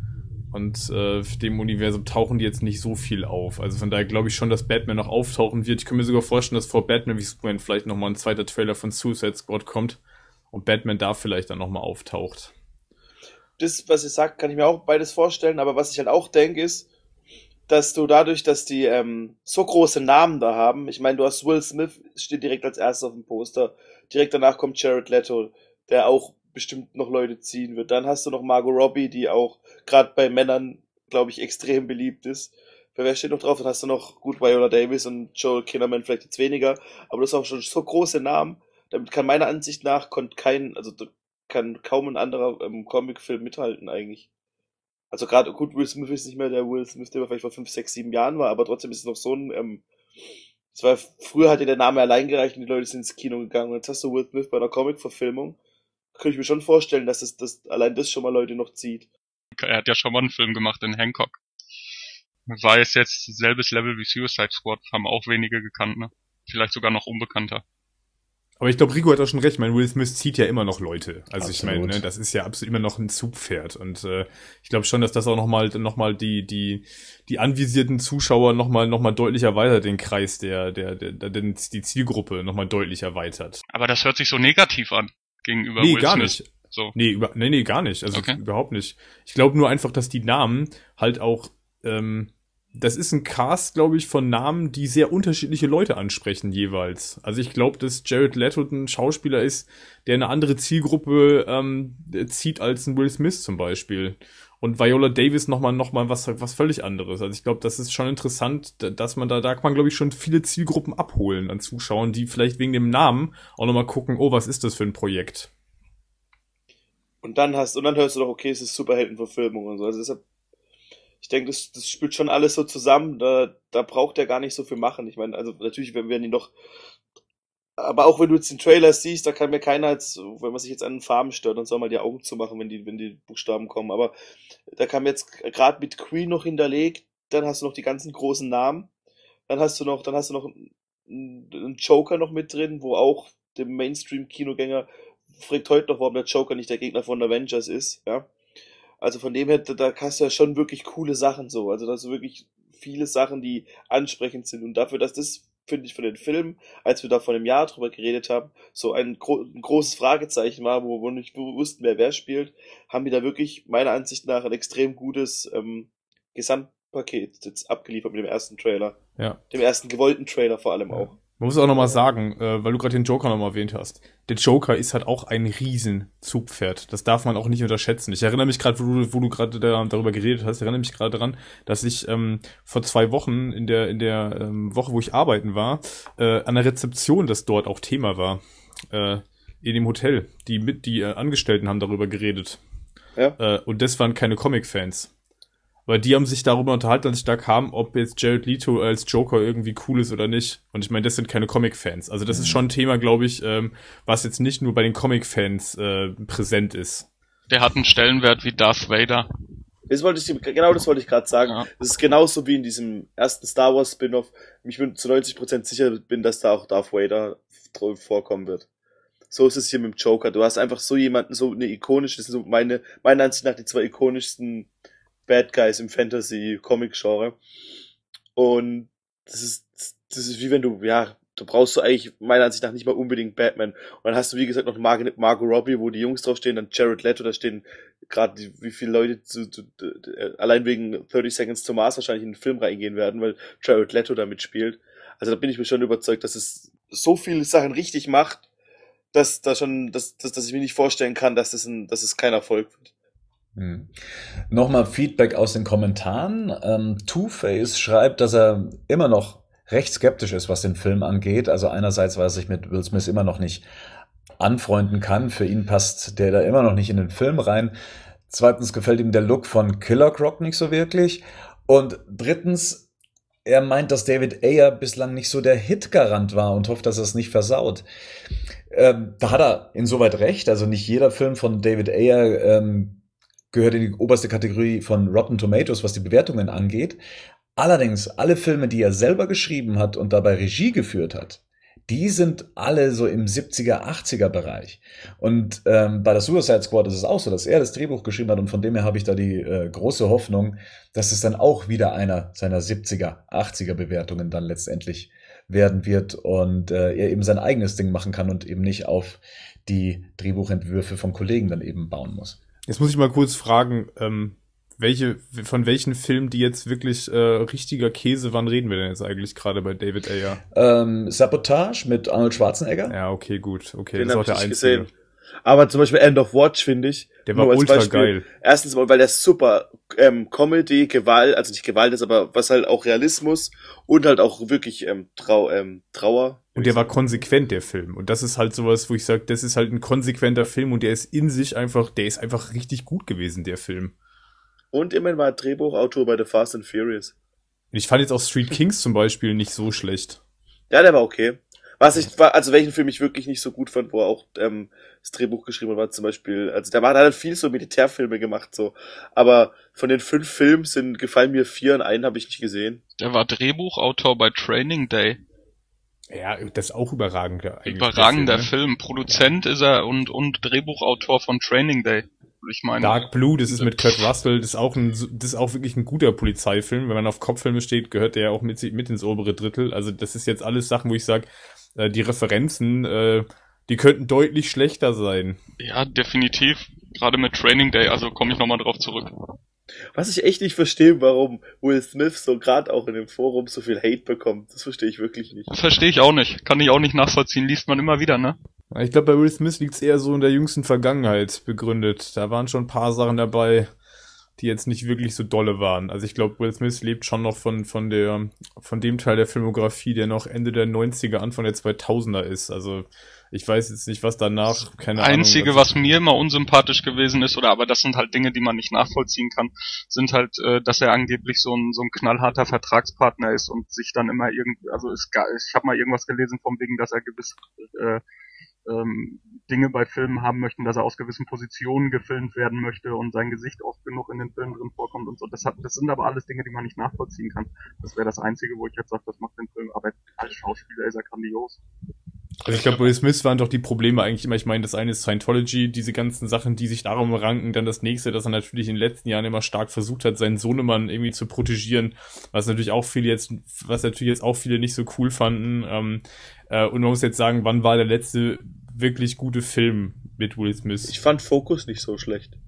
und äh, dem Universum tauchen die jetzt nicht so viel auf. Also von daher glaube ich schon, dass Batman noch auftauchen wird. Ich kann mir sogar vorstellen, dass vor Batman wie Superman vielleicht nochmal ein zweiter Trailer von Suicide Squad kommt und Batman da vielleicht dann nochmal auftaucht. Das, was ihr sagt, kann ich mir auch beides vorstellen, aber was ich halt auch denke, ist, dass du dadurch, dass die ähm, so große Namen da haben, ich meine, du hast Will Smith, steht direkt als erstes auf dem Poster, direkt danach kommt Jared Leto, der auch bestimmt noch Leute ziehen wird. Dann hast du noch Margot Robbie, die auch gerade bei Männern, glaube ich, extrem beliebt ist. Für wer steht noch drauf? Dann hast du noch gut Viola Davis und Joel Kinnaman vielleicht jetzt weniger, aber das sind auch schon so große Namen. Damit kann meiner Ansicht nach konnte kein, also kann kaum ein anderer ähm, Comicfilm mithalten eigentlich. Also gerade, gut, Will Smith ist nicht mehr der Will Smith, der vielleicht vor fünf, sechs, sieben Jahren war, aber trotzdem ist es noch so ein, ähm, es war, früher hat ja der Name allein gereicht und die Leute sind ins Kino gegangen. Und jetzt hast du Will Smith bei einer Comic-Verfilmung. Könnte ich mir schon vorstellen, dass es das, allein das schon mal Leute noch zieht. Er hat ja schon mal einen Film gemacht in Hancock. War es jetzt selbes Level wie Suicide Squad, haben auch wenige gekannt, ne? Vielleicht sogar noch unbekannter. Aber ich glaube, Rico hat auch schon recht. Ich meine, Will Smith zieht ja immer noch Leute. Also absolut. Ich meine, ne, das ist ja absolut immer noch ein Zugpferd. Und äh, ich glaube schon, dass das auch nochmal noch mal die die die anvisierten Zuschauer nochmal noch mal deutlich erweitert, den Kreis der der der, der die Zielgruppe nochmal deutlich erweitert. Aber das hört sich so negativ an gegenüber nee, Will gar Smith. Nicht. So. Nee, über, nee, nee, gar nicht. Also okay. Überhaupt nicht. Ich glaube nur einfach, dass die Namen halt auch ähm, das ist ein Cast, glaube ich, von Namen, die sehr unterschiedliche Leute ansprechen jeweils. Also ich glaube, dass Jared Leto ein Schauspieler ist, der eine andere Zielgruppe ähm, zieht als ein Will Smith zum Beispiel. Und Viola Davis nochmal noch mal was was völlig anderes. Also ich glaube, das ist schon interessant, dass man da, da kann man, glaube ich, schon viele Zielgruppen abholen an Zuschauern, die vielleicht wegen dem Namen auch nochmal gucken, oh, was ist das für ein Projekt? Und dann hast, und dann hörst du doch, okay, es ist Superheldenverfilmung und so. Also deshalb, ich denke, das, das spielt schon alles so zusammen, da, da braucht er gar nicht so viel machen. Ich meine, also natürlich werden die noch, aber auch wenn du jetzt den Trailer siehst, da kann mir keiner jetzt, wenn man sich jetzt an den Farben stört, dann soll mal die Augen zumachen, wenn die, wenn die Buchstaben kommen. Aber da kam jetzt gerade mit Queen noch hinterlegt, dann hast du noch die ganzen großen Namen, dann hast du noch, dann hast du noch einen Joker noch mit drin, wo auch dem Mainstream-Kinogänger fragt heute noch, warum der Joker nicht der Gegner von Avengers ist, ja. Also von dem her, da hast du ja schon wirklich coole Sachen so. Also da hast du wirklich viele Sachen, die ansprechend sind. Und dafür, dass das, finde ich, von den Filmen, als wir da vor einem Jahr drüber geredet haben, so ein, gro- ein großes Fragezeichen war, wo wir nicht wussten, wer wer spielt, haben die da wirklich meiner Ansicht nach ein extrem gutes ähm, Gesamtpaket jetzt abgeliefert mit dem ersten Trailer. Ja. Dem ersten gewollten Trailer vor allem Ja. auch. Man muss auch nochmal sagen, äh, weil du gerade den Joker nochmal erwähnt hast. Der Joker ist halt auch ein riesen Zugpferd. Das darf man auch nicht unterschätzen. Ich erinnere mich gerade, wo du, wo du gerade da, darüber geredet hast, erinnere mich gerade daran, dass ich ähm, vor zwei Wochen in der in der ähm, Woche, wo ich arbeiten war, äh, an der Rezeption, das dort auch Thema war, äh, in dem Hotel. Die mit die äh, Angestellten haben darüber geredet. Ja. Äh, und das waren keine Comic-Fans. Weil die haben sich darüber unterhalten, als ich da kam, ob jetzt Jared Leto als Joker irgendwie cool ist oder nicht. Und ich meine, das sind keine Comic-Fans. Also das ist schon ein Thema, glaube ich, ähm, was jetzt nicht nur bei den Comic-Fans äh, präsent ist. Der hat einen Stellenwert wie Darth Vader. Das wollte ich, genau das wollte ich gerade sagen. Ja. Das ist genauso wie in diesem ersten Star Wars Spin-off. Ich bin zu neunzig Prozent sicher bin, dass da auch Darth Vader vorkommen wird. So ist es hier mit dem Joker. Du hast einfach so jemanden, so eine ikonische, das sind so meine, meiner Ansicht nach die zwei ikonischsten Bad Guys im Fantasy-Comic-Genre. Und das ist, das ist wie wenn du, ja, du brauchst du eigentlich meiner Ansicht nach nicht mal unbedingt Batman. Und dann hast du, wie gesagt, noch Mar- Margot Robbie, wo die Jungs draufstehen, dann Jared Leto, da stehen gerade wie viele Leute zu, zu, allein wegen thirty Seconds to Mars wahrscheinlich in den Film reingehen werden, weil Jared Leto da mitspielt. Also da bin ich mir schon überzeugt, dass es so viele Sachen richtig macht, dass da schon, dass, dass, dass ich mir nicht vorstellen kann, dass das ein, dass es kein Erfolg wird. Hm. Nochmal Feedback aus den Kommentaren. Ähm, Two-Face schreibt, dass er immer noch recht skeptisch ist, was den Film angeht. Also einerseits, weil er sich mit Will Smith immer noch nicht anfreunden kann. Für ihn passt der da immer noch nicht in den Film rein. Zweitens gefällt ihm der Look von Killer Croc nicht so wirklich. Und drittens, er meint, dass David Ayer bislang nicht so der Hitgarant war und hofft, dass er es nicht versaut. Ähm, da hat er insoweit recht. Also nicht jeder Film von David Ayer ähm, gehört in die oberste Kategorie von Rotten Tomatoes, was die Bewertungen angeht. Allerdings, alle Filme, die er selber geschrieben hat und dabei Regie geführt hat, die sind alle so im siebziger, achtziger Bereich. Und ähm, bei der Suicide Squad ist es auch so, dass er das Drehbuch geschrieben hat und von dem her habe ich da die äh, große Hoffnung, dass es dann auch wieder einer seiner siebziger, achtziger Bewertungen dann letztendlich werden wird und äh, er eben sein eigenes Ding machen kann und eben nicht auf die Drehbuchentwürfe von Kollegen dann eben bauen muss. Jetzt muss ich mal kurz fragen, ähm, welche, von welchen Filmen, die jetzt wirklich äh, richtiger Käse waren, reden wir denn jetzt eigentlich gerade bei David Ayer? Ähm, Sabotage mit Arnold Schwarzenegger. Ja, okay, gut. Okay, Den das ist hab auch der ich nicht einzige. gesehen. Aber zum Beispiel End of Watch, finde ich. Der war nur als ultra Beispiel. geil. Erstens mal, weil der super ähm, Comedy, Gewalt, also nicht Gewalt ist, aber was halt auch Realismus und halt auch wirklich ähm, Trau ähm, Trauer. Und der war konsequent, der Film. Und das ist halt sowas, wo ich sage, das ist halt ein konsequenter Film und der ist in sich einfach, der ist einfach richtig gut gewesen, der Film. Und immerhin war er Drehbuchautor bei The Fast and Furious. Und ich fand jetzt auch Street Kings zum Beispiel nicht so schlecht. Ja, der war okay. Was ich, war, also welchen Film ich wirklich nicht so gut fand, wo er auch ähm, das Drehbuch geschrieben hat, war zum Beispiel, also der war da halt viel so Militärfilme gemacht, so. Aber von den fünf Filmen sind, gefallen mir vier und einen habe ich nicht gesehen. Der war Drehbuchautor bei Training Day. Ja, das ist auch überragend. Eigentlich Überragender der Film, Film. ne? Produzent ist er und, und Drehbuchautor von Training Day. Ich meine. Dark Blue, das ist mit Kurt Russell, das ist auch ein, das ist auch wirklich ein guter Polizeifilm. Wenn man auf Kopffilme steht, gehört der ja auch mit, mit ins obere Drittel. Also das ist jetzt alles Sachen, wo ich sage, äh, die Referenzen, äh, die könnten deutlich schlechter sein. Ja, definitiv. Gerade mit Training Day, also komme ich nochmal drauf zurück. Was ich echt nicht verstehe, warum Will Smith so gerade auch in dem Forum so viel Hate bekommt. Das verstehe ich wirklich nicht. Verstehe ich auch nicht. Kann ich auch nicht nachvollziehen. Liest man immer wieder, ne? Ich glaube, bei Will Smith liegt es eher so in der jüngsten Vergangenheit begründet. Da waren schon ein paar Sachen dabei, die jetzt nicht wirklich so dolle waren. Also ich glaube, Will Smith lebt schon noch von von der von dem Teil der Filmografie, der noch Ende der neunziger, Anfang der zweitausender ist. Also ich weiß jetzt nicht, was danach, keine Ahnung. Einzige, was mir immer unsympathisch gewesen ist, oder aber das sind halt Dinge, die man nicht nachvollziehen kann, sind halt, äh, dass er angeblich so ein so ein knallharter Vertragspartner ist und sich dann immer irgendwie, also ist gar, ich habe mal irgendwas gelesen vom wegen, dass er gewisse äh, ähm, Dinge bei Filmen haben möchten, dass er aus gewissen Positionen gefilmt werden möchte und sein Gesicht oft genug in den Filmen drin vorkommt und so. Das, hat, das sind aber alles Dinge, die man nicht nachvollziehen kann. Das wäre das Einzige, wo ich jetzt sage, das macht den Film, aber als Schauspieler ist er grandios. Also ich glaube, Will Smith waren doch die Probleme eigentlich immer, ich meine, das eine ist Scientology, diese ganzen Sachen, die sich darum ranken, dann das nächste, dass er natürlich in den letzten Jahren immer stark versucht hat, seinen Sohnemann irgendwie zu protegieren, was natürlich auch viele jetzt, was natürlich jetzt auch viele nicht so cool fanden, ähm, äh, und man muss jetzt sagen, wann war der letzte wirklich gute Film mit Will Smith? Ich fand Focus nicht so schlecht.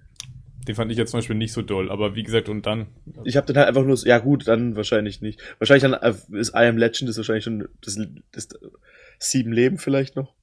Den fand ich jetzt zum Beispiel nicht so doll, aber wie gesagt, und dann? Ich habe den halt einfach nur, ja gut, dann wahrscheinlich nicht. Wahrscheinlich dann äh, ist I Am Legend, ist wahrscheinlich schon das, das sieben Leben vielleicht noch.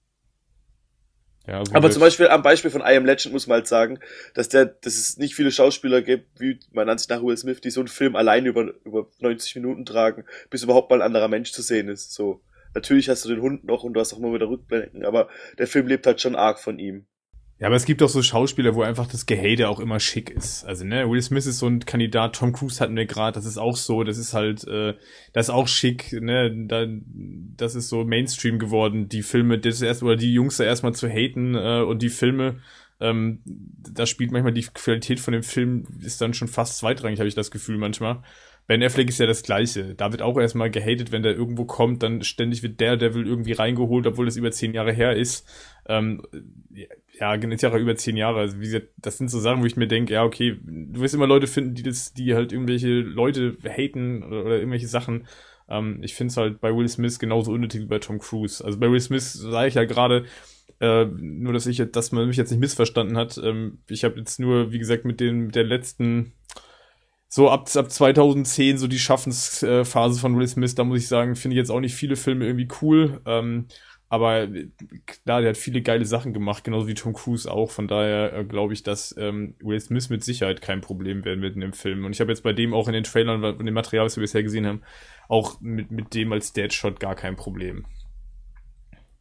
Ja, so aber wird. zum Beispiel am Beispiel von I Am Legend muss man halt sagen, dass der, dass es nicht viele Schauspieler gibt, wie meiner Ansicht nach Will Smith, die so einen Film alleine über, über neunzig Minuten tragen, bis überhaupt mal ein anderer Mensch zu sehen ist. So, natürlich hast du den Hund noch und du hast auch nur wieder Rückblenden, aber der Film lebt halt schon arg von ihm. Ja, aber es gibt auch so Schauspieler, wo einfach das Gehate auch immer schick ist. Also, ne, Will Smith ist so ein Kandidat, Tom Cruise hatten wir gerade, das ist auch so, das ist halt, äh, das ist auch schick, ne, da, das ist so Mainstream geworden, die Filme, das erst, oder die Jungs da erstmal zu haten, äh, und die Filme, ähm, da spielt manchmal die Qualität von dem Film, ist dann schon fast zweitrangig, habe ich das Gefühl manchmal. Ben Affleck ist ja das Gleiche. Da wird auch erstmal gehatet, wenn der irgendwo kommt, dann ständig wird Daredevil irgendwie reingeholt, obwohl das über zehn Jahre her ist. Ähm, ja, ist ja auch über zehn Jahre. Also wie gesagt, das sind so Sachen, wo ich mir denke, ja, okay, du wirst immer Leute finden, die das, die halt irgendwelche Leute haten oder, oder irgendwelche Sachen. Ähm, ich finde es halt bei Will Smith genauso unnötig wie bei Tom Cruise. Also bei Will Smith sage ich ja gerade, äh, nur dass ich, dass man mich jetzt nicht missverstanden hat. Ähm, ich habe jetzt nur, wie gesagt, mit den mit der letzten So ab, ab zweitausendzehn, so die Schaffensphase von Will Smith, da muss ich sagen, finde ich jetzt auch nicht viele Filme irgendwie cool. Ähm, aber klar, der hat viele geile Sachen gemacht, genauso wie Tom Cruise auch. Von daher äh, glaube ich, dass ähm, Will Smith mit Sicherheit kein Problem werden wird in dem Film. Und ich habe jetzt bei dem auch in den Trailern und dem Material, was wir bisher gesehen haben, auch mit, mit dem als Deadshot gar kein Problem.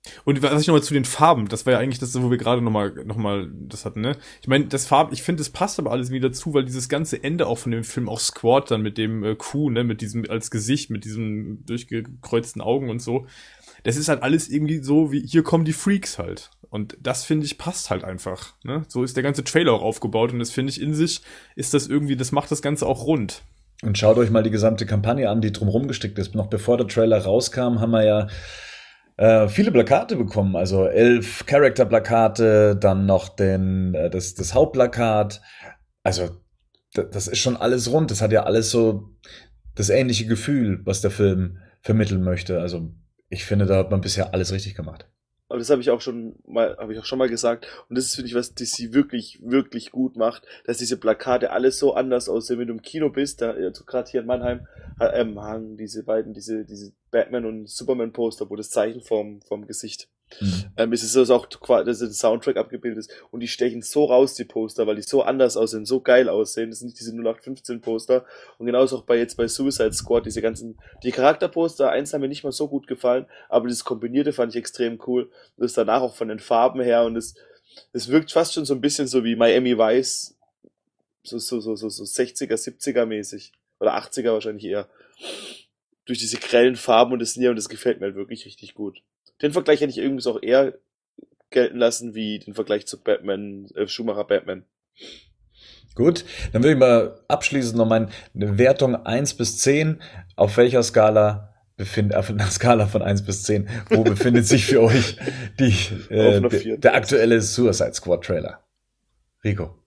Und was ich nochmal zu den Farben, das war ja eigentlich das, wo wir gerade nochmal noch mal das hatten, ne? Ich meine, das Farb, ich finde, es passt aber alles wieder dazu, weil dieses ganze Ende auch von dem Film, auch Squad dann mit dem äh, Q, ne, mit diesem als Gesicht, mit diesen durchgekreuzten Augen und so, das ist halt alles irgendwie so wie, hier kommen die Freaks halt. Und das, finde ich, passt halt einfach, ne? So ist der ganze Trailer auch aufgebaut und das finde ich in sich, ist das irgendwie, das macht das Ganze auch rund. Und schaut euch mal die gesamte Kampagne an, die drumherum gestickt ist. Noch bevor der Trailer rauskam, haben wir ja äh, viele Plakate bekommen. Also elf Charakterplakate, dann noch den äh, das, das Hauptplakat. Also d- das ist schon alles rund. Das hat ja alles so das ähnliche Gefühl, was der Film vermitteln möchte. Also ich finde, da hat man bisher alles richtig gemacht. Aber das habe ich auch schon mal, habe ich auch schon mal gesagt. Und das ist, finde ich, was D C wirklich, wirklich gut macht, dass diese Plakate alles so anders aussehen. Wenn du im Kino bist, da, also gerade hier in Mannheim, ähm, hangen diese beiden, diese, diese Batman und Superman Poster, wo das Zeichen vom, vom Gesicht, mhm. ähm, ist es so, dass auch quasi, dass ein Soundtrack abgebildet ist. Und die stechen so raus, die Poster, weil die so anders aussehen, so geil aussehen. Das sind nicht diese null acht fünfzehn Poster. Und genauso auch bei jetzt bei Suicide Squad, diese ganzen, die Charakterposter, eins haben mir nicht mal so gut gefallen, aber das Kombinierte fand ich extrem cool. Das danach auch von den Farben her und es, es wirkt fast schon so ein bisschen so wie Miami Vice, so, so, so, so, so sechziger, siebziger mäßig. Oder achtziger wahrscheinlich eher. Durch diese grellen Farben und das Neon, und das gefällt mir halt wirklich richtig gut. Den Vergleich hätte ich irgendwie auch eher gelten lassen wie den Vergleich zu Batman, äh, Schumacher Batman. Gut, dann würde ich mal abschließend noch meine Wertung eins bis zehn. Auf welcher Skala befindet, auf einer Skala von eins bis zehn, wo befindet sich für euch die, äh, de, der aktuelle Suicide Squad Trailer? Rico?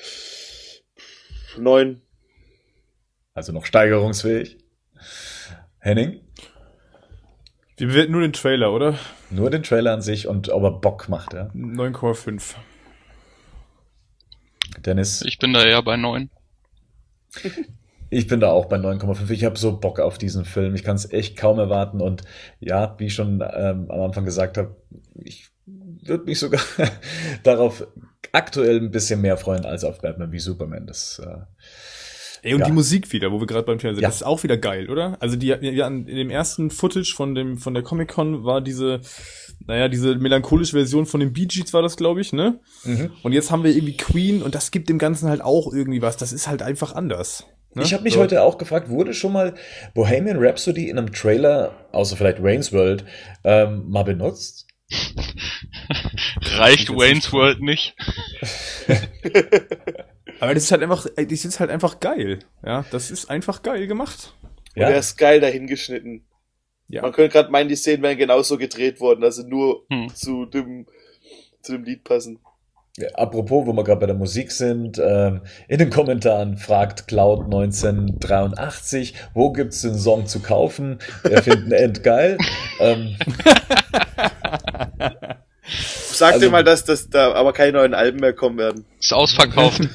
neun. Also noch steigerungsfähig. Henning? Wir bewerten nur den Trailer, oder? Nur den Trailer an sich und ob er Bock macht, ja. neun Komma fünf. Dennis? Ich bin da eher bei neun. Ich bin da auch bei neun Komma fünf. Ich habe so Bock auf diesen Film. Ich kann es echt kaum erwarten. Und ja, wie ich schon ähm, am Anfang gesagt habe, ich würde mich sogar darauf aktuell ein bisschen mehr freuen als auf Batman wie Superman. Das äh, Ey, und ja. die Musik wieder, wo wir gerade beim Thema sind, Ja. das ist auch wieder geil, oder? Also die, die in dem ersten Footage von dem von der Comic-Con war diese, naja, diese melancholische Version von den Bee Gees war das, glaube ich, ne? Mhm. Und jetzt haben wir irgendwie Queen und das gibt dem Ganzen halt auch irgendwie was. Das ist halt einfach anders. Ne? Ich habe mich So. heute auch gefragt, wurde schon mal Bohemian Rhapsody in einem Trailer, außer vielleicht Wayne's World, ähm, mal benutzt? Reicht Wayne's World nicht? Aber das ist halt einfach, das ist halt einfach geil. Ja, das ist einfach geil gemacht. Und der ist geil dahingeschnitten. Ja. Man könnte gerade meinen, die Szenen wären genauso gedreht worden, also nur Hm. zu dem zu dem Lied passen. Ja, apropos, wo wir gerade bei der Musik sind, ähm, in den Kommentaren fragt Cloud neunzehnhundertdreiundachtzig, wo gibt's den Song zu kaufen? Wir finden endgeil. ähm, Sag Also- dir mal, dass, dass da aber keine neuen Alben mehr kommen werden. Ist ausverkauft.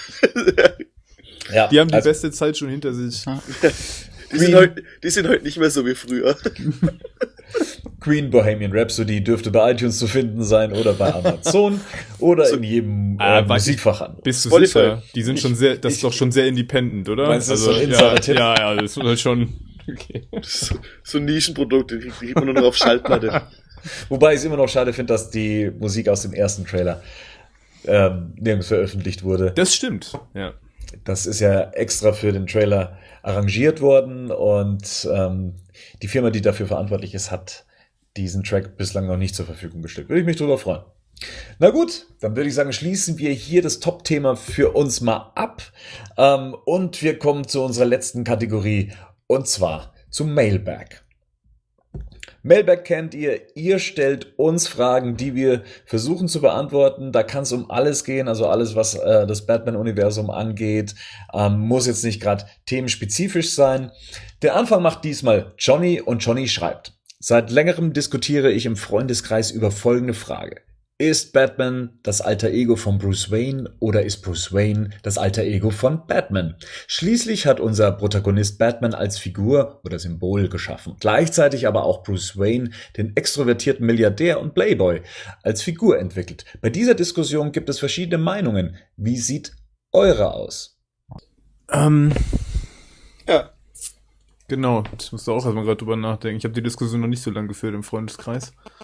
ja, Die haben die also, beste Zeit schon hinter sich. Die sind, heute, die sind heute nicht mehr so wie früher. Queen Bohemian Rhapsody dürfte bei iTunes zu finden sein oder bei Amazon oder in jedem Ah, äh, weiß ich- Musikfachhandel. Bist du Spotify. sicher? Die sind Ich- schon sehr, das ich- ist doch schon sehr independent, oder? Meinst du, das ist so ein ja, Insider-Tipp? ja, ja, das ist halt schon, okay. So, so ein Nischenprodukt, die kriegt man nur noch auf Schallplatte. Wobei ich es immer noch schade finde, dass die Musik aus dem ersten Trailer ähm, nirgends veröffentlicht wurde. Das stimmt, ja. Das ist ja extra für den Trailer arrangiert worden und ähm, die Firma, die dafür verantwortlich ist, hat diesen Track bislang noch nicht zur Verfügung gestellt. Würde ich mich drüber freuen. Na gut, dann würde ich sagen, schließen wir hier das Top-Thema für uns mal ab ähm, und wir kommen zu unserer letzten Kategorie und zwar zum Mailbag. Mailbag kennt ihr, ihr stellt uns Fragen, die wir versuchen zu beantworten. Da kann es um alles gehen, also alles, was äh, das Batman-Universum angeht, ähm, muss jetzt nicht gerade themenspezifisch sein. Der Anfang macht diesmal Johnny und Johnny schreibt: Seit längerem diskutiere ich im Freundeskreis über folgende Frage. Ist Batman das alter Ego von Bruce Wayne oder ist Bruce Wayne das alter Ego von Batman? Schließlich hat unser Protagonist Batman als Figur oder Symbol geschaffen. Gleichzeitig aber auch Bruce Wayne, den extrovertierten Milliardär und Playboy, als Figur entwickelt. Bei dieser Diskussion gibt es verschiedene Meinungen. Wie sieht eure aus? Ähm, Ja. genau, ich musste auch erstmal gerade drüber nachdenken. Ich habe die Diskussion noch nicht so lange geführt im Freundeskreis.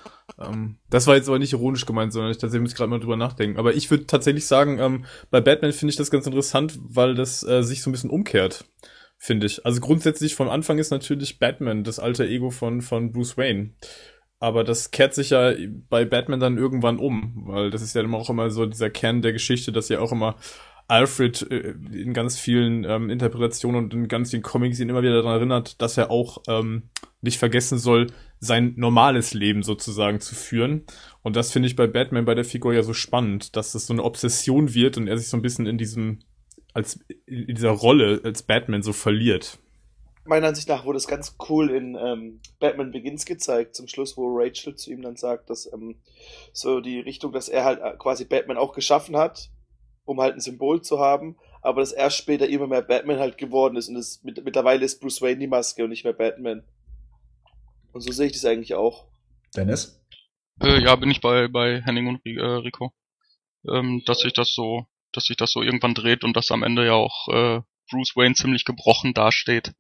Ähm, das war jetzt aber nicht ironisch gemeint, sondern ich tatsächlich muss gerade mal drüber nachdenken. Aber ich würde tatsächlich sagen, ähm, bei Batman finde ich das ganz interessant, weil das äh, sich so ein bisschen umkehrt, finde ich. Also grundsätzlich vom Anfang ist natürlich Batman das alter Ego von, von Bruce Wayne. Aber das kehrt sich ja bei Batman dann irgendwann um, weil das ist ja immer auch immer so dieser Kern der Geschichte, dass ja auch immer Alfred äh, in ganz vielen ähm, Interpretationen und in ganz vielen Comics ihn immer wieder daran erinnert, dass er auch ähm, nicht vergessen soll, sein normales Leben sozusagen zu führen. Und das finde ich bei Batman, bei der Figur ja so spannend, dass das so eine Obsession wird und er sich so ein bisschen in diesem, als in dieser Rolle als Batman so verliert. Meiner Ansicht nach wurde es ganz cool in ähm, Batman Begins gezeigt, zum Schluss, wo Rachel zu ihm dann sagt, dass ähm, so die Richtung, dass er halt äh, quasi Batman auch geschaffen hat, um halt ein Symbol zu haben, aber dass er später immer mehr Batman halt geworden ist und das, mit, mittlerweile ist Bruce Wayne die Maske und nicht mehr Batman. Und so sehe ich das eigentlich auch. Dennis? Äh, ja, bin ich bei, bei Henning und äh, Rico. Ähm, dass sich das so, dass sich das so irgendwann dreht und dass am Ende ja auch äh, Bruce Wayne ziemlich gebrochen dasteht.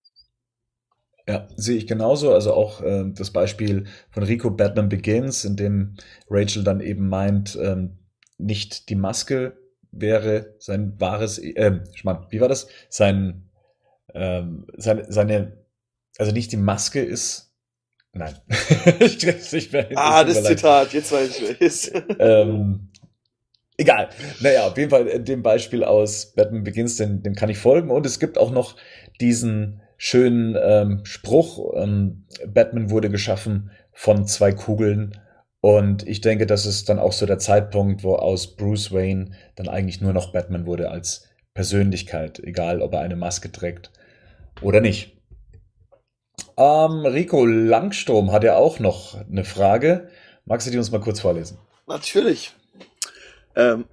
Ja, sehe ich genauso. Also auch äh, das Beispiel von Rico Batman Begins, in dem Rachel dann eben meint, ähm, nicht die Maske wäre sein wahres, äh, Schmarrn, wie war das? Sein, ähm, seine, seine, also nicht die Maske ist, nein, ich krieg's nicht mehr hin. Ah, es tut das mir leid. Zitat, jetzt weiß ich welches. ähm, Egal. Naja, auf jeden Fall in dem Beispiel aus Batman Begins, dem, dem kann ich folgen. Und es gibt auch noch diesen schönen ähm, Spruch, ähm, Batman wurde geschaffen von zwei Kugeln. Und ich denke, das ist dann auch so der Zeitpunkt, wo aus Bruce Wayne dann eigentlich nur noch Batman wurde als Persönlichkeit, egal ob er eine Maske trägt oder nicht. Ähm, Rico Langstrom hat ja auch noch eine Frage. Magst du die uns mal kurz vorlesen? Natürlich. Ähm,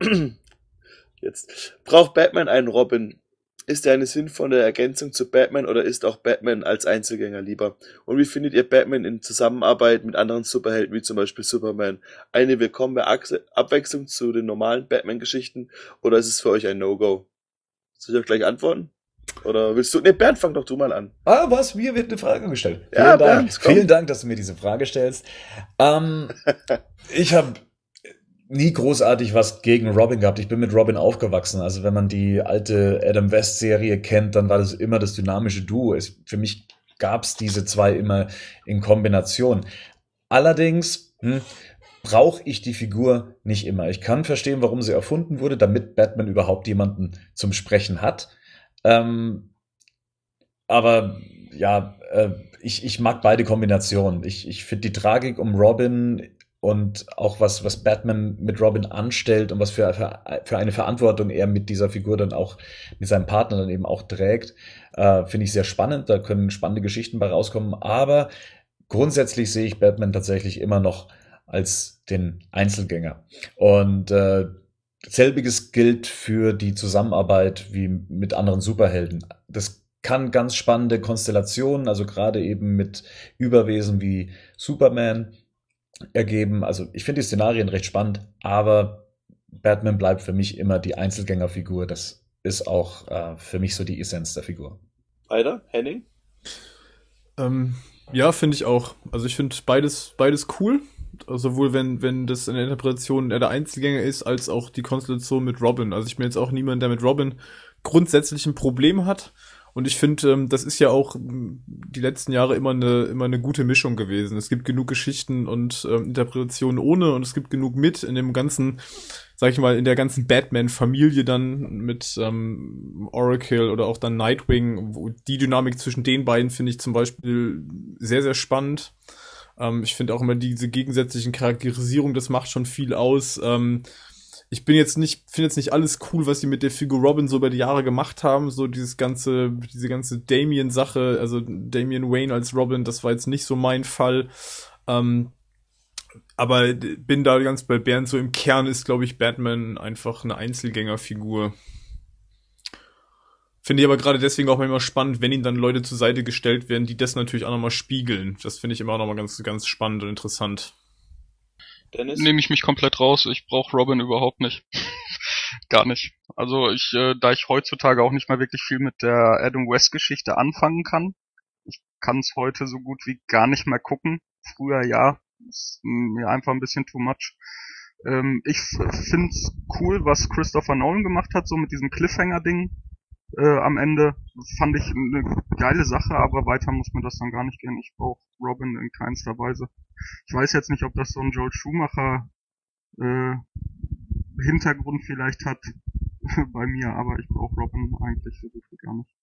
jetzt. Braucht Batman einen Robin? Ist er eine sinnvolle Ergänzung zu Batman oder ist auch Batman als Einzelgänger lieber? Und wie findet ihr Batman in Zusammenarbeit mit anderen Superhelden wie zum Beispiel Superman? Eine willkommene Achse- Abwechslung zu den normalen Batman-Geschichten oder ist es für euch ein No-Go? Soll ich auch gleich antworten? Oder willst du? Ne, Bernd, fang doch du mal an. Ah, was? Mir wird eine Frage gestellt. Vielen Ja, Dank. Bernd, komm. Vielen Dank, dass du mir diese Frage stellst. Ähm, ich habe nie großartig was gegen Robin gehabt. Ich bin mit Robin aufgewachsen. Also wenn man die alte Adam West Serie kennt, dann war das immer das dynamische Duo. Es, für mich gab es diese zwei immer in Kombination. Allerdings hm, brauche ich die Figur nicht immer. Ich kann verstehen, warum sie erfunden wurde, damit Batman überhaupt jemanden zum Sprechen hat. Ähm, aber ja, äh, ich, ich mag beide Kombinationen. Ich, ich finde die Tragik um Robin und auch was, was Batman mit Robin anstellt und was für, für, für eine Verantwortung er mit dieser Figur dann auch, mit seinem Partner dann eben auch trägt, äh, finde ich sehr spannend. Da können spannende Geschichten bei rauskommen. Aber grundsätzlich sehe ich Batman tatsächlich immer noch als den Einzelgänger. Und äh, selbiges gilt für die Zusammenarbeit wie mit anderen Superhelden. Das kann ganz spannende Konstellationen, also gerade eben mit Überwesen wie Superman ergeben. Also ich finde die Szenarien recht spannend, aber Batman bleibt für mich immer die Einzelgängerfigur. Das ist auch äh, für mich so die Essenz der Figur. Weiter, Henning? Ähm, ja, finde ich auch. Also ich finde beides, beides cool. Sowohl wenn, wenn das in der Interpretation er der Einzelgänger ist, als auch die Konstellation mit Robin. Also ich bin jetzt auch niemand, der mit Robin grundsätzlich ein Problem hat. Und ich finde, ähm, das ist ja auch ähm, die letzten Jahre immer eine, immer eine gute Mischung gewesen. Es gibt genug Geschichten und ähm, Interpretationen ohne und es gibt genug mit in dem ganzen, sag ich mal, in der ganzen Batman-Familie dann mit ähm, Oracle oder auch dann Nightwing. Wo die Dynamik zwischen den beiden finde ich zum Beispiel sehr, sehr spannend. Ähm, ich finde auch immer diese gegensätzlichen Charakterisierung, das macht schon viel aus. Ähm, ich bin jetzt nicht, finde jetzt nicht alles cool, was sie mit der Figur Robin so über die Jahre gemacht haben. So dieses ganze, diese ganze Damian-Sache, also Damian Wayne als Robin, das war jetzt nicht so mein Fall. Ähm, aber bin da ganz bei Bernd, so im Kern ist, glaube ich, Batman einfach eine Einzelgängerfigur. Finde ich aber gerade deswegen auch immer spannend, wenn ihm dann Leute zur Seite gestellt werden, die das natürlich auch nochmal spiegeln. Das finde ich immer auch nochmal ganz, ganz spannend und interessant. Dennis? Nehme ich mich komplett raus. Ich brauche Robin überhaupt nicht. Gar nicht. Also ich, äh, da ich heutzutage auch nicht mehr wirklich viel mit der Adam West Geschichte anfangen kann, ich kann es heute so gut wie gar nicht mehr gucken. Früher ja, ist mir einfach ein bisschen too much. Ähm, ich finde es cool, was Christopher Nolan gemacht hat, so mit diesem Cliffhanger-Ding äh, am Ende. Fand ich eine geile Sache, aber weiter muss mir das dann gar nicht gehen. Ich brauche Robin in keinster Weise. Ich weiß jetzt nicht, ob das so ein Joel Schumacher äh, Hintergrund vielleicht hat bei mir, aber ich brauche Robin eigentlich so gut wie gar nicht.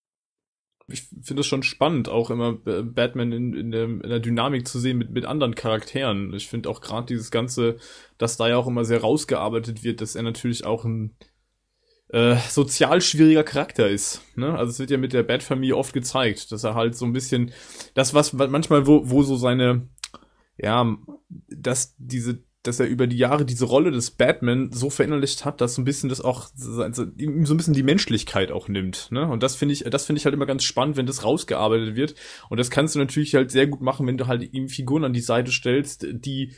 Ich finde es schon spannend, auch immer äh, Batman in, in, der, in der Dynamik zu sehen mit, mit anderen Charakteren. Ich finde auch gerade dieses Ganze, dass da ja auch immer sehr rausgearbeitet wird, dass er natürlich auch ein äh, sozial schwieriger Charakter ist. Ne? Also es wird ja mit der Bat-Familie oft gezeigt, dass er halt so ein bisschen das, was manchmal, wo, wo so seine, ja, dass diese dass er über die Jahre diese Rolle des Batman so verinnerlicht hat, dass so ein bisschen das auch also ihm so ein bisschen die Menschlichkeit auch nimmt, ne? Und das finde ich, das finde ich halt immer ganz spannend, wenn das rausgearbeitet wird. Und das kannst du natürlich halt sehr gut machen, wenn du halt ihm Figuren an die Seite stellst, die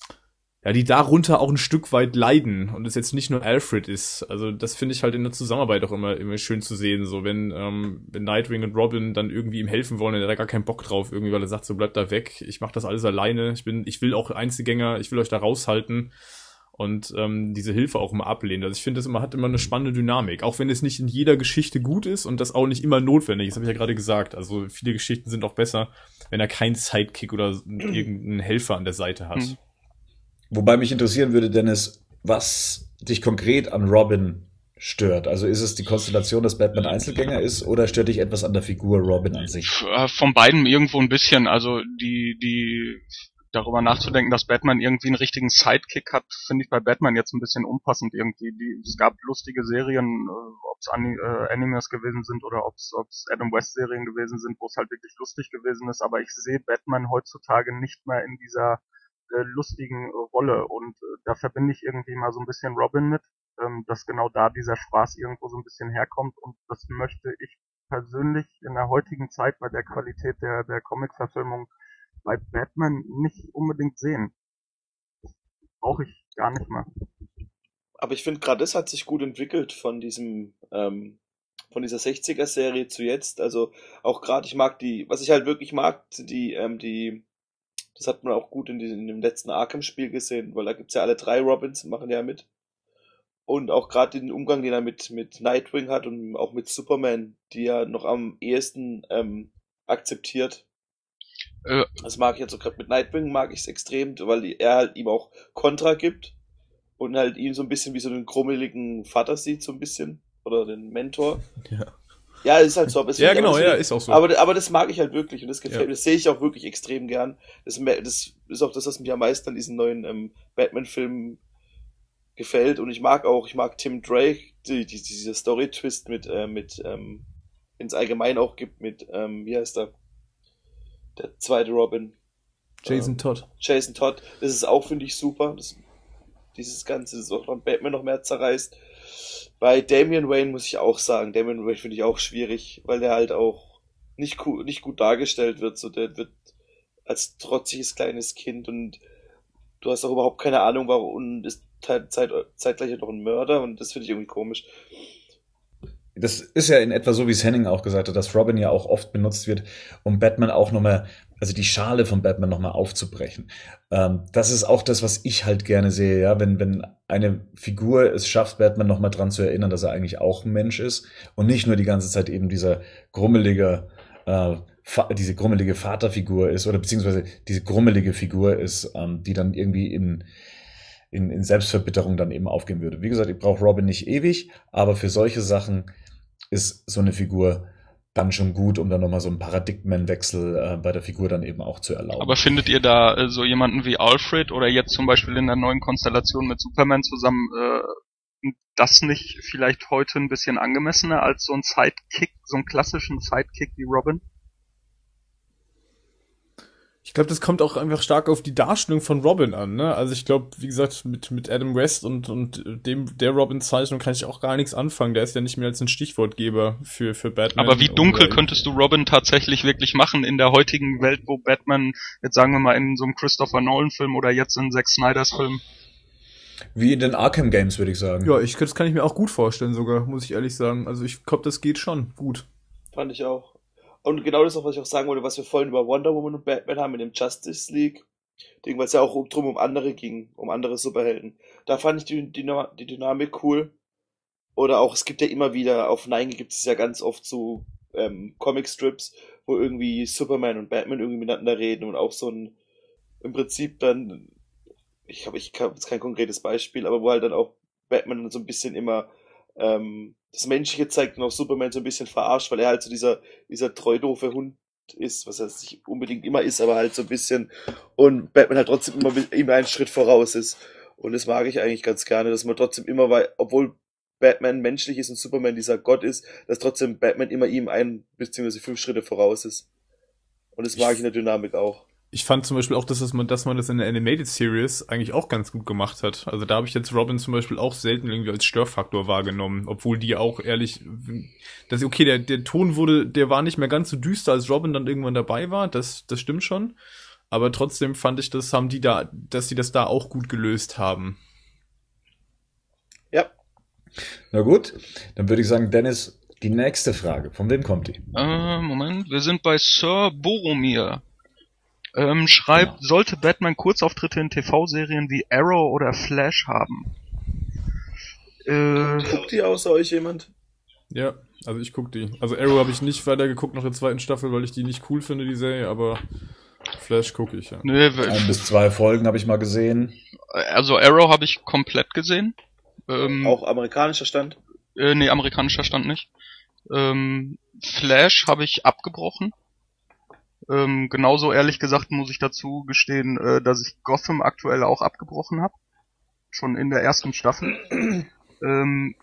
ja, die darunter auch ein Stück weit leiden und es jetzt nicht nur Alfred ist. Also das finde ich halt in der Zusammenarbeit auch immer immer schön zu sehen, so wenn ähm, wenn Nightwing und Robin dann irgendwie ihm helfen wollen, der hat da gar keinen Bock drauf, irgendwie, weil er sagt, so bleibt da weg, ich mach das alles alleine, ich bin, ich will auch Einzelgänger, ich will euch da raushalten und ähm, diese Hilfe auch immer ablehnen. Also ich finde, das immer hat immer eine spannende Dynamik, auch wenn es nicht in jeder Geschichte gut ist und das auch nicht immer notwendig ist, habe ich ja gerade gesagt. Also viele Geschichten sind auch besser, wenn er keinen Sidekick oder irgendeinen Helfer an der Seite hat. Mhm. Wobei mich interessieren würde, Dennis, was dich konkret an Robin stört. Also ist es die Konstellation, dass Batman Einzelgänger ist, oder stört dich etwas an der Figur Robin an sich? Von beiden irgendwo ein bisschen. Also die, die darüber nachzudenken, dass Batman irgendwie einen richtigen Sidekick hat, finde ich bei Batman jetzt ein bisschen unpassend irgendwie. Die, es gab lustige Serien, ob es äh, Animes gewesen sind oder ob es Adam West Serien gewesen sind, wo es halt wirklich lustig gewesen ist. Aber ich sehe Batman heutzutage nicht mehr in dieser lustigen Rolle und äh, da verbinde ich irgendwie mal so ein bisschen Robin mit, ähm, dass genau da dieser Spaß irgendwo so ein bisschen herkommt und das möchte ich persönlich in der heutigen Zeit bei der Qualität der der Comic-Verfilmung bei Batman nicht unbedingt sehen. Brauche ich gar nicht mal. Aber ich finde gerade das hat sich gut entwickelt von diesem ähm, von dieser sechziger-Serie zu jetzt. Also auch gerade ich mag die, was ich halt wirklich mag, die ähm, die das hat man auch gut in, diesem, in dem letzten Arkham-Spiel gesehen, weil da gibt's ja alle drei Robins, machen ja mit. Und auch gerade den Umgang, den er mit, mit Nightwing hat und auch mit Superman, die er noch am ehesten ähm, akzeptiert. Äh, Das mag ich jetzt so gerade mit Nightwing, mag ich es extrem, weil er halt ihm auch Kontra gibt und halt ihn so ein bisschen wie so einen krummeligen Vater sieht, so ein bisschen. Oder den Mentor. Ja. Ja, ist halt so. Aber ja, genau, ja, ist auch so. Aber, aber das mag ich halt wirklich und das gefällt ja. mir. Das sehe ich auch wirklich extrem gern. Das, das ist auch das, was mich am meisten an diesen neuen ähm, Batman-Filmen gefällt. Und ich mag auch, ich mag Tim Drake, die, die, dieser Story-Twist mit, äh, mit, ähm, ins Allgemein auch gibt mit, ähm, wie heißt er? Der zweite Robin. Jason ähm, Todd. Jason Todd. Das ist auch, finde ich, super. Das, dieses Ganze, das auch noch Batman noch mehr zerreißt. Bei Damian Wayne muss ich auch sagen, Damian Wayne finde ich auch schwierig, weil der halt auch nicht, ku- nicht gut dargestellt wird. So, der wird als trotziges kleines Kind und du hast auch überhaupt keine Ahnung, warum und ist zeit, zeit, zeitgleich noch ein Mörder und das finde ich irgendwie komisch. Das ist ja in etwa so, wie es Henning auch gesagt hat, dass Robin ja auch oft benutzt wird, um Batman auch nochmal, also die Schale von Batman nochmal aufzubrechen. Ähm, das ist auch das, was ich halt gerne sehe, ja, wenn, wenn eine Figur es schafft, Batman nochmal dran zu erinnern, dass er eigentlich auch ein Mensch ist und nicht nur die ganze Zeit eben dieser grummelige, äh, Fa- diese grummelige Vaterfigur ist oder beziehungsweise diese grummelige Figur ist, ähm, die dann irgendwie in in, in Selbstverbitterung dann eben aufgehen würde. Wie gesagt, ich brauche Robin nicht ewig, aber für solche Sachen ist so eine Figur dann schon gut, um dann nochmal so einen Paradigmenwechsel äh, bei der Figur dann eben auch zu erlauben. aber findet ihr da äh, so jemanden wie Alfred oder jetzt zum Beispiel in der neuen Konstellation mit Superman zusammen äh, das nicht vielleicht heute ein bisschen angemessener als so ein Sidekick, so einen klassischen Sidekick wie Robin? Ich glaube, das kommt auch einfach stark auf die Darstellung von Robin an, ne? Also ich glaube, wie gesagt, mit mit Adam West und und dem der Robin-Zeichnung kann ich auch gar nichts anfangen. Der ist ja nicht mehr als ein Stichwortgeber für für Batman. Aber wie dunkel oder könntest du Robin tatsächlich wirklich machen in der heutigen Welt, wo Batman, jetzt sagen wir mal in so einem Christopher Nolan-Film oder jetzt in Zack Snyders Film? Wie in den Arkham Games, würde ich sagen. Ja, ich das kann ich mir auch gut vorstellen sogar, muss ich ehrlich sagen. Also ich glaube, das geht schon gut. Fand ich auch. Und genau das auch, was ich auch sagen wollte, was wir vorhin über Wonder Woman und Batman haben in dem Justice League Ding, weil es ja auch um, drum um andere ging, um andere Superhelden. Da fand ich die, die, die Dynamik cool. Oder auch, es gibt ja immer wieder, auf Nine gibt es ja ganz oft so ähm, Comic-Strips, wo irgendwie Superman und Batman irgendwie miteinander reden und auch so ein, im Prinzip dann, ich habe ich hab jetzt kein konkretes Beispiel, aber wo halt dann auch Batman dann so ein bisschen immer ähm, das Menschliche zeigt und auch Superman so ein bisschen verarscht, weil er halt so dieser, dieser treu doofe Hund ist, was er nicht unbedingt immer ist, aber halt so ein bisschen und Batman halt trotzdem immer, immer einen Schritt voraus ist. Und das mag ich eigentlich ganz gerne, dass man trotzdem immer, weil, obwohl Batman menschlich ist und Superman dieser Gott ist, dass trotzdem Batman immer ihm ein beziehungsweise fünf Schritte voraus ist. Und das mag ich in der Dynamik auch. Ich fand zum Beispiel auch, dass, das man, dass man das in der Animated Series eigentlich auch ganz gut gemacht hat. Also da habe ich jetzt Robin zum Beispiel auch selten irgendwie als Störfaktor wahrgenommen, obwohl die auch ehrlich, das okay, der der Ton wurde, der war nicht mehr ganz so düster, als Robin dann irgendwann dabei war. Das das stimmt schon. Aber trotzdem fand ich, das haben die da, dass die das da auch gut gelöst haben. Ja. Na gut, dann würde ich sagen, Dennis, die nächste Frage. Von wem kommt die? Äh, Moment, wir sind bei Sir Boromir. Ähm, schreibt, Genau. sollte Batman Kurzauftritte in T V-Serien wie Arrow oder Flash haben? Äh, Guckt die außer euch jemand? Ja, also ich guck die. Also Arrow habe ich nicht weiter geguckt nach der zweiten Staffel, weil ich die nicht cool finde, die Serie, aber Flash gucke ich, ja. nee, Ein bis zwei Folgen habe ich mal gesehen. also Arrow habe ich komplett gesehen. Ähm, Auch amerikanischer Stand? Äh, nee, amerikanischer Stand nicht. Ähm, Flash habe ich abgebrochen. Ähm, genauso ehrlich gesagt muss ich dazu gestehen, äh, dass ich Gotham aktuell auch abgebrochen habe. Schon in der ersten Staffel. ähm,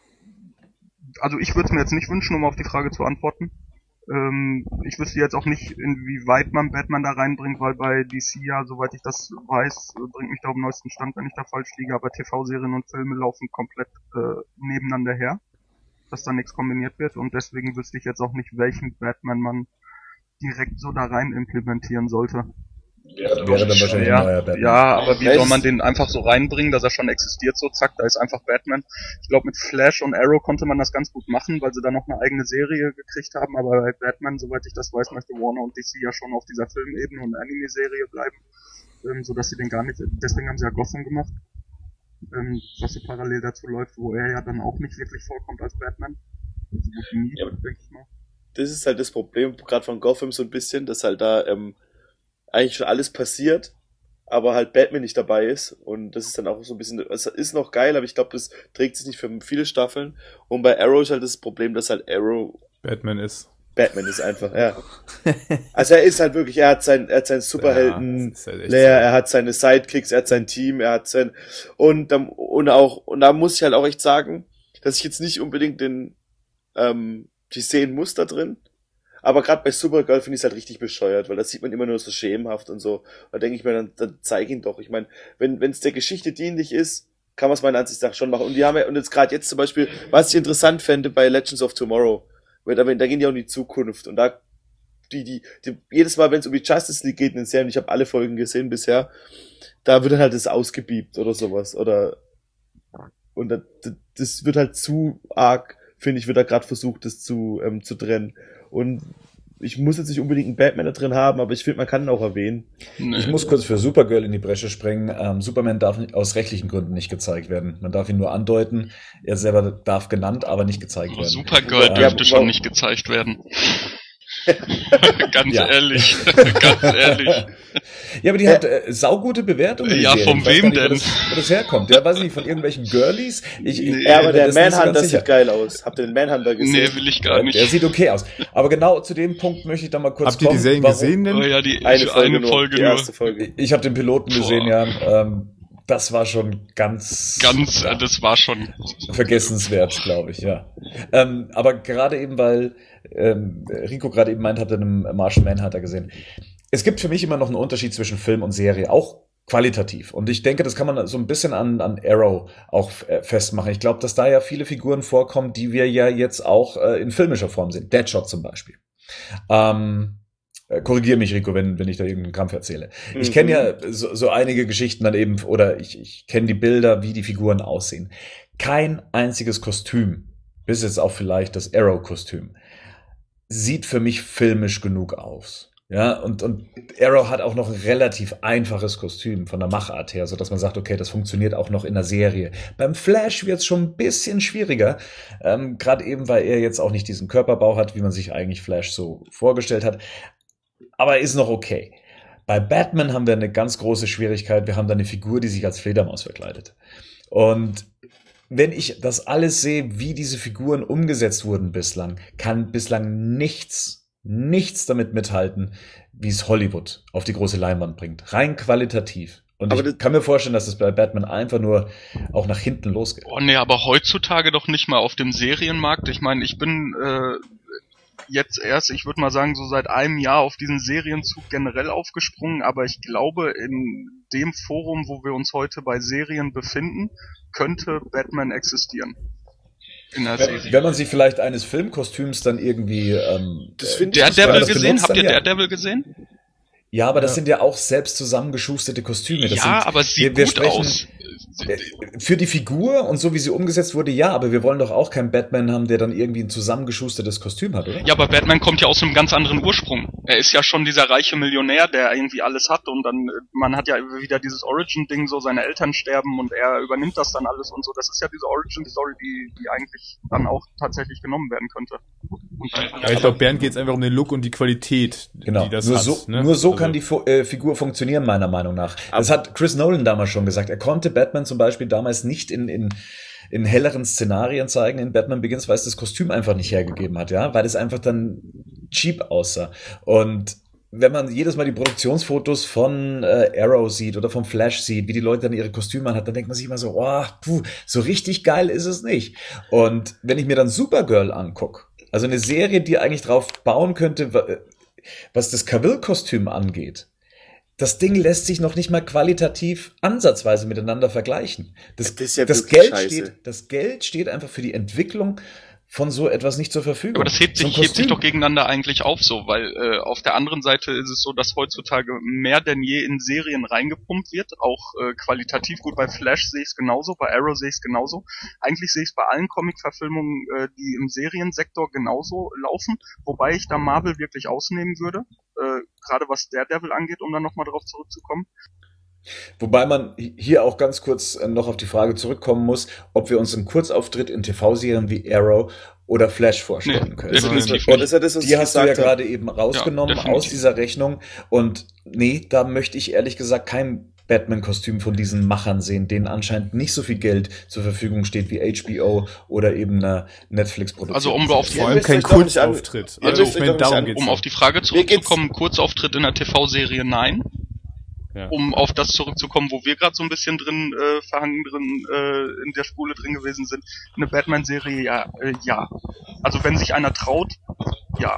also ich würde es mir jetzt nicht wünschen, um auf die Frage zu antworten. Ähm, ich wüsste jetzt auch nicht, inwieweit man Batman da reinbringt, weil bei D C ja, soweit ich das weiß, bringt mich da auf den neuesten Stand, wenn ich da falsch liege, aber T V-Serien und Filme laufen komplett äh, nebeneinander her, dass da nichts kombiniert wird und deswegen wüsste ich jetzt auch nicht, welchen Batman man direkt so da rein implementieren sollte. Wäre dann wahrscheinlich ein Ja, neuer Batman. ja, aber wie Ja, soll es- man den einfach so reinbringen, dass er schon existiert, so zack, da ist einfach Batman. Ich glaube, mit Flash und Arrow konnte man das ganz gut machen, weil sie da noch eine eigene Serie gekriegt haben, aber bei Batman, soweit ich das weiß, möchte Warner und D C ja schon auf dieser Filmebene und Anime-Serie bleiben, ähm, sodass sie den gar nicht, deswegen haben sie ja Gotham gemacht, ähm, was so parallel dazu läuft, wo er ja dann auch nicht wirklich vorkommt als Batman. So gut wie nie, Ja, denke ich mal. Das ist halt das Problem, gerade von Gotham so ein bisschen, dass halt da ähm, eigentlich schon alles passiert, aber halt Batman nicht dabei ist. Und das ist dann auch so ein bisschen, es ist noch geil, aber ich glaube, das trägt sich nicht für viele Staffeln. Und bei Arrow ist halt das Problem, dass halt Arrow Batman ist. Batman ist einfach, ja. Also er ist halt wirklich, er hat sein, er hat seinen Superhelden, Ja, das ist halt echt Lair, so. er hat seine Sidekicks, er hat sein Team, er hat sein, und dann, und auch, und da muss ich halt auch echt sagen, dass ich jetzt nicht unbedingt den, ähm, die sehen muss da drin. Aber gerade bei Supergirl finde ich es halt richtig bescheuert, weil das sieht man immer nur so schemenhaft und so. Da denke ich mir, dann, dann zeig ihn doch. Ich meine, wenn es der Geschichte dienlich ist, kann man es meiner Ansicht nach schon machen. Und die haben ja, und jetzt gerade jetzt zum Beispiel, was ich interessant fände bei Legends of Tomorrow, weil da, da gehen die auch in die Zukunft. Und da, die, die, die jedes Mal, wenn es um die Justice League geht in den Serien, ich habe alle Folgen gesehen bisher, da wird dann halt das ausgebiebt oder sowas. Oder und das, das wird halt zu arg, finde ich, wird da gerade versucht, das zu, ähm, zu trennen. Und ich muss jetzt nicht unbedingt einen Batman da drin haben, aber ich finde, man kann ihn auch erwähnen. Nee. Ich muss kurz für Supergirl in die Bresche springen. Ähm, Superman darf nicht, aus rechtlichen Gründen nicht gezeigt werden. Man darf ihn nur andeuten. Er selber darf genannt, aber nicht gezeigt werden. Supergirl Ja, dürfte ja, schon wow. nicht gezeigt werden. Ganz Ja. ehrlich. Ganz ehrlich. Ja, aber die hat äh, saugute Bewertungen. die Ja, Serie. von Ich weiß wem gar nicht, wo denn? Das, wo das herkommt. Ja, weiß ich nicht, von irgendwelchen Girlies. Ich, ich, Nee, Ja, aber der das ist nicht so Manhunter ganz sicher. sieht geil aus. Habt ihr den Manhunter gesehen? Nee, will ich gar Der nicht. sieht okay aus. Aber genau zu dem Punkt möchte ich da mal kurz Habt ihr die kommen. Serien Warum- gesehen denn? Oh ja, die Eine für Folge eine nur, Folge die nur. erste Folge. Ich habe den Piloten Boah. gesehen, ja. Ähm, das war schon ganz, Ganz, ja, äh, das war schon. vergessenswert, glaube ich, ja. Ähm, aber gerade eben, weil ähm, Rico gerade eben meint, hat er einen Martian Manhunter gesehen. Es gibt für mich immer noch einen Unterschied zwischen Film und Serie, auch qualitativ. Und ich denke, das kann man so ein bisschen an, an Arrow auch äh, festmachen. Ich glaube, dass da ja viele Figuren vorkommen, die wir ja jetzt auch äh, in filmischer Form sehen. Deadshot zum Beispiel. Ähm, äh, korrigier mich, Rico, wenn, wenn ich da irgendeinen Kampf erzähle. Ich Mhm. kenne ja so, so einige Geschichten dann eben, oder ich, ich kenne die Bilder, wie die Figuren aussehen. Kein einziges Kostüm, bis jetzt auch vielleicht das Arrow-Kostüm, sieht für mich filmisch genug aus. Ja, und, und Arrow hat auch noch ein relativ einfaches Kostüm von der Machart her, so dass man sagt, okay, das funktioniert auch noch in der Serie. Beim Flash wird es schon ein bisschen schwieriger, ähm, gerade eben, weil er jetzt auch nicht diesen Körperbau hat, wie man sich eigentlich Flash so vorgestellt hat. Aber ist noch okay. Bei Batman haben wir eine ganz große Schwierigkeit. Wir haben da eine Figur, die sich als Fledermaus verkleidet. Und wenn ich das alles sehe, wie diese Figuren umgesetzt wurden bislang, kann bislang nichts nichts damit mithalten, wie es Hollywood auf die große Leinwand bringt. Rein qualitativ. Und Aber ich kann mir vorstellen, dass es bei Batman einfach nur auch nach hinten losgeht. Oh nee, aber heutzutage doch nicht mal auf dem Serienmarkt. Ich meine, ich bin äh, jetzt erst, ich würde mal sagen, so seit einem Jahr auf diesen Serienzug generell aufgesprungen, aber ich glaube, in dem Forum, wo wir uns heute bei Serien befinden, könnte Batman existieren. In der Wenn, Serie. wenn man sich vielleicht eines Filmkostüms dann irgendwie ähm, Das finde ich Daredevil das gesehen? benutzt Habt ihr dann, ja. Daredevil gesehen? Ja, aber das Ja. sind ja auch selbst zusammengeschusterte Kostüme. Das Ja, sind, aber es wir, sieht wir gut sprechen, aus. äh, Für die Figur und so wie sie umgesetzt wurde, ja, aber wir wollen doch auch keinen Batman haben, der dann irgendwie ein zusammengeschustertes Kostüm hat, oder? Ja, aber Batman kommt ja aus einem ganz anderen Ursprung. Er ist ja schon dieser reiche Millionär, der irgendwie alles hat und dann, äh, man hat ja wieder dieses Origin-Ding, so seine Eltern sterben und er übernimmt das dann alles und so. Das ist ja diese Origin-Story, die, die eigentlich dann auch tatsächlich genommen werden könnte. Und dann, Ja, ich glaube, Bernd geht es einfach um den Look und die Qualität, Genau, die das nur hat. so, Ne? nur so Also, kann die Fu- äh, Figur funktionieren, meiner Meinung nach. Das hat Chris Nolan damals schon gesagt. Er konnte Batman zum Beispiel damals nicht in, in, in helleren Szenarien zeigen in Batman Begins, weil es das Kostüm einfach nicht hergegeben hat, ja, weil es einfach dann cheap aussah. Und wenn man jedes Mal die Produktionsfotos von äh, Arrow sieht oder vom Flash sieht, wie die Leute dann ihre Kostüme anhat, dann denkt man sich immer so, oh, puh, so richtig geil ist es nicht. Und wenn ich mir dann Supergirl angucke, also eine Serie, die eigentlich drauf bauen könnte, wa- was das Cavill-Kostüm angeht, das Ding lässt sich noch nicht mal qualitativ ansatzweise miteinander vergleichen. Das, Das ist ja das wirklich Geld scheiße. steht, das Geld steht einfach für die Entwicklung von so etwas nicht zur Verfügung. aber das hebt So ein sich, hebt sich Kostüm. doch gegeneinander eigentlich auf so, weil äh, auf der anderen Seite ist es so, dass heutzutage mehr denn je in Serien reingepumpt wird, auch äh, qualitativ gut. Bei Flash sehe ich es genauso, bei Arrow sehe ich es genauso. Eigentlich sehe ich es bei allen Comic-Verfilmungen, äh, die im Seriensektor genauso laufen, wobei ich da Marvel wirklich ausnehmen würde, äh, gerade was Daredevil angeht, um dann nochmal drauf zurückzukommen. Wobei man hier auch ganz kurz äh, noch auf die Frage zurückkommen muss, ob wir uns einen Kurzauftritt in T V-Serien wie Arrow oder Flash vorstellen Nee, können. definitiv Und Das ist ja das, was die ich hast du ja gesagt habe. gerade eben rausgenommen Ja, definitiv. aus dieser Rechnung. Und nee, da möchte ich ehrlich gesagt kein Batman-Kostüm von diesen Machern sehen, denen anscheinend nicht so viel Geld zur Verfügung steht wie H B O oder eben eine Netflix-Produktion. Also um auf vor Ihr allem müsst kein euch doch nicht an- Kurzauftritt. Ihr Also müsst ich euch meine, doch nicht darum an- geht's. Um doch. auf die Frage geht's- zurückzukommen, Kurzauftritt in der T V-Serie nein. Ja. Um auf das zurückzukommen, wo wir gerade so ein bisschen drin äh, verhangen drin äh, in der Spule drin gewesen sind. Eine Batman-Serie, ja, äh, ja. Also wenn sich einer traut, ja.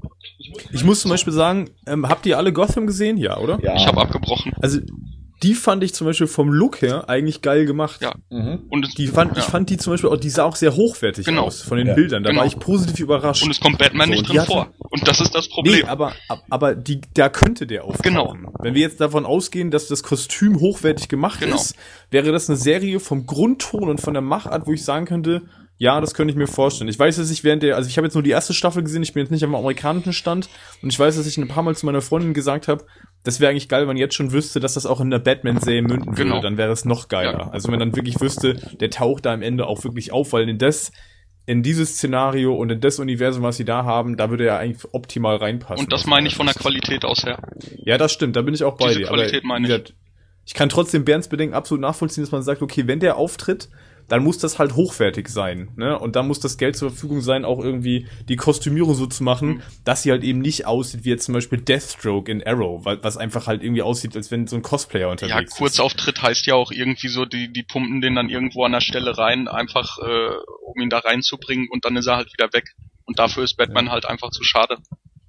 Ich muss zum Beispiel sagen, ähm, habt ihr alle Gotham gesehen? Ja, oder? Ja. Ich habe abgebrochen. Also die fand ich zum Beispiel vom Look her eigentlich geil gemacht. Ja. Mhm. Und es, Die fand, ja. ich fand die zum Beispiel auch, die sah auch sehr hochwertig Genau. aus von den Ja. Bildern. Da Genau. war ich positiv überrascht. Und es kommt Batman So, nicht und die drin hatte- vor. Und das ist das Nee, Problem. aber, ab- aber die, da könnte der auftauchen. Genau. Wenn wir jetzt davon ausgehen, dass das Kostüm hochwertig gemacht Genau. ist, wäre das eine Serie vom Grundton und von der Machart, wo ich sagen könnte, ja, das könnte ich mir vorstellen. Ich weiß, dass ich während der, also ich habe jetzt nur die erste Staffel gesehen, ich bin jetzt nicht am amerikanischen Stand und ich weiß, dass ich ein paar Mal zu meiner Freundin gesagt habe, das wäre eigentlich geil, wenn man jetzt schon wüsste, dass das auch in der Batman-Serie münden würde, Genau. dann wäre es noch geiler. Ja. Also wenn man dann wirklich wüsste, der taucht da am Ende auch wirklich auf, weil in das, in dieses Szenario und in das Universum, was sie da haben, da würde er eigentlich optimal reinpassen. Und das meine ich von der Qualität aus her. Ja, das stimmt, da bin ich auch bei Diese dir. Qualität aber, meine wie ich. gesagt, ich kann trotzdem Bernds Bedenken absolut nachvollziehen, dass man sagt, okay, wenn der auftritt, dann muss das halt hochwertig sein, ne? Und dann muss das Geld zur Verfügung sein, auch irgendwie die Kostümierung so zu machen, Mhm. dass sie halt eben nicht aussieht wie jetzt zum Beispiel Deathstroke in Arrow, weil, was einfach halt irgendwie aussieht, als wenn so ein Cosplayer Ja, unterwegs ist. Kurzauftritt heißt ja auch irgendwie so, die, die pumpen den dann irgendwo an der Stelle rein, einfach äh, um ihn da reinzubringen und dann ist er halt wieder weg. Und dafür ist Batman halt einfach zu schade.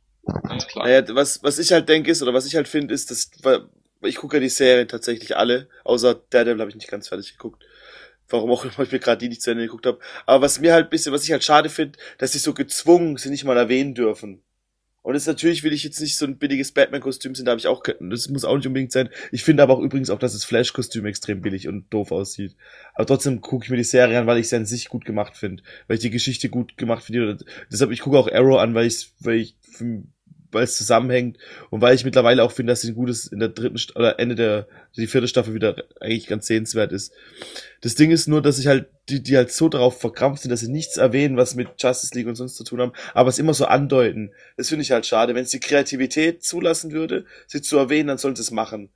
Ganz klar. Naja, was, was ich halt denke ist, oder was ich halt finde, ist, dass, weil ich gucke ja die Serien tatsächlich alle, außer Daredevil habe ich nicht ganz fertig geguckt. Warum auch immer ich mir gerade die nicht zu Ende geguckt habe. Aber was mir halt ein bisschen, was ich halt schade finde, dass sie so gezwungen sie nicht mal erwähnen dürfen. Und das natürlich will ich jetzt nicht so ein billiges Batman-Kostüm sehen, da habe ich auch, das muss auch nicht unbedingt sein. Ich finde aber auch übrigens auch, dass das Flash-Kostüm extrem billig und doof aussieht. Aber trotzdem gucke ich mir die Serie an, weil ich sie an sich gut gemacht finde. Weil ich die Geschichte gut gemacht finde. Deshalb, ich gucke auch Arrow an, weil ich, weil ich, weil es zusammenhängt und weil ich mittlerweile auch finde, dass sie ein gutes in der dritten St- oder Ende der die vierte Staffel wieder eigentlich ganz sehenswert ist. Das Ding ist nur, dass ich halt die die halt so darauf verkrampft sind, dass sie nichts erwähnen, was mit Justice League und sonst zu tun haben, aber es immer so andeuten. Das finde ich halt schade. Wenn es die Kreativität zulassen würde, sie zu erwähnen, dann sollen sie es machen.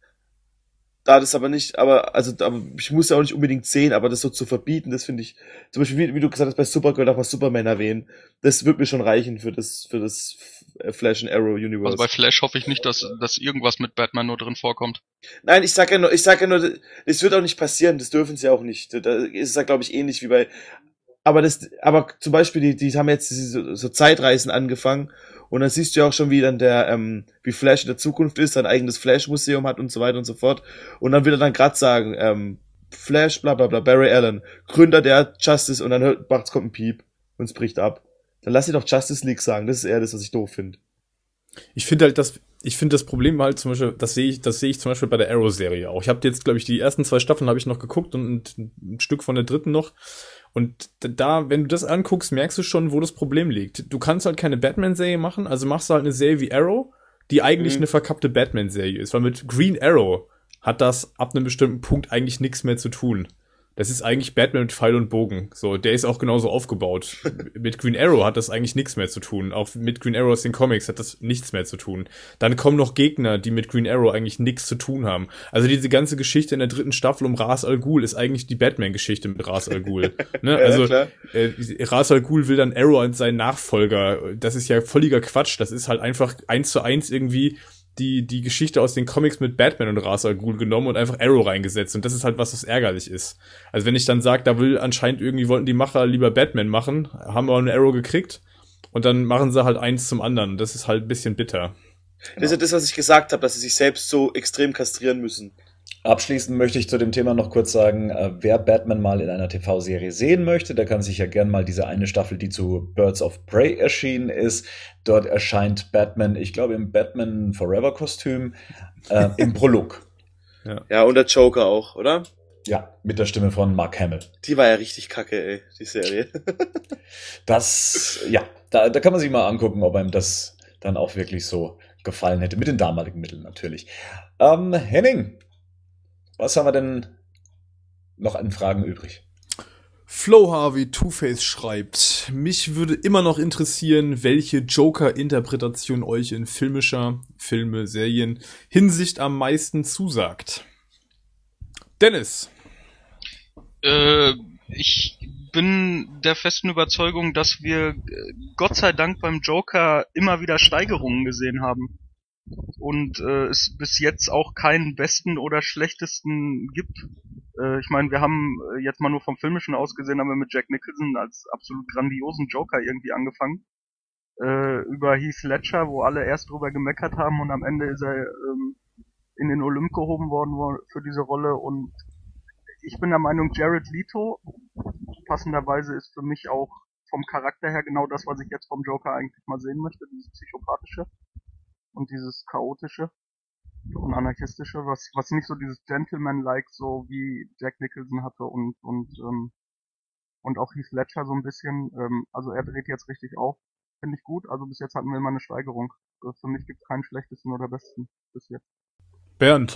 Da das aber nicht, aber, also, aber ich muss ja auch nicht unbedingt sehen, aber das so zu verbieten, das finde ich, zum Beispiel, wie, wie du gesagt hast, bei Supergirl darf man Superman erwähnen, das wird mir schon reichen für das, für das Flash and Arrow Universe. Also bei Flash hoffe ich nicht, dass, dass irgendwas mit Batman nur drin vorkommt. Nein, ich sag ja nur, ich sag ja nur, es wird auch nicht passieren, das dürfen sie auch nicht. Da ist es ja, glaube ich, ähnlich wie bei, aber das, aber zum Beispiel, die, die haben jetzt so, so Zeitreisen angefangen. Und dann siehst du ja auch schon, wie dann der, ähm, wie Flash in der Zukunft ist, sein eigenes Flash-Museum hat und so weiter und so fort. Und dann will er dann grad sagen, ähm, Flash, bla bla bla, Barry Allen, Gründer der Justice, und dann hört, macht's kommt ein Piep und es bricht ab. Dann lass ihn doch Justice League sagen, das ist eher das, was ich doof finde. Ich finde halt, das, ich finde das Problem halt zum Beispiel, das sehe ich, das sehe ich zum Beispiel bei der Arrow-Serie auch. Ich habe jetzt, glaube ich, die ersten zwei Staffeln habe ich noch geguckt und ein, ein Stück von der dritten noch. Und da, wenn du das anguckst, merkst du schon, wo das Problem liegt. Du kannst halt keine Batman-Serie machen, also machst du halt eine Serie wie Arrow, die eigentlich mhm. eine verkappte Batman-Serie ist. Weil mit Green Arrow hat das ab einem bestimmten Punkt eigentlich nichts mehr zu tun. Das ist eigentlich Batman mit Pfeil und Bogen. So, der ist auch genauso aufgebaut. Mit Green Arrow hat das eigentlich nichts mehr zu tun. Auch mit Green Arrow aus den Comics hat das nichts mehr zu tun. Dann kommen noch Gegner, die mit Green Arrow eigentlich nichts zu tun haben. Also diese ganze Geschichte in der dritten Staffel um Ra's al Ghul ist eigentlich die Batman-Geschichte mit Ra's al Ghul. Ne? Also ja, äh, Ra's al Ghul will dann Arrow als seinen Nachfolger. Das ist ja völliger Quatsch. Das ist halt einfach eins zu eins irgendwie die die Geschichte aus den Comics mit Batman und Ra's al Ghul genommen und einfach Arrow reingesetzt. Und das ist halt was, was ärgerlich ist. Also wenn ich dann sage, da will anscheinend irgendwie, wollten die Macher lieber Batman machen, haben aber eine Arrow gekriegt und dann machen sie halt eins zum anderen. Das ist halt ein bisschen bitter. Das ist ja das, was ich gesagt habe, dass sie sich selbst so extrem kastrieren müssen. Abschließend möchte ich zu dem Thema noch kurz sagen, äh, wer Batman mal in einer T V-Serie sehen möchte, der kann sich ja gern mal diese eine Staffel, die zu Birds of Prey erschienen ist. Dort erscheint Batman, ich glaube im Batman Forever-Kostüm, äh, im Prolog. Ja. ja, und der Joker auch, oder? Ja, mit der Stimme von Mark Hamill. Die war ja richtig kacke, ey, die Serie. Das, ja, da, da kann man sich mal angucken, ob einem das dann auch wirklich so gefallen hätte. Mit den damaligen Mitteln natürlich. Ähm, Henning, was haben wir denn noch an Fragen übrig? Flo Harvey Two-Face schreibt, mich würde immer noch interessieren, welche Joker-Interpretation euch in filmischer, Filme, Serien Hinsicht am meisten zusagt. Dennis. Äh, ich bin der festen Überzeugung, dass wir Gott sei Dank beim Joker immer wieder Steigerungen gesehen haben. Und äh, es bis jetzt auch keinen besten oder schlechtesten gibt. Äh, ich meine, wir haben äh, jetzt mal nur vom Filmischen aus gesehen, haben wir mit Jack Nicholson als absolut grandiosen Joker irgendwie angefangen. Äh, über Heath Ledger, wo alle erst drüber gemeckert haben und am Ende ist er ähm, in den Olymp gehoben worden für diese Rolle. Und ich bin der Meinung, Jared Leto passenderweise ist für mich auch vom Charakter her genau das, was ich jetzt vom Joker eigentlich mal sehen möchte, dieses Psychopathische. Und dieses Chaotische und Anarchistische, was was nicht so dieses Gentleman-like so wie Jack Nicholson hatte und und ähm, und auch Heath Ledger so ein bisschen. Ähm, also er dreht jetzt richtig auf, finde ich gut. Also bis jetzt hatten wir immer eine Steigerung. Also für mich gibt es keinen schlechtesten oder besten bis jetzt. Bernd.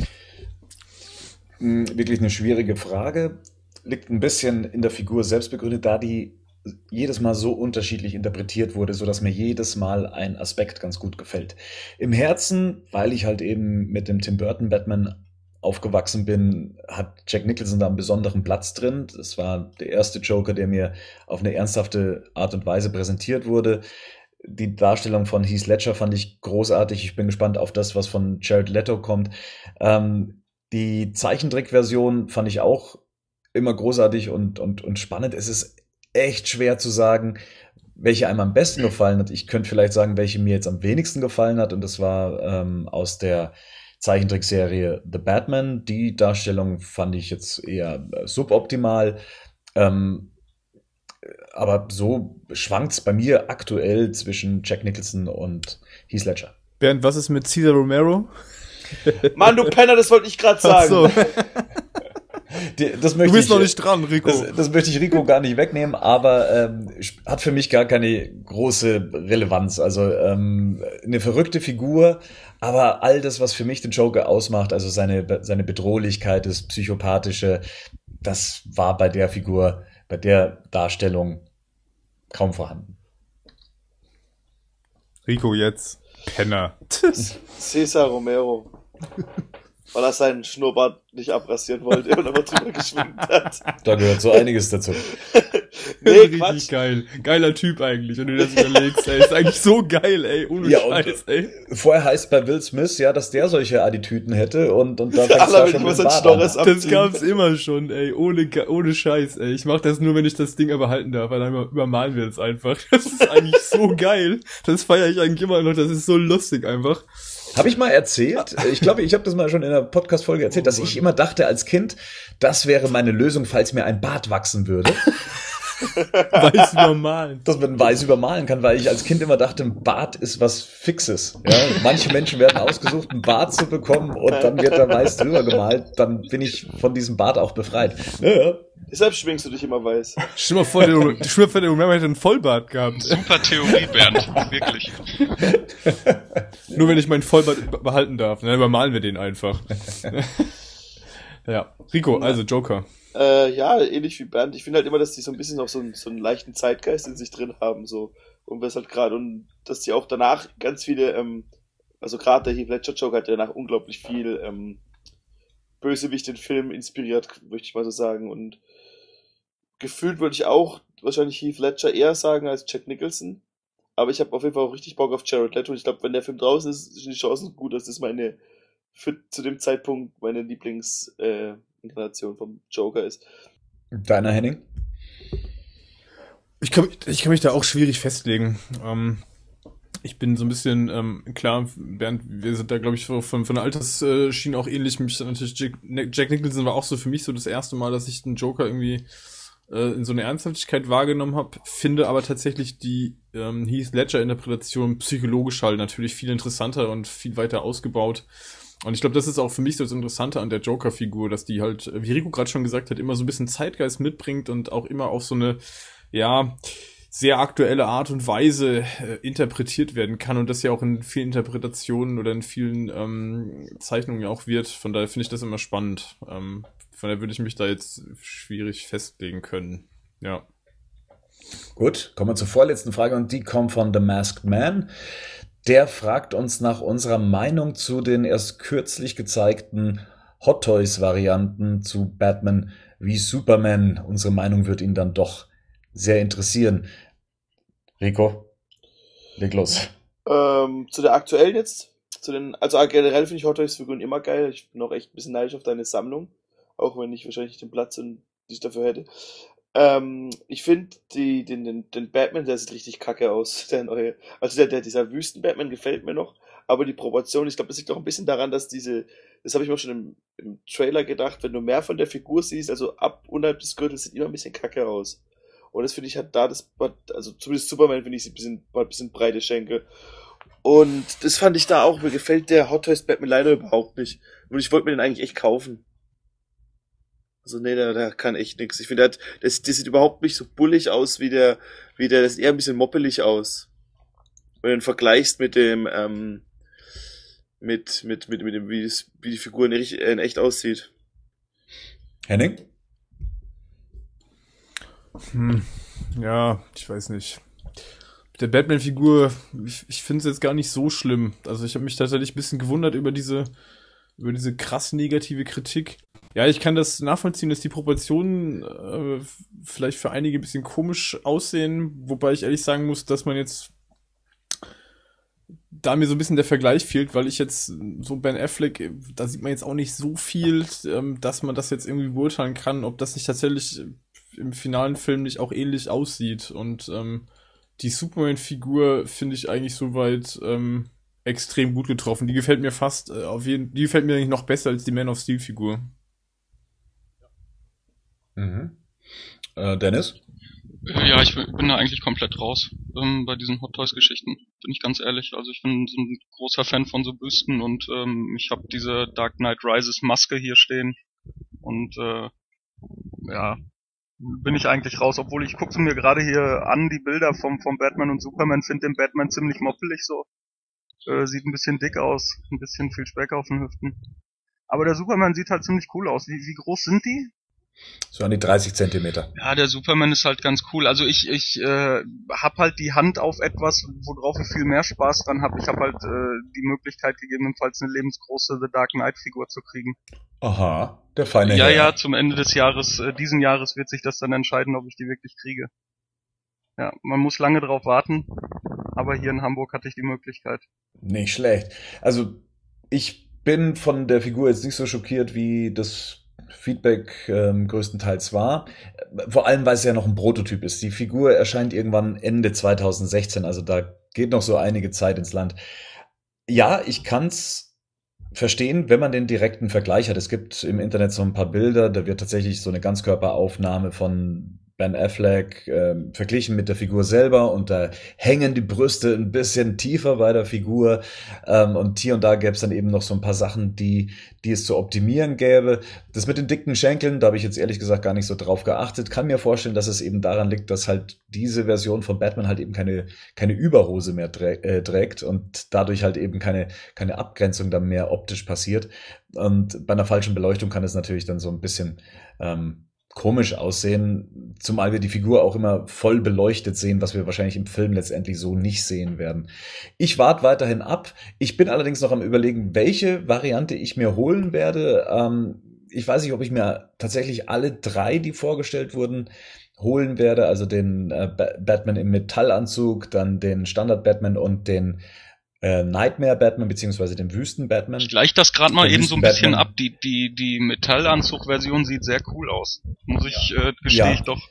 Wirklich eine schwierige Frage. Liegt ein bisschen in der Figur selbst begründet, da die jedes Mal so unterschiedlich interpretiert wurde, so dass mir jedes Mal ein Aspekt ganz gut gefällt. Im Herzen, weil ich halt eben mit dem Tim Burton Batman aufgewachsen bin, hat Jack Nicholson da einen besonderen Platz drin. Das war der erste Joker, der mir auf eine ernsthafte Art und Weise präsentiert wurde. Die Darstellung von Heath Ledger fand ich großartig. Ich bin gespannt auf das, was von Jared Leto kommt. Ähm, die Zeichentrickversion fand ich auch immer großartig und, und, und spannend. Es ist echt schwer zu sagen, welche einem am besten gefallen hat. Ich könnte vielleicht sagen, welche mir jetzt am wenigsten gefallen hat. Und das war ähm, aus der Zeichentrickserie The Batman. Die Darstellung fand ich jetzt eher äh, suboptimal. Ähm, aber so schwankt's bei mir aktuell zwischen Jack Nicholson und Heath Ledger. Bernd, was ist mit Cesar Romero? Mann, du Penner, das wollte ich gerade sagen. Ach so. Die, das möchte Du bist ich, noch nicht dran, Rico. Das, das möchte ich Rico gar nicht wegnehmen, aber ähm, hat für mich gar keine große Relevanz. Also ähm, eine verrückte Figur, aber all das, was für mich den Joker ausmacht, also seine, seine Bedrohlichkeit, das Psychopathische, das war bei der Figur, bei der Darstellung kaum vorhanden. Rico jetzt. Penner. Cesar Romero. Weil er seinen Schnurrbart nicht abrasieren wollte und aber drüber geschwimmt hat. Da gehört so einiges dazu. Nee, Richtig Quatsch. geil. Geiler Typ eigentlich, wenn du das überlegst, ey. Ist eigentlich so geil, ey. Ohne Ja, Scheiß, und ey. vorher heißt bei Will Smith ja, dass der solche Attitüden hätte und, und da Der fängt's Aller ja will schon immer mit sein dem Bart Storres an. ab. Das gab's immer schon, ey. Ohne, ohne Scheiß, ey. Ich mach das nur, wenn ich das Ding aber halten darf, weil dann übermalen wir es einfach. Das ist eigentlich so geil. Das feiere ich eigentlich immer noch. Das ist so lustig einfach. Habe ich mal erzählt, ich glaube, ich habe das mal schon in einer Podcast-Folge erzählt, Oh dass ich immer dachte als Kind, das wäre meine Lösung, falls mir ein Bart wachsen würde, Weiß übermalen. dass man weiß übermalen kann, weil ich als Kind immer dachte, ein Bart ist was Fixes. Ja? Manche Menschen werden ausgesucht, einen Bart zu bekommen und dann wird da weiß drüber gemalt, dann bin ich von diesem Bart auch befreit. Ja, ja. Deshalb schwingst du dich immer weiß. Stell mal vor, der, stell mal vor, der Moment hätte einen Vollbart gehabt. Super Theorie, Bernd. Wirklich. Nur wenn ich meinen Vollbart behalten darf, dann übermalen wir den einfach. Ja. Rico, also Joker. Äh, ja, ähnlich wie Bernd. Ich finde halt immer, dass die so ein bisschen noch so einen, so einen leichten Zeitgeist in sich drin haben, so. Und was halt gerade, und dass die auch danach ganz viele, ähm, also gerade der Heath Ledger Joker hat ja danach unglaublich viel, ähm, Bösewicht in Film inspiriert, möchte ich mal so sagen. Und gefühlt würde ich auch wahrscheinlich Heath Ledger eher sagen als Jack Nicholson. Aber ich habe auf jeden Fall auch richtig Bock auf Jared Leto. Und ich glaube, wenn der Film draußen ist, sind die Chancen gut, dass das meine, für, zu dem Zeitpunkt meine Lieblings, äh, Inkarnation vom Joker ist. Deiner Henning? Ich kann, ich kann mich da auch schwierig festlegen. Ähm, ich bin so ein bisschen, ähm, klar, Bernd, wir sind da, glaube ich, von, von der Altersschiene auch ähnlich. Mich natürlich Jack, Jack Nicholson war auch so für mich so das erste Mal, dass ich den Joker irgendwie äh, in so eine Ernsthaftigkeit wahrgenommen habe. Finde aber tatsächlich die ähm, Heath Ledger-Interpretation psychologisch halt natürlich viel interessanter und viel weiter ausgebaut. Und ich glaube, das ist auch für mich so das Interessante an der Joker-Figur, dass die halt, wie Rico gerade schon gesagt hat, immer so ein bisschen Zeitgeist mitbringt und auch immer auf so eine, ja, sehr aktuelle Art und Weise äh, interpretiert werden kann und das ja auch in vielen Interpretationen oder in vielen ähm, Zeichnungen ja auch wird. Von daher finde ich das immer spannend. Ähm, von daher würde ich mich da jetzt schwierig festlegen können. Ja. Gut, kommen wir zur vorletzten Frage und die kommt von The Masked Man. Der fragt uns nach unserer Meinung zu den erst kürzlich gezeigten Hot Toys-Varianten zu Batman wie Superman. Unsere Meinung wird ihn dann doch sehr interessieren. Rico, leg los. Ähm, zu der aktuellen jetzt, zu den, also generell finde ich Hot Toys Figuren immer geil. Ich bin auch echt ein bisschen neidisch auf deine Sammlung, auch wenn ich wahrscheinlich nicht den Platz und nicht dafür hätte. Ähm, ich finde die, den, den, den Batman, der sieht richtig kacke aus, der neue. Also der, der, dieser Wüsten-Batman gefällt mir noch, aber die Proportion, ich glaube, das liegt auch ein bisschen daran, dass diese, das habe ich mir auch schon im, im Trailer gedacht, wenn du mehr von der Figur siehst, also ab unterhalb des Gürtels sieht immer ein bisschen kacke aus. Und das finde ich hat da das, also zumindest Superman finde ich ein bisschen, ein bisschen breite Schenkel. Und das fand ich da auch, mir gefällt der Hot Toys Batman leider überhaupt nicht. Und ich wollte mir den eigentlich echt kaufen. Also nee, der, der kann echt nix. Ich finde, der, hat- das, der sieht überhaupt nicht so bullig aus wie der, wie der, das sieht eher ein bisschen moppelig aus. Wenn du ihn vergleichst mit dem, ähm, mit, mit, mit, mit dem, wie, das, wie die Figur in, echt- in echt aussieht. Henning? Hm, ja, ich weiß nicht. Mit der Batman-Figur, ich, ich finde es jetzt gar nicht so schlimm. Also ich habe mich tatsächlich ein bisschen gewundert über diese, über diese krass negative Kritik. Ja, ich kann das nachvollziehen, dass die Proportionen äh, vielleicht für einige ein bisschen komisch aussehen, wobei ich ehrlich sagen muss, dass man jetzt da mir so ein bisschen der Vergleich fehlt, weil ich jetzt so Ben Affleck, da sieht man jetzt auch nicht so viel, ähm, dass man das jetzt irgendwie beurteilen kann, ob das nicht tatsächlich im finalen Film nicht auch ähnlich aussieht. Und ähm, die Superman-Figur finde ich eigentlich soweit ähm, extrem gut getroffen. Die gefällt mir fast äh, auf jeden, die gefällt mir eigentlich noch besser als die Man of Steel-Figur. Mhm. Äh, Dennis? Äh, Ja, ich bin da eigentlich komplett raus ähm, bei diesen Hot Toys Geschichten, bin ich ganz ehrlich. Also ich bin so ein großer Fan von so Büsten und ähm, ich habe diese Dark Knight Rises Maske hier stehen und äh, ja, bin ich eigentlich raus. Obwohl ich gucke mir gerade hier an, die Bilder vom, vom Batman und Superman, finde den Batman ziemlich moppelig so. Äh, sieht ein bisschen dick aus, ein bisschen viel Speck auf den Hüften. Aber der Superman sieht halt ziemlich cool aus. Wie, wie groß sind die? So an die dreißig Zentimeter. Ja, der Superman ist halt ganz cool. Also ich ich äh, hab halt die Hand auf etwas, worauf ich viel mehr Spaß dran habe. Ich habe halt äh, die Möglichkeit, gegebenenfalls eine lebensgroße The Dark Knight Figur zu kriegen. Aha, der feine Ja, Herr. ja, zum Ende des Jahres, äh, diesen Jahres wird sich das dann entscheiden, ob ich die wirklich kriege. Ja, man muss lange drauf warten, aber hier in Hamburg hatte ich die Möglichkeit. Nicht schlecht. Also ich bin von der Figur jetzt nicht so schockiert, wie das Feedback ähm, größtenteils war. Vor allem, weil es ja noch ein Prototyp ist. Die Figur erscheint irgendwann Ende zwanzig sechzehn, also da geht noch so einige Zeit ins Land. Ja, ich kann's verstehen, wenn man den direkten Vergleich hat. Es gibt im Internet so ein paar Bilder, da wird tatsächlich so eine Ganzkörperaufnahme von Ben Affleck ähm, verglichen mit der Figur selber und da hängen die Brüste ein bisschen tiefer bei der Figur ähm, und hier und da gäbe es dann eben noch so ein paar Sachen, die, die es zu optimieren gäbe. Das mit den dicken Schenkeln, da habe ich jetzt ehrlich gesagt gar nicht so drauf geachtet, kann mir vorstellen, dass es eben daran liegt, dass halt diese Version von Batman halt eben keine, keine Überhose mehr trä äh, trägt und dadurch halt eben keine, keine Abgrenzung dann mehr optisch passiert. Und bei einer falschen Beleuchtung kann es natürlich dann so ein bisschen ähm, komisch aussehen, zumal wir die Figur auch immer voll beleuchtet sehen, was wir wahrscheinlich im Film letztendlich so nicht sehen werden. Ich warte weiterhin ab. Ich bin allerdings noch am Überlegen, welche Variante ich mir holen werde. Ähm, ich weiß nicht, ob ich mir tatsächlich alle drei, die vorgestellt wurden, holen werde. Also den äh, Batman im Metallanzug, dann den Standard-Batman und den Nightmare-Batman, beziehungsweise den Wüsten-Batman. Ich gleich das gerade mal eben so ein bisschen ab. Die, die, die Metallanzug-Version sieht sehr cool aus. Muss ich, äh, gestehe Ja. ich doch.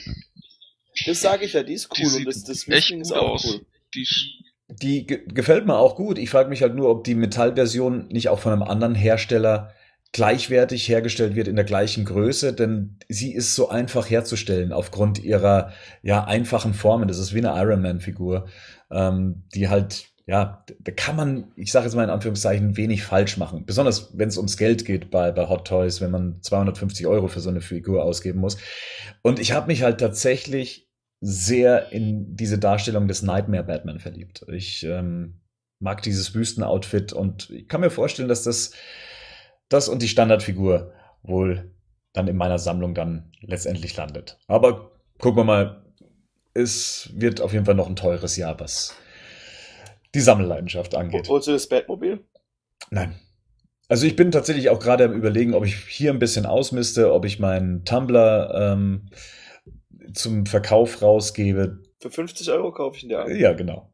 Das sage ich ja, die ist cool Die und das, das echt Wrestling gut ist auch aus. cool. Die, Die ge gefällt mir auch gut. Ich frage mich halt nur, ob die Metallversion nicht auch von einem anderen Hersteller gleichwertig hergestellt wird in der gleichen Größe, denn sie ist so einfach herzustellen aufgrund ihrer ja einfachen Formen. Das ist wie eine Iron Man Figur, ähm, die halt ja, da kann man, ich sage jetzt mal in Anführungszeichen, wenig falsch machen. Besonders wenn es ums Geld geht bei, bei Hot Toys, wenn man zweihundertfünfzig Euro für so eine Figur ausgeben muss. Und ich habe mich halt tatsächlich sehr in diese Darstellung des Nightmare Batman verliebt. Ich ähm, mag dieses Wüstenoutfit und ich kann mir vorstellen, dass das, das und die Standardfigur wohl dann in meiner Sammlung dann letztendlich landet. Aber gucken wir mal, es wird auf jeden Fall noch ein teures Jahr, was die Sammelleidenschaft angeht. Holst du das Batmobil? Nein. Also ich bin tatsächlich auch gerade am Überlegen, ob ich hier ein bisschen ausmiste, ob ich meinen Tumblr ähm, zum Verkauf rausgebe. Für fünfzig Euro kaufe ich ihn dir an. Ja, genau.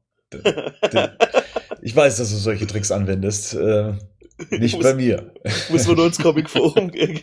Ich weiß, dass du solche Tricks anwendest. Äh, nicht muss, bei mir. Muss man nur ins Comic-Forum gehen.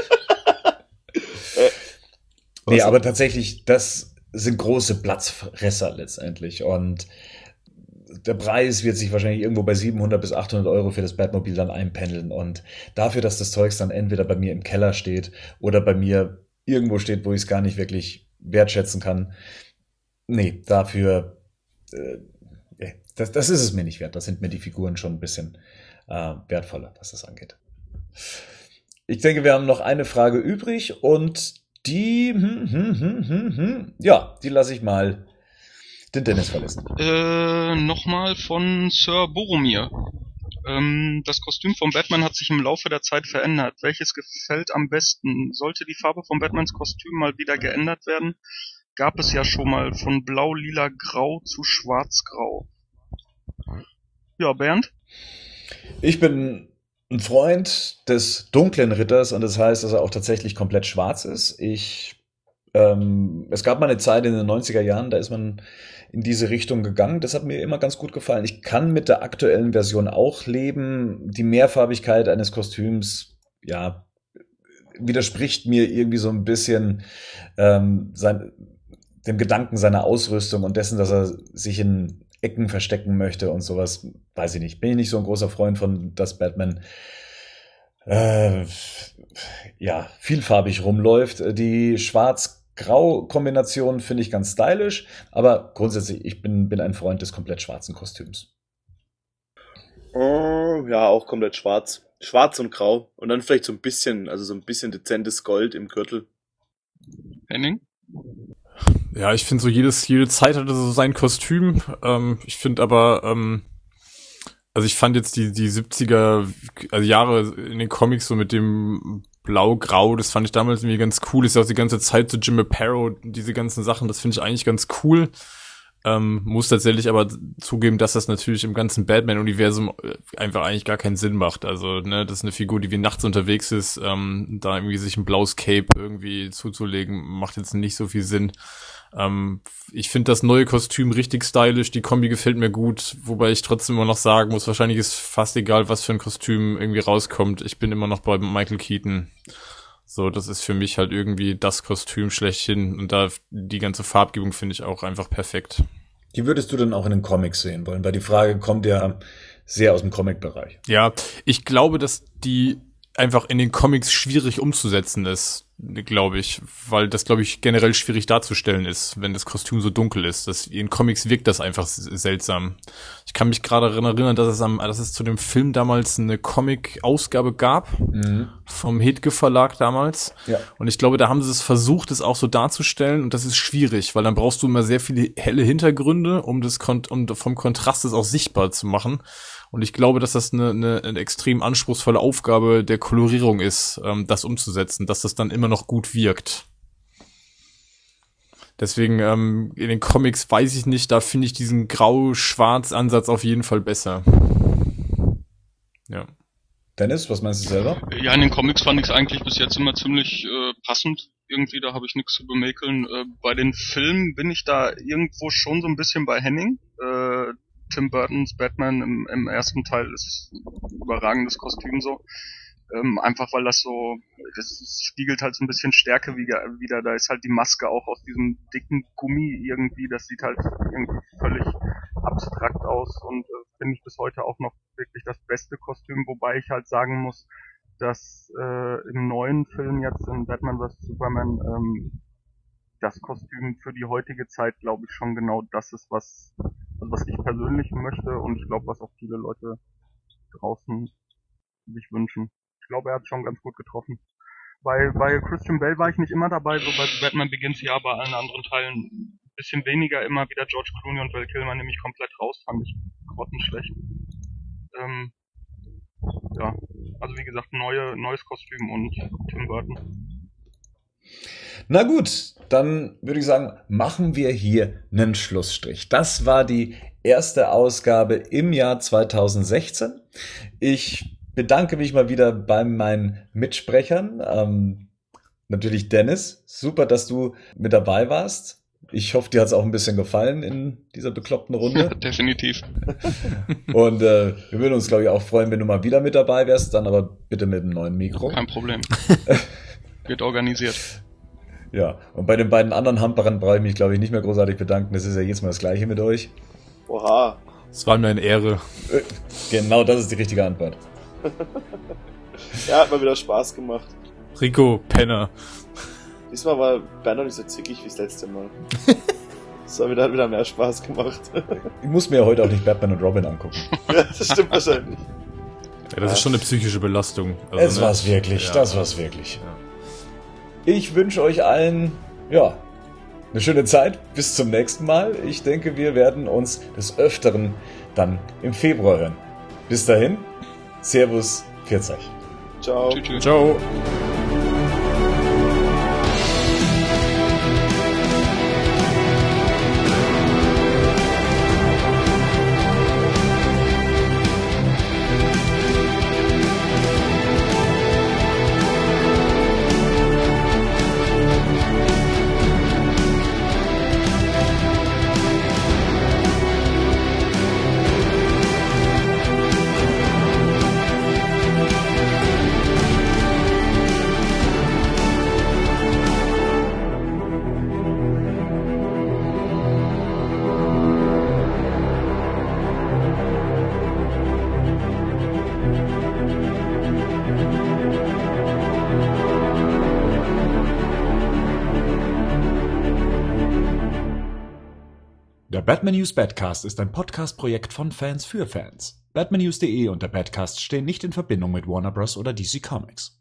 äh, nee, aber tatsächlich, das sind große Platzfresser letztendlich. Und der Preis wird sich wahrscheinlich irgendwo bei siebenhundert bis achthundert Euro für das Batmobil dann einpendeln. Und dafür, dass das Zeugs dann entweder bei mir im Keller steht oder bei mir irgendwo steht, wo ich es gar nicht wirklich wertschätzen kann, nee, dafür, äh, das, das ist es mir nicht wert. Da sind mir die Figuren schon ein bisschen äh, wertvoller, was das angeht. Ich denke, wir haben noch eine Frage übrig und die, hm, hm, hm, hm, hm, ja, die lasse ich mal den Dennis verlassen. Äh, nochmal von Sir Boromir. Ähm, das Kostüm von Batman hat sich im Laufe der Zeit verändert. Welches gefällt am besten? Sollte die Farbe von Batmans Kostüm mal wieder geändert werden? Gab es ja schon mal von blau, lila, grau zu schwarz-grau. Ja, Bernd? Ich bin ein Freund des dunklen Ritters und das heißt, dass er auch tatsächlich komplett schwarz ist. Ich Ähm, es gab mal eine Zeit in den neunziger Jahren, da ist man in diese Richtung gegangen. Das hat mir immer ganz gut gefallen. Ich kann mit der aktuellen Version auch leben. Die Mehrfarbigkeit eines Kostüms, ja, widerspricht mir irgendwie so ein bisschen ähm, sein, dem Gedanken seiner Ausrüstung und dessen, dass er sich in Ecken verstecken möchte und sowas. Weiß ich nicht. Bin ich nicht so ein großer Freund von, dass Batman äh, ja, vielfarbig rumläuft. Die Schwarz-Grau-Kombination finde ich ganz stylisch, aber grundsätzlich, ich bin, bin ein Freund des komplett schwarzen Kostüms. Oh, ja, auch komplett schwarz. Schwarz und grau. Und dann vielleicht so ein bisschen, also so ein bisschen dezentes Gold im Gürtel. Henning? Ja, ich finde so jedes, jede Zeit hatte so sein Kostüm. Ähm, ich finde aber, ähm, also ich fand jetzt die, die siebziger also Jahre in den Comics so mit dem Blau-Grau, das fand ich damals irgendwie ganz cool. Ist ja auch die ganze Zeit so Jim Aparo, diese ganzen Sachen, das finde ich eigentlich ganz cool. Ähm, muss tatsächlich aber zugeben, dass das natürlich im ganzen Batman-Universum einfach eigentlich gar keinen Sinn macht. Also, ne, das ist eine Figur, die wie nachts unterwegs ist, ähm, da irgendwie sich ein blaues Cape irgendwie zuzulegen, macht jetzt nicht so viel Sinn. Ähm, ich finde das neue Kostüm richtig stylisch, die Kombi gefällt mir gut, wobei ich trotzdem immer noch sagen muss, wahrscheinlich ist fast egal, was für ein Kostüm irgendwie rauskommt. Ich bin immer noch bei Michael Keaton. So, das ist für mich halt irgendwie das Kostüm schlechthin und da die ganze Farbgebung finde ich auch einfach perfekt. Die würdest du dann auch in den Comics sehen wollen, weil die Frage kommt ja sehr aus dem Comic-Bereich. Ja, ich glaube, dass die einfach in den Comics schwierig umzusetzen ist, glaube ich, weil das, glaube ich, generell schwierig darzustellen ist, wenn das Kostüm so dunkel ist. Das, in Comics wirkt das einfach seltsam. Ich kann mich gerade daran erinnern, dass es, am, dass es zu dem Film damals eine Comic-Ausgabe gab, mhm. vom Hedge Verlag damals. Ja. Und ich glaube, da haben sie es versucht, es auch so darzustellen und das ist schwierig, weil dann brauchst du immer sehr viele helle Hintergründe, um das um vom Kontrast das auch sichtbar zu machen. Und ich glaube, dass das eine, eine, eine extrem anspruchsvolle Aufgabe der Kolorierung ist, ähm, das umzusetzen, dass das dann immer noch gut wirkt. Deswegen ähm, in den Comics weiß ich nicht, da finde ich diesen Grau-Schwarz-Ansatz auf jeden Fall besser. Ja. Dennis, was meinst du selber? Ja, in den Comics fand ich es eigentlich bis jetzt immer ziemlich äh, passend. Irgendwie, da habe ich nichts zu bemäkeln. Äh, bei den Filmen bin ich da irgendwo schon so ein bisschen bei Henning. Äh, Tim Burtons Batman im, im ersten Teil ist ein überragendes Kostüm so. Ähm, einfach weil das so, das spiegelt halt so ein bisschen Stärke wieder, wieder. Da ist halt die Maske auch aus diesem dicken Gummi irgendwie, das sieht halt irgendwie völlig abstrakt aus und äh, finde ich bis heute auch noch wirklich das beste Kostüm, wobei ich halt sagen muss, dass äh, im neuen Film jetzt in Batman versus. Superman ähm, das Kostüm für die heutige Zeit, glaube ich, schon genau das ist, was, also was ich persönlich möchte und ich glaube, was auch viele Leute draußen sich wünschen. Ich glaube, er hat schon ganz gut getroffen. Bei, bei Christian Bale war ich nicht immer dabei, so bei Batman Begins ja, bei allen anderen Teilen ein bisschen weniger, immer wieder George Clooney und Val Kilmer nämlich komplett raus, fand ich grottenschlecht. Ähm, ja, also wie gesagt, neue, neues Kostüm und Tim Burton. Na gut, dann würde ich sagen, machen wir hier einen Schlussstrich. Das war die erste Ausgabe im Jahr zweitausendsechzehn. Ich bedanke mich mal wieder bei meinen Mitsprechern. Ähm, natürlich Dennis, super, dass du mit dabei warst. Ich hoffe, dir hat es auch ein bisschen gefallen in dieser bekloppten Runde. Ja, definitiv. Und äh, wir würden uns, glaube ich, auch freuen, wenn du mal wieder mit dabei wärst, dann aber bitte mit einem neuen Mikro. Kein Problem. Wird organisiert. Ja, und bei den beiden anderen Hamperern brauche ich mich, glaube ich, nicht mehr großartig bedanken. Das ist ja jetzt mal das Gleiche mit euch. Oha. Es war mir eine Ehre. Genau, das ist die richtige Antwort. Ja, hat mal wieder Spaß gemacht. Rico, Penner. Diesmal war Bernd nicht so zickig wie das letzte Mal. Das hat wieder, hat wieder mehr Spaß gemacht. Ich muss mir ja heute auch nicht Batman und Robin angucken. Ja, das stimmt wahrscheinlich. Ja, das ist schon eine psychische Belastung. Also, es ne? war's wirklich, ja. das war's wirklich. Ja. Ich wünsche euch allen, ja, eine schöne Zeit. Bis zum nächsten Mal. Ich denke, wir werden uns des Öfteren dann im Februar hören. Bis dahin, Servus, pfiat euch. Ciao. Tschüss, tschüss. Ciao. Der Batman News Badcast ist ein Podcast-Projekt von Fans für Fans. Batman News punkt de und der Badcast stehen nicht in Verbindung mit Warner Bros. Oder D C Comics.